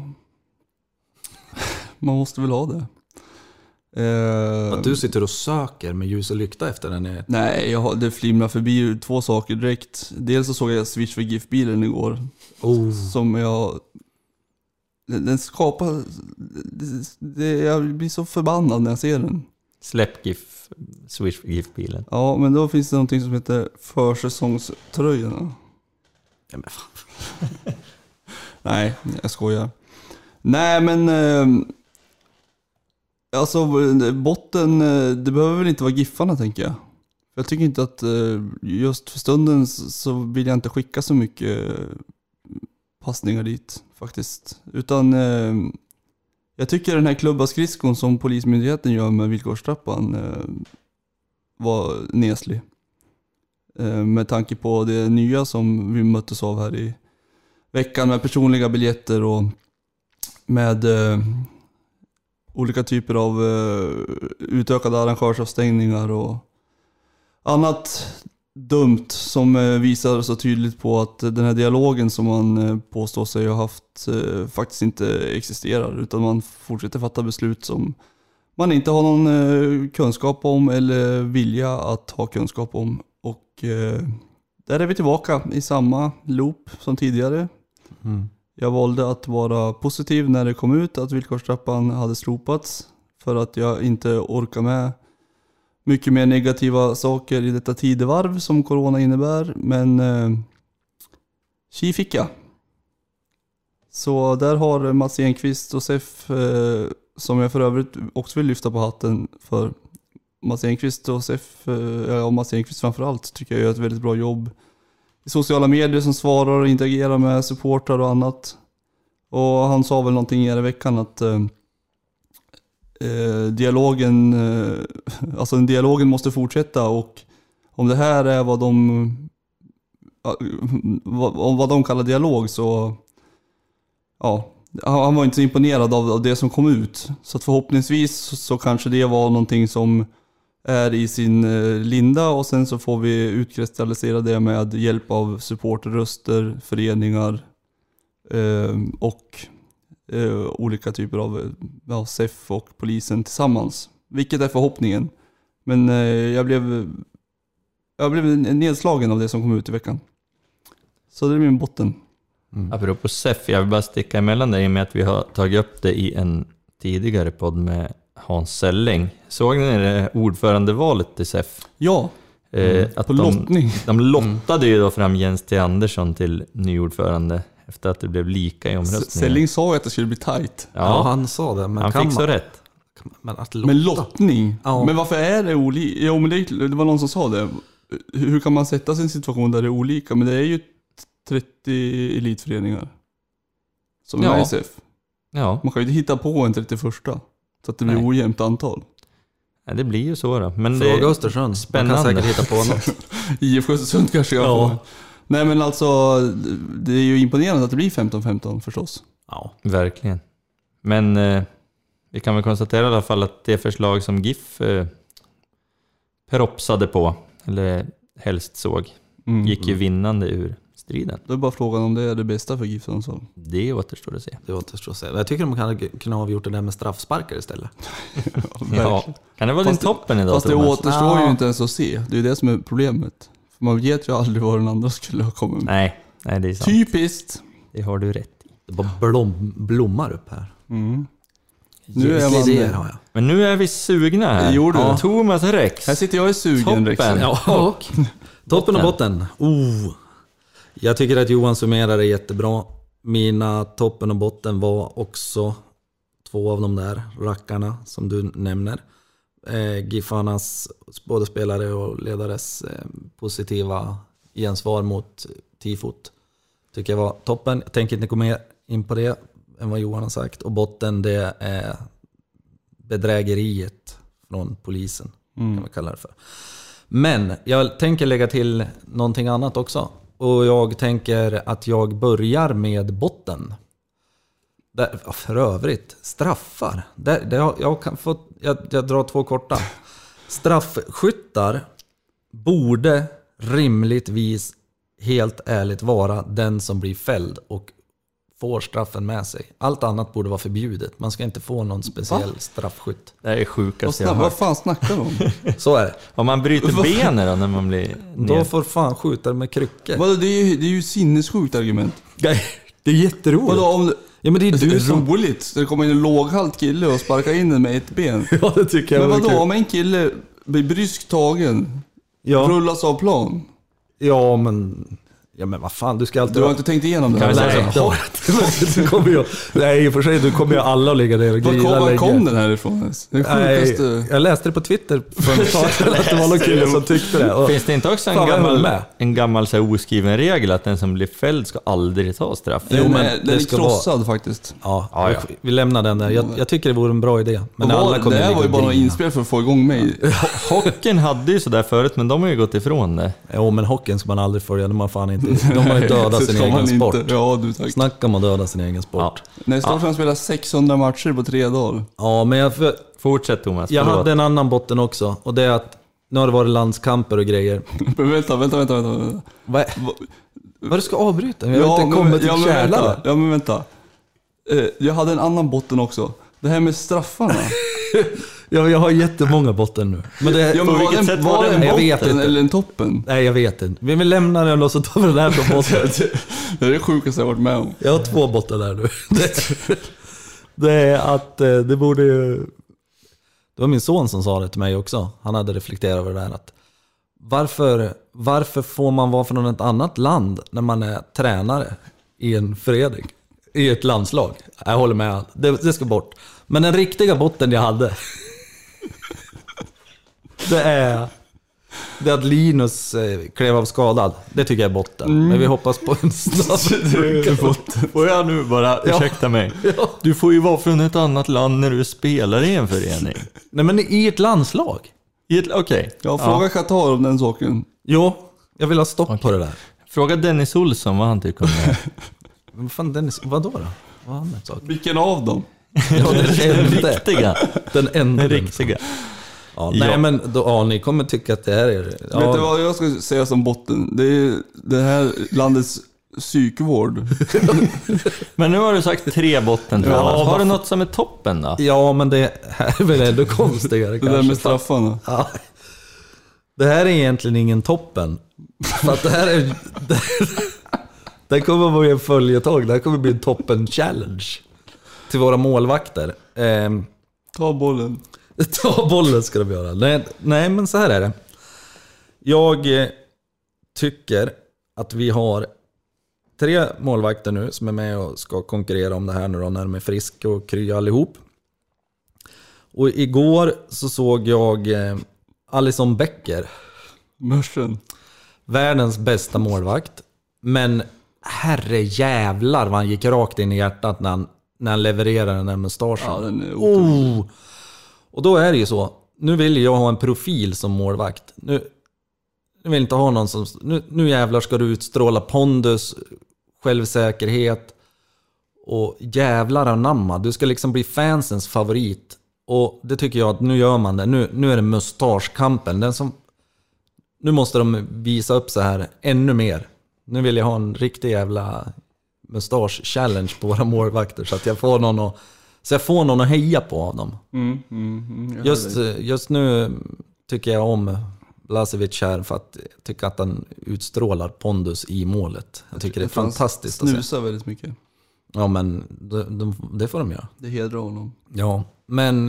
man måste väl ha det. Eh, Att du sitter och söker med ljus och lykta efter den är... Nej, jag har, det flimrar förbi två saker direkt. Dels så såg jag Swish för GIF-bilen igår. Oh. Som jag... Den skapar... Det, det, jag blir så förbannad när jag ser den. Släpp GIF, Swish för GIF-bilen. Ja, men då finns det någonting som heter försäsongströjorna. Ja, men fan. Nej, jag skojar. Nej, men... Eh, alltså, botten... Det behöver väl inte vara Giffarna, tänker jag. Jag tycker inte att... Eh, just för stunden så vill jag inte skicka så mycket passningar dit, faktiskt. Utan... Eh, jag tycker den här klubbaskridskon som Polismyndigheten gör med villkorstrappan eh, var neslig. Eh, med tanke på det nya som vi möttes av här i veckan med personliga biljetter och med eh, olika typer av eh, utökade arrangörsavstängningar och annat dumt som eh, visar så tydligt på att den här dialogen som man eh, påstår sig ha haft eh, faktiskt inte existerar, utan man fortsätter fatta beslut som man inte har någon eh, kunskap om eller vilja att ha kunskap om. Och eh, där är vi tillbaka i samma loop som tidigare. Mm. Jag valde att vara positiv när det kom ut att villkorstrappan hade slopats. För att jag inte orkar med mycket mer negativa saker i detta tidevarv som corona innebär. Men eh, tji fick jag. Så där har Mats Enqvist och Seff, eh, som jag för övrigt också vill lyfta på hatten för. Mats Enqvist och Seff, eh, och Mats Enqvist framförallt, tycker jag gör ett väldigt bra jobb i sociala medier som svarar och interagerar med supportrar och annat. Och han sa väl någonting i veckan att eh, eh, dialogen, eh, alltså dialogen måste fortsätta, och om det här är vad de, eh, vad, vad de kallar dialog, så ja, han var inte så imponerad av, av det som kom ut. Så att förhoppningsvis så, så kanske det var någonting som är i sin eh, linda, och sen så får vi utkristallisera det med hjälp av supporterröster, föreningar eh, och eh, olika typer av ja, S E F och polisen tillsammans. Vilket är förhoppningen. Men eh, jag blev jag blev nedslagen av det som kom ut i veckan. Så det är min botten. Mm. Apropå S E F, jag vill bara sticka emellan det i och med att vi har tagit upp det i en tidigare podd med Hans Selling. Såg ni det ordförandevalet i S E F? Ja, eh, mm. att på de, lottning. De lottade ju då fram Jens T. Andersson till nyordförande efter att det blev lika i omröstningen. Selling sa ju att det skulle bli tajt. Ja, ja han sa det. Men han kan fick man, så rätt. Men, att lotta. men lottning? Ja. Men varför är det olika? Jo, men det, det var någon som sa det. Hur kan man sätta sig i en situation där det är olika? Men det är ju trettio elitföreningar som är ja. med i S E F. Ja. Man kan ju inte hitta på en trettioförsta så att det blir Nej. ojämnt antal. Ja, det blir ju så då. Men fråga det Östersund. Spännande. Man kan säkert hitta på något. I F K Östersund kanske jag ja. får. Nej, men alltså det är ju imponerande att det blir femton femton förstås. Ja, verkligen. Men eh, vi kan väl konstatera i alla fall att det förslag som GIF eh, propsade på, eller helst såg, mm. gick ju vinnande ur striden. Då är bara frågan om det är det bästa för GIF Sundsvall. Det återstår att se. Det återstår att se. Jag tycker de kan kunna ha gjort det där med straffsparkar istället. Ja, kan det vara fast din toppen idag? Fast det Thomas? återstår ja. ju inte ens att se. Det är ju det som är problemet. För man vet ju aldrig vad den andra skulle ha kommit med. Nej, nej det är sant. Typiskt. Det har du rätt i. Det bara blom, blommar upp här. Mm. Nu är man idéer, har jag. Men nu är vi sugna här. Jo, du. Ja. Thomas Rex. Här sitter jag i sugen, Rex. Ja, och toppen och botten. Oh. Jag tycker att Johan summerar det jättebra. Mina toppen och botten var också två av de där rackarna som du nämner. Eh, Giffarnas både spelare och ledares eh, positiva gensvar mot tifot tycker jag var toppen. Jag tänker inte gå mer in på det än vad Johan har sagt. Och botten, det är bedrägeriet från polisen, mm. kan man kalla det för. Men jag tänker lägga till någonting annat också. Och jag tänker att jag börjar med botten. Där, för övrigt, straffar. Där, där jag, jag, kan få, jag, jag drar två korta. Straffskyttar borde rimligtvis helt ärligt vara den som blir fälld och får straffen med sig. Allt annat borde vara förbjudet. Man ska inte få någon speciell Va? straffskytt. Det är sjukaste jag har hört. Vad fan snackar du om? Så är det. Om man bryter benen då när man blir ned. Då får fan skjuta med kryckor. Vadå, det är ju, det är ju sinnessjukt argument. Nej, det är jätteroligt. Vadå, om det, ja, men det är det du är som... roligt. Så det kommer in en låghalt kille och sparkar in den med ett ben. Ja, det tycker jag. Men vadå, om en kille blir bryskt tagen, ja. rullas av plan. Ja, men... Ja, men vad fan, du ska alltid... Du har inte tänkt igenom det? Kan Nej, du kommer ju... Nej, för sig, du kommer ju alla att ligga där och grila länge. Var kom den här ifrån? Den sjukaste... Nej, jag läste det på Twitter för ett tag sedan att det var någon kille som tyckte det. Och... Finns det inte också en fan, gammal, en gammal så här, oskriven regel att den som blir fälld ska aldrig ta straff? Jo, men den det är ska krossad vara... faktiskt. Ja, ja, ja, vi lämnar den där. Jag, jag tycker det vore en bra idé. Men var, alla kommer det här var ju bara något inspel för att få igång mig. Hockeyn hade ju sådär förut, men de har ju gått ifrån det. Jo, men hockeyn ska man aldrig följa. De har fan inte... De har ju dödat sin egen sport. Ja, du, tack. Snacka om att döda sin egen sport. Ja. Nästa år ska han spela sexhundra matcher på tre dagar. Ja, men jag... För... Fortsätt, Thomas. Jag hade en annan botten också. Och det är att nu har det varit landskamper och grejer. Men vänta, vänta, vänta, vänta. Vad Vad du ska avbryta? Jag har ja, inte kommit till ja, kärlan. Ja, men vänta. Jag hade en annan botten också. Det här med straffarna. Ja, jag har jättemånga botten nu. Men det, Ja, men på var vilket det, sätt var var det det en Jag botten vet inte. eller en toppen? Nej, jag vet inte. Vi vill lämna den och så tar vi den här från botten. Det är det sjukaste jag varit med om. Jag har två botten där nu. Det, det är att eh, det borde ju... Det var min son som sa det till mig också. Han hade reflekterat över det där. Att varför, varför får man vara från ett annat land när man är tränare i en förening? I ett landslag. Jag håller med. Det, det ska bort. Men den riktiga botten jag hade... Det är... Det är att Linus eh, klev av skadad. Det tycker jag är botten. Mm. Men vi hoppas på en snabb botten. Får jag nu bara, ursäkta mig. Ja. Du får ju vara från ett annat land när du spelar i en förening. Nej, men i ett landslag. I ett, okej. Jag frågar Qatar om den saken. Jo, jag vill ha stopp Okej. på det där. Fråga Dennis Olsson vad han tycker om det. Men fan, Dennis, vadå då? Vad har han med sak? Vilken av dem? Ja, den Den enda. riktiga. Den enda. Den riktiga. Ja, nej, Ja. men då, ja, ni kommer tycka att det här är... Ja, Vet du vad jag ska säga som botten? Det är det här landets psykvård. Men nu har du sagt tre botten till Ja, alla. Har vad- du något som är toppen då? ja, men det här är väl ändå konstigare Det kanske. där med straffarna. Ja. Det här är egentligen ingen toppen. För att det här är... Det, det kommer att bli en följetag. Det här kommer att bli en toppen-challenge till våra målvakter. Ehm, Ta bollen. Ta bollen ska de göra. Nej, nej, men så här är det. Jag eh, tycker att vi har tre målvakter nu som är med och ska konkurrera om det här nu då, när de är friska och kry allihop. Och igår så såg jag eh, Alisson Becker, Mörsen. världens bästa målvakt. Men herre jävlar vad han gick rakt in i hjärtat när han, när han levererade den där mustaschen. Ja, den är otrolig. Oh! Och då är det ju så. Nu vill jag ha en profil som målvakt. Nu, nu vill inte ha någon som... Nu, nu jävlar ska du utstråla pondus, självsäkerhet och jävlar anamma. Du ska liksom bli fansens favorit. Och det tycker jag att nu gör man det. Nu, nu är det mustaschkampen. Den som, nu måste de visa upp så här ännu mer. Nu vill jag ha en riktig jävla mustasch-challenge på våra målvakter så att jag får någon att... Så jag får någon att heja på av dem. Mm, mm, mm, jag Just, hör dig. just nu tycker jag om Blasevic här för att jag tycker att han utstrålar pondus i målet. Jag tycker det är Fan, fantastiskt att se. snusar väldigt mycket. Ja, men de, de, det får de göra. Det hedrar honom. Ja, men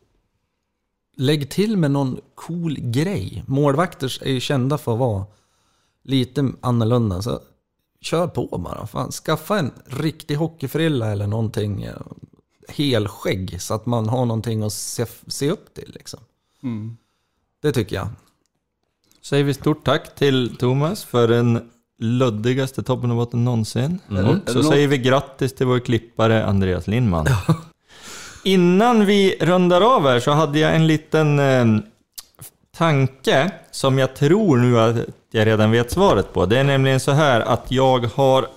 lägg till med någon cool grej. Målvakter är ju kända för att vara lite annorlunda. Så kör på bara. Fan, skaffa en riktig hockeyfrilla eller någonting. Helskägg så att man har någonting att se, se upp till liksom. Mm. Det tycker jag. Säger vi stort tack till Thomas för den luddigaste toppen och botten någonsin. Mm. Och Är det så något- säger vi grattis till vår klippare Andreas Lindman. Innan vi rundar av här så hade jag en liten eh, tanke som jag tror nu att jag redan vet svaret på. Det är nämligen så här att jag har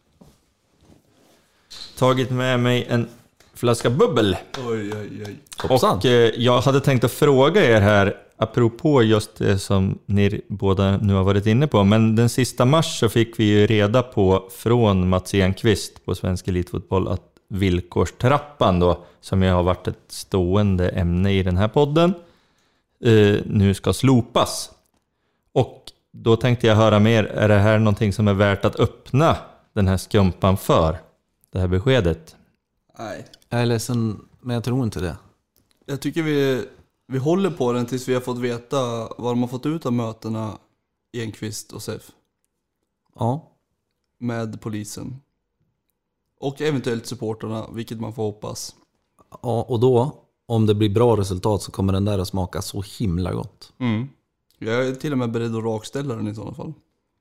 tagit med mig en flaska bubbel. Oj, oj, oj. Hoppsan. Och eh, jag hade tänkt att fråga er här apropå just det som ni båda nu har varit inne på. Men den sista mars så fick vi ju reda på från Mats Enqvist på Svensk Elitfotboll att villkorstrappan då, som ju har varit ett stående ämne i den här podden, eh, nu ska slopas. Och då tänkte jag höra mer, är det här någonting som är värt att öppna den här skumpan för? Det här beskedet. Nej. Jag är ledsen, men jag tror inte det. Jag tycker vi, vi håller på den tills vi har fått veta vad de har fått ut av mötena Enqvist och S E F Ja. med polisen. Och eventuellt supporterna, vilket man får hoppas. Ja, och då, om det blir bra resultat så kommer den där att smaka så himla gott. Mm. Jag är till och med beredd att rakställa den i sådana fall.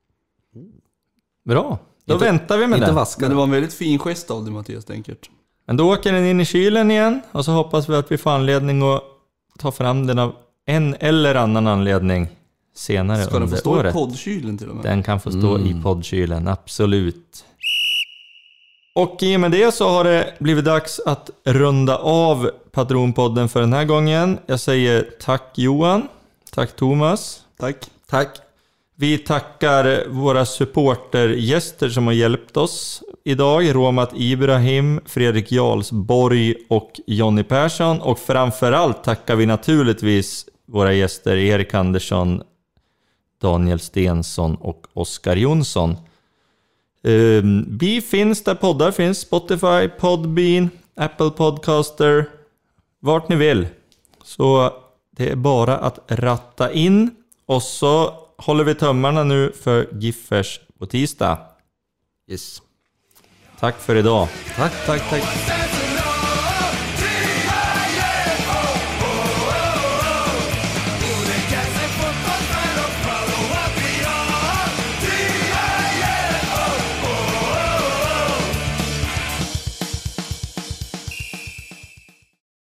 Bra, då Inte- väntar vi med Inte det. vaska. Men det var en väldigt fin gest av dig, Mattias Denkert. Men då åker den in i kylen igen och så hoppas vi att vi får anledning att ta fram den av en eller annan anledning senare Ska den få under stå i året. poddkylen till och med? Den kan få stå Mm. i poddkylen, absolut. Och i och med det så har det blivit dags att runda av Patronpodden för den här gången. Jag säger tack Johan, tack Thomas. Tack. Tack. Vi tackar våra supportergäster som har hjälpt oss idag. Romat Ibrahim, Fredrik Jarlsborg och Jonny Persson. Och framförallt tackar vi naturligtvis våra gäster Erik Andersson, Daniel Stensson och Oskar Jonsson. Vi finns där poddar finns. Spotify, Podbean, Apple Podcaster. Vart ni vill. Så det är bara att ratta in. Och så håller vi tummarna nu för Giffers på tisdag. Yes. Tack för idag. Tack, Tack, tack.